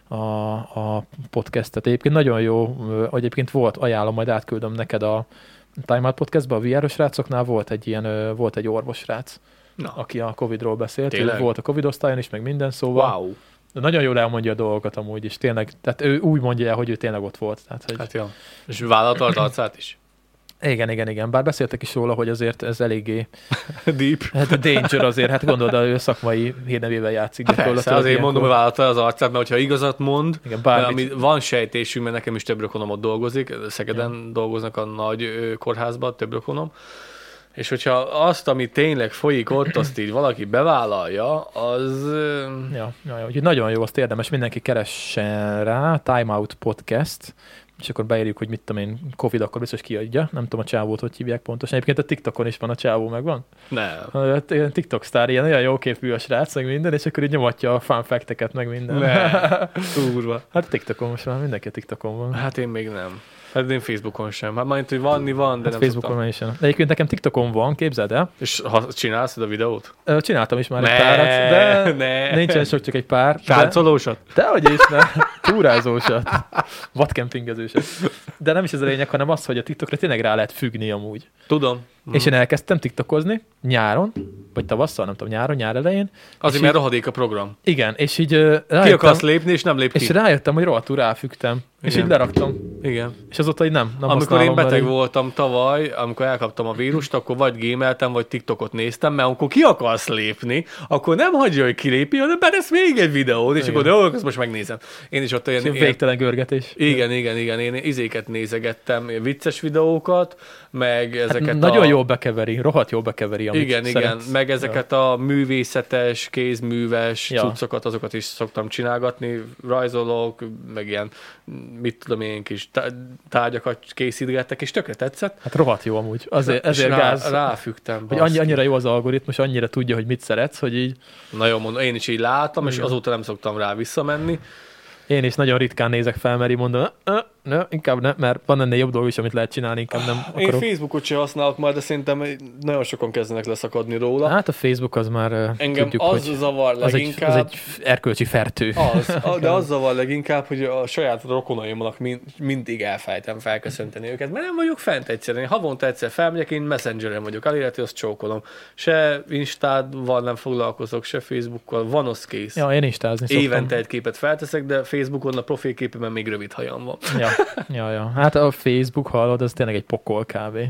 a, a podcastet. Egyébként nagyon jó, hogy egyébként volt, ajánlom, majd átküldöm neked a Time Out podcastban, a vé er-os srácoknál volt egy ilyen, volt egy orvossrác, Na. aki a Covidról beszélt. Ő volt a Covid osztályon is, meg minden, szóval. Wow. De nagyon jól elmondja a dolgokat amúgy is, tényleg, tehát ő úgy mondja el, hogy ő tényleg ott volt. Tehát, hogy... Hát jó. És vállalta arcát is. Igen, igen, igen. Bár beszéltek is róla, hogy azért ez eléggé... Deep. Hát a danger azért, hát gondolod, ő szakmai hírnevével játszik. Hát persze, azért mondom, hogy vállalta az arcát, mert hogyha igazat mond, igen, bármit... ami van sejtésünk, mert nekem is több rokonom ott dolgozik, Szegeden ja. dolgoznak a nagy kórházban, több rokonom, és hogyha azt, ami tényleg folyik ott, azt így valaki bevállalja, az... Ja, ja, ja. Úgyhogy nagyon jó, azt érdemes, mindenki keressen rá, Time Out Podcast, és akkor beírjuk, hogy mit tudom én, Covid, akkor biztos kiadja. Nem tudom a csávót, hogy hívják pontosan. Egyébként a TikTokon is van a csávó, megvan? Nem. A TikTok sztár, ilyen olyan jó képű a srác, meg minden, és akkor így nyomatja a fun fact-eket, meg minden. Nem. Túrva. Hát TikTokon most már mindenki a TikTokon van. Hát én még nem. Hát én Facebookon sem. Hát majd, hogy vanni van, de hát nem Facebookon is sem. De egyébként nekem TikTokon van, képzeld el. És ha csinálsz a videót? Csináltam is már ne, egy párat, de ne. nincsen sok, csak egy pár. Táncolósat? Dehogy is, ne. Túrázósat. Vadkempingezősat. De nem is ez a lényeg, hanem az, hogy a TikTokra tényleg rá lehet függni amúgy. Tudom. És én elkezdtem tiktokozni nyáron, vagy tavasszal, nem tudom, nyáron, nyár elején. Azért, mert rohadék a program. Igen, és így uh, rájöttem, ki akarsz lépni, és nem lép ki. És rájöttem, hogy rohadtul ráfügtem. És így leraktam. Igen. És azóta így nem, nem amikor én beteg így... voltam tavaly, amikor elkaptam a vírust, akkor vagy gémeltem, vagy TikTokot néztem, mert amikor ki akarsz lépni, akkor nem hagyja, hogy kilépj, hanem beresz még egy videót, és igen. akkor de ezt most megnézem. Én is ott olyan... Ilyen végtelen görgetés. Igen, igen, igen. Én izéket nézegettem, vicces videókat, meg ezeket hát a... Nagyon jól bekeveri, rohadt jól bekeveri, amit Igen, szeretsz. igen, meg ezeket ja. a művészetes, kézműves ja. cuccokat, azokat is szoktam csinálgatni, rajzolok, meg ilyen, mit tudom én, kis tárgyakat készítgettek, és tökre tetszett. Hát rohadt jó amúgy. Azért, ezért rá, gáz. Ráfügtem. Hogy annyi, annyira jó az algoritmus, annyira tudja, hogy mit szeretsz, hogy így... Nagyon mondom, én is így láttam, igen. és azóta nem szoktam rá visszamenni. Én is nagyon ritkán nézek fel, mert így mondom, ne, inkább ne, mert van ennél jobb dolog is, amit lehet csinálni, inkább nem Én akarok. Facebookot sem használok már, de szerintem nagyon sokan kezdenek leszakadni róla. Hát a Facebook az már engem tudjuk, az hogy zavar leginkább. Az egy, az egy erkölcsi fertő. Az, de az zavar leginkább, hogy a saját rokonaimnak mind, mindig elfelejtem felköszönteni őket, mert nem vagyok fent egyszerűen. Én havonta egyszer felmegyek, én Messengeren vagyok elérhető, azt csókolom. Se Instával nem foglalkozok, se Facebookkal, van az kész. Ja, én instázni szoktam. Évente egy képet felteszek, de Facebookon a profilképemen még rövid hajam van. Ja, ja, ja. Hát a Facebook, hallod, az tényleg egy pokol kávé.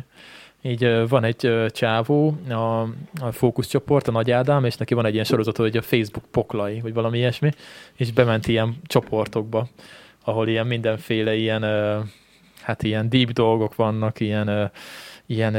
Így van egy csávó, a, a fókuszcsoport, a Nagy Ádám, és neki van egy ilyen sorozat, hogy a Facebook poklai, vagy valami ilyesmi, és bement ilyen csoportokba, ahol ilyen mindenféle ilyen, hát ilyen deep dolgok vannak, ilyen, ilyen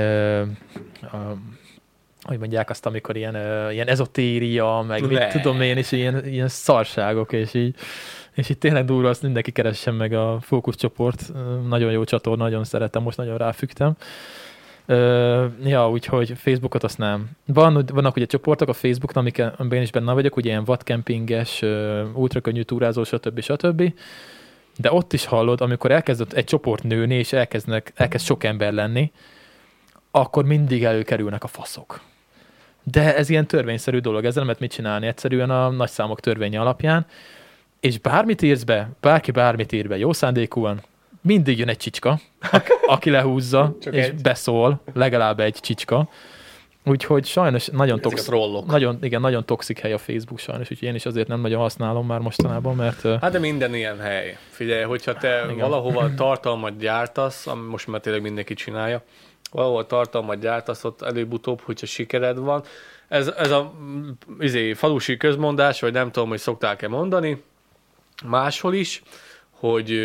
hogy mondják azt, amikor ilyen, ilyen ezotéria, meg mit tudom én, és ilyen, ilyen szarságok, és így és itt tényleg durva, azt mindenki keressen meg a fókuszcsoport. Nagyon jó csatorna, nagyon szeretem, most nagyon ráfügtem. Uh, ja, úgyhogy Facebookot azt nem. Van, vannak ugye csoportok a Facebookon, amikben én is benne vagyok, ugye ilyen vadkempinges, uh, ultrakönnyű túrázó, stb. stb. De ott is hallod, amikor elkezdett egy csoport nőni, és elkezdnek, elkezd sok ember lenni, akkor mindig előkerülnek a faszok. De ez ilyen törvényszerű dolog, ezzel nem lehet mit csinálni, egyszerűen a nagyszámok törvénye alapján. És bármit írsz be, bárki bármit ír be, jó szándékúan, mindig jön egy csicska, aki lehúzza, és egy. beszól, legalább egy csicska. Úgyhogy sajnos nagyon toxic, nagyon, igen, nagyon toxic hely a Facebook sajnos, úgyhogy én is azért nem nagyon használom már mostanában, mert... Hát de minden ilyen hely. Figyelj, hogyha te igen. valahova tartalmat gyártasz, ami most már tényleg mindenki csinálja, valahol tartalmat gyártasz, ott előbb-utóbb, hogyha sikered van. Ez, ez a izé, falusi közmondás, vagy nem tudom, hogy szokták-e mondani, máshol is, hogy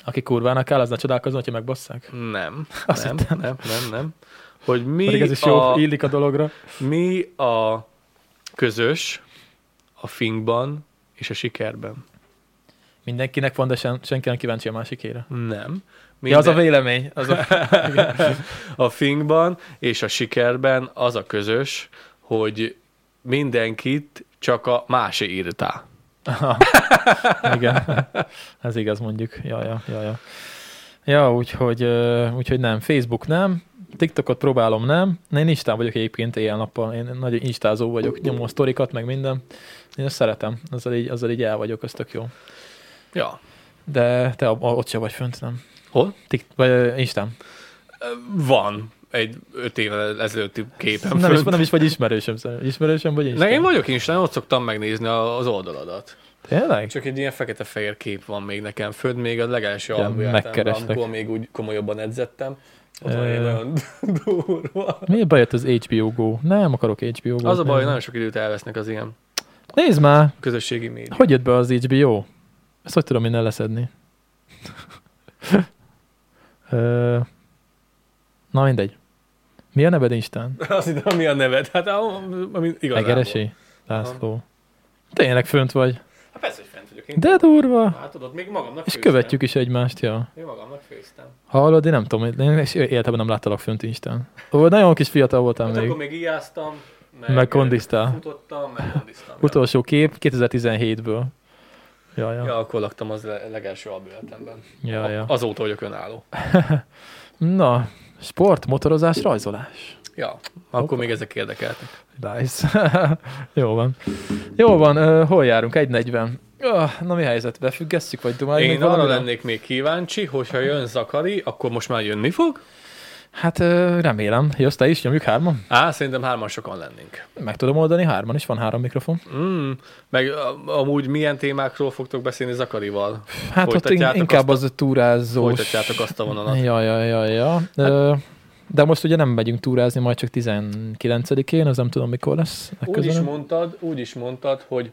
Aki kurvának áll, az ne csodálkozzon, hogyha megbasszák. Nem, Azt nem, hittem. nem, nem, nem. Hogy mi Pedig ez is a, jó, illik a dologra. mi a közös a Fingban és a sikerben? Mindenkinek van, de sen, senki nem kíváncsi a másikére. Nem. Minden... Minden... Ja, az a vélemény. Az a... a Fingban és a sikerben az a közös, hogy mindenkit csak a másé írtál. Aha. Igen, ez igaz mondjuk. Ja, ja, ja, ja. Ja, úgyhogy, uh, úgyhogy nem. Facebook nem, TikTokot próbálom nem. Én Instán vagyok egyébként éjjel-nappal. Én nagyon instázó vagyok, nyomom sztorikat, meg minden. Én ezt szeretem. Azzal így, azzal így el vagyok, az tök jó. Ja. De te a, a, ott se vagy fönt, nem? Hol? Tik, vagy uh, Instán. Van egy öt évvel ezelőtti képem. Nem is, nem is vagy ismerősöm, szerintem. Ismerősöm vagy Instán? Ne, én vagyok Instán, ott szoktam megnézni az oldaladat. Tényleg? Csak egy ilyen fekete-fehér kép van még nekem fönt, még a legelső Ja, albujátemben, megkerestek. amikor még úgy komolyabban edzettem. Ott van Ö, egy nagyon durva. Miért bejött az há bé o Go? Nem akarok há bé o Go. Az a baj, hogy nagyon sok időt elvesznek az ilyen Nézd már! közösségi média. Hogy jött be az há bé o? Ezt hogy tudom innen leszedni? Ö, Na mindegy. Mi a neved Instán? Azt hittem, mi a neved? Hát ami igazából. Egeresi? László. Tényleg fönt vagy. Hát persze, hogy fent vagyok. Én De durva. Hát tudod, még magamnak És főztem. követjük is egymást, ja. Én magamnak főztem. Hallod, én nem tudom, én életemben nem láttalak fönt Instán. Ó, nagyon kis fiatal voltam Hát még. akkor még ijáztam, meg, Meg kondisztál. futottam, meg kondisztam. Utolsó kép kétezer-tizenhétből. Ja, ja. Ja, akkor laktam az le- legelső albületemben. Ja, ja. Azóta vagyok önálló. Na, sport, motorozás, rajzolás. Ja, akkor még ezek érdekeltek. Nice. Jó van. Jó van, uh, hol járunk? egy negyven. Uh, na mi helyzet? Befüggesszük, vagy dumáljuk? Én még arra valamire? lennék még kíváncsi, hogyha jön Zakari, akkor most már jönni fog? Hát uh, remélem. Jössz te is? Nyomjuk hárman? Á, szerintem hárman sokan lennénk. Meg tudom oldani, hárman is van három mikrofon. Mm, meg a- amúgy milyen témákról fogtok beszélni Zakarival? Hát ott in- Folytatjátok inkább azt az a túrázós. Folytatjátok azt a vonalat. Ja, ja, ja, ja. Hát... Uh, de most ugye nem megyünk túrázni, majd csak tizenkilencedikén, az nem tudom mikor lesz. Úgy is legközelebb. mondtad, úgy is mondtad, hogy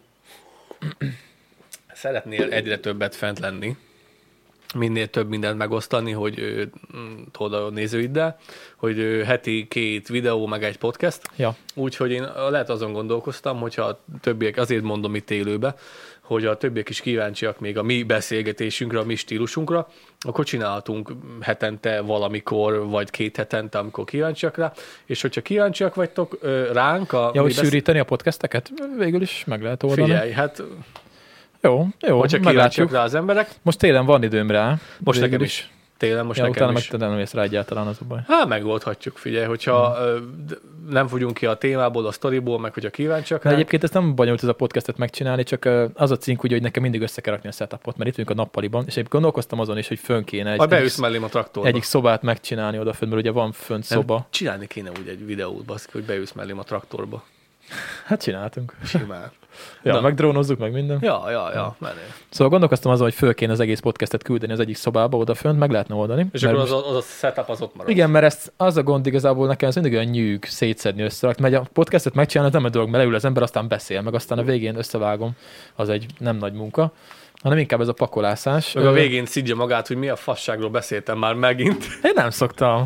szeretnél egyre többet fent lenni, minél több mindent megosztani, hogy ö, mm, tudod a nézőiddel, hogy ö, heti két videó, meg egy podcast. Ja. Úgyhogy én lehet azon gondolkoztam, hogyha a többiek, azért mondom itt élőbe, hogy a többiek is kíváncsiak még a mi beszélgetésünkre, a mi stílusunkra, akkor csinálhatunk hetente valamikor, vagy két hetente, amikor kíváncsiak rá, és hogyha kíváncsiak vagytok ö, ránk, a Ja, mi hogy besz- sűríteni a podcasteket? Végül is meg lehet oldani. Figyelj, hát Jó, jó, hogyha kíváncsiak meglátjuk. rá az emberek, Most télen van időm rá. most Végül nekem is. Télen most Ja, nekem utána is. meg te nem mész rá egyáltalán, az a baj. Hát megoldhatjuk, figyelj, hogyha ö, d- nem fogyunk ki a témából, a sztoriból, meg hogyha kíváncsiak De rá. egyébként ezt nem bonyolult ez a podcastet megcsinálni, csak ö, az a cink, ugye, hogy nekem mindig össze kell rakni a setupot, mert itt vagyunk a nappaliban, és egyébként gondolkoztam azon is, hogy fönn kéne egy, Majd beülsz egyik, mellém a traktorba. egyik szobát megcsinálni odafönn, mert ugye van fönt Nem, szoba. Csinálni kéne úgy egy videót, baszki, hogy beülsz mellém a traktorba. Hát csináltunk. Simán. Ja, Na. megdrónozzuk meg minden. Ja, ja, ja, menő. Szóval gondolkoztam azon, hogy föl kéne az egész podcastet küldeni az egyik szobába odafönt, meg lehetne oldani. És Mert akkor az most- a, az a setup az ott marad. Igen, mert ezt, az a gond igazából nekem ez mindig olyan nyűg szétszedni összerakni, mert a podcastet megcsinálni, az nem egy dolog, mert leül az ember, aztán beszél, meg aztán a végén összevágom, az egy nem nagy munka, hanem inkább ez a pakolászás. Meg a Ö, végén szidja magát, hogy mi a fasságról beszéltem már megint. Én nem szoktam.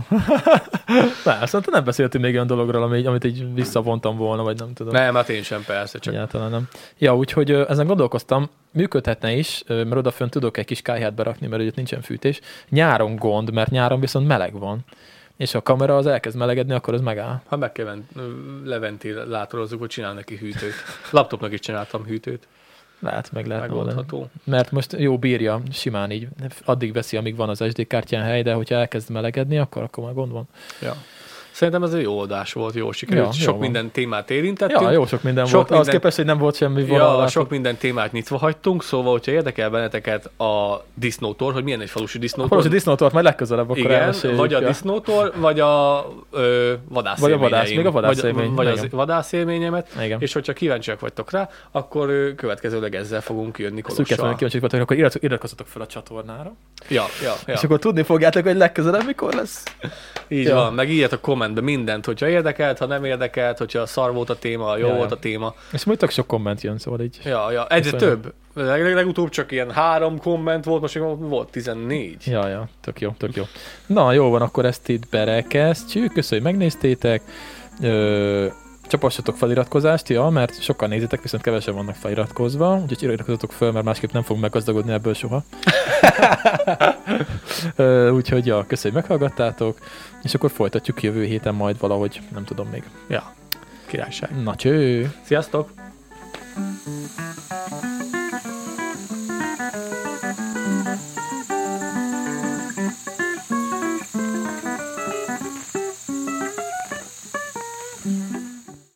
Nem, szerintem nem beszéltünk még olyan dologról, ami, amit így visszavontam volna, vagy nem tudom. Nem, hát én sem persze, csak Egyáltalán nem. Ja, úgyhogy ö, ezen gondolkoztam, működhetne is, ö, mert odafönt tudok egy kis kályhát berakni, mert ugye ott nincsen fűtés. Nyáron gond, mert nyáron viszont meleg van. És ha a kamera az elkezd melegedni, akkor az megáll. ha meg kell ven- leventilátorozzuk, hogy csinál neki hűtőt. Laptopnak is csináltam hűtőt. Lehet, meg lehet oldani. Megoldható. Mert most jó bírja, simán így. Addig veszi, amíg van az es dé kártyán hely, de hogyha elkezd melegedni, akkor, akkor már gond van. Ja. Szerintem ez egy jó oldás volt, jó sikerült. Ja, jó sok van. minden témát érintettünk. Ja, jó sok minden Sok volt. Ahhoz minden- képest, hogy nem volt semmi Ja, vonal. sok minden témát nyitva hagytunk, szóval, hogyha érdekel benneteket a disznótor, hogy milyen egy falusi disznótor. Akkor a disznótort majd legközelebb akkor Igen, elmeséljük. vagy a ja. disznótor, vagy a ö, vadászélményeim. Vagy a vadász, még a vadászélmény, Vagy, vagy az igen. vadászélményemet. Igen. És hogyha kíváncsiak vagytok rá, akkor ö, következőleg ezzel fogunk jönni Szüket van, Kolossal. kíváncsiak vagytok, akkor irat- iratkozzatok fel a csatornára. Ja, ja, ja. És akkor tudni fogjátok, hogy legközelebb mikor lesz. Így Ja. van, meg írjatok kommentet kommentbe mindent, hogyha érdekelt, ha nem érdekelt, hogyha szar volt a téma, jó Ja, volt ja. a téma. És majd tök sok komment jön, szóval így. Ja, ja, egyre Köszönöm. több. Leg, legutóbb csak ilyen három komment volt, most még volt tizennégy. Ja, ja, tök jó, tök jó. Na, jó van, akkor ezt itt berekeztjük. Köszönjük, hogy megnéztétek. Ö, csapassatok feliratkozást, ja, mert sokan nézitek, viszont kevesen vannak feliratkozva, úgyhogy iratkozzatok föl, mert másképp nem fogunk meggazdagodni ebből soha. Ö, úgyhogy, ja, köszönjük, hogy meghallgattátok, és akkor folytatjuk jövő héten majd valahogy, nem tudom még. Ja, királyság. Na, cső! Sziasztok!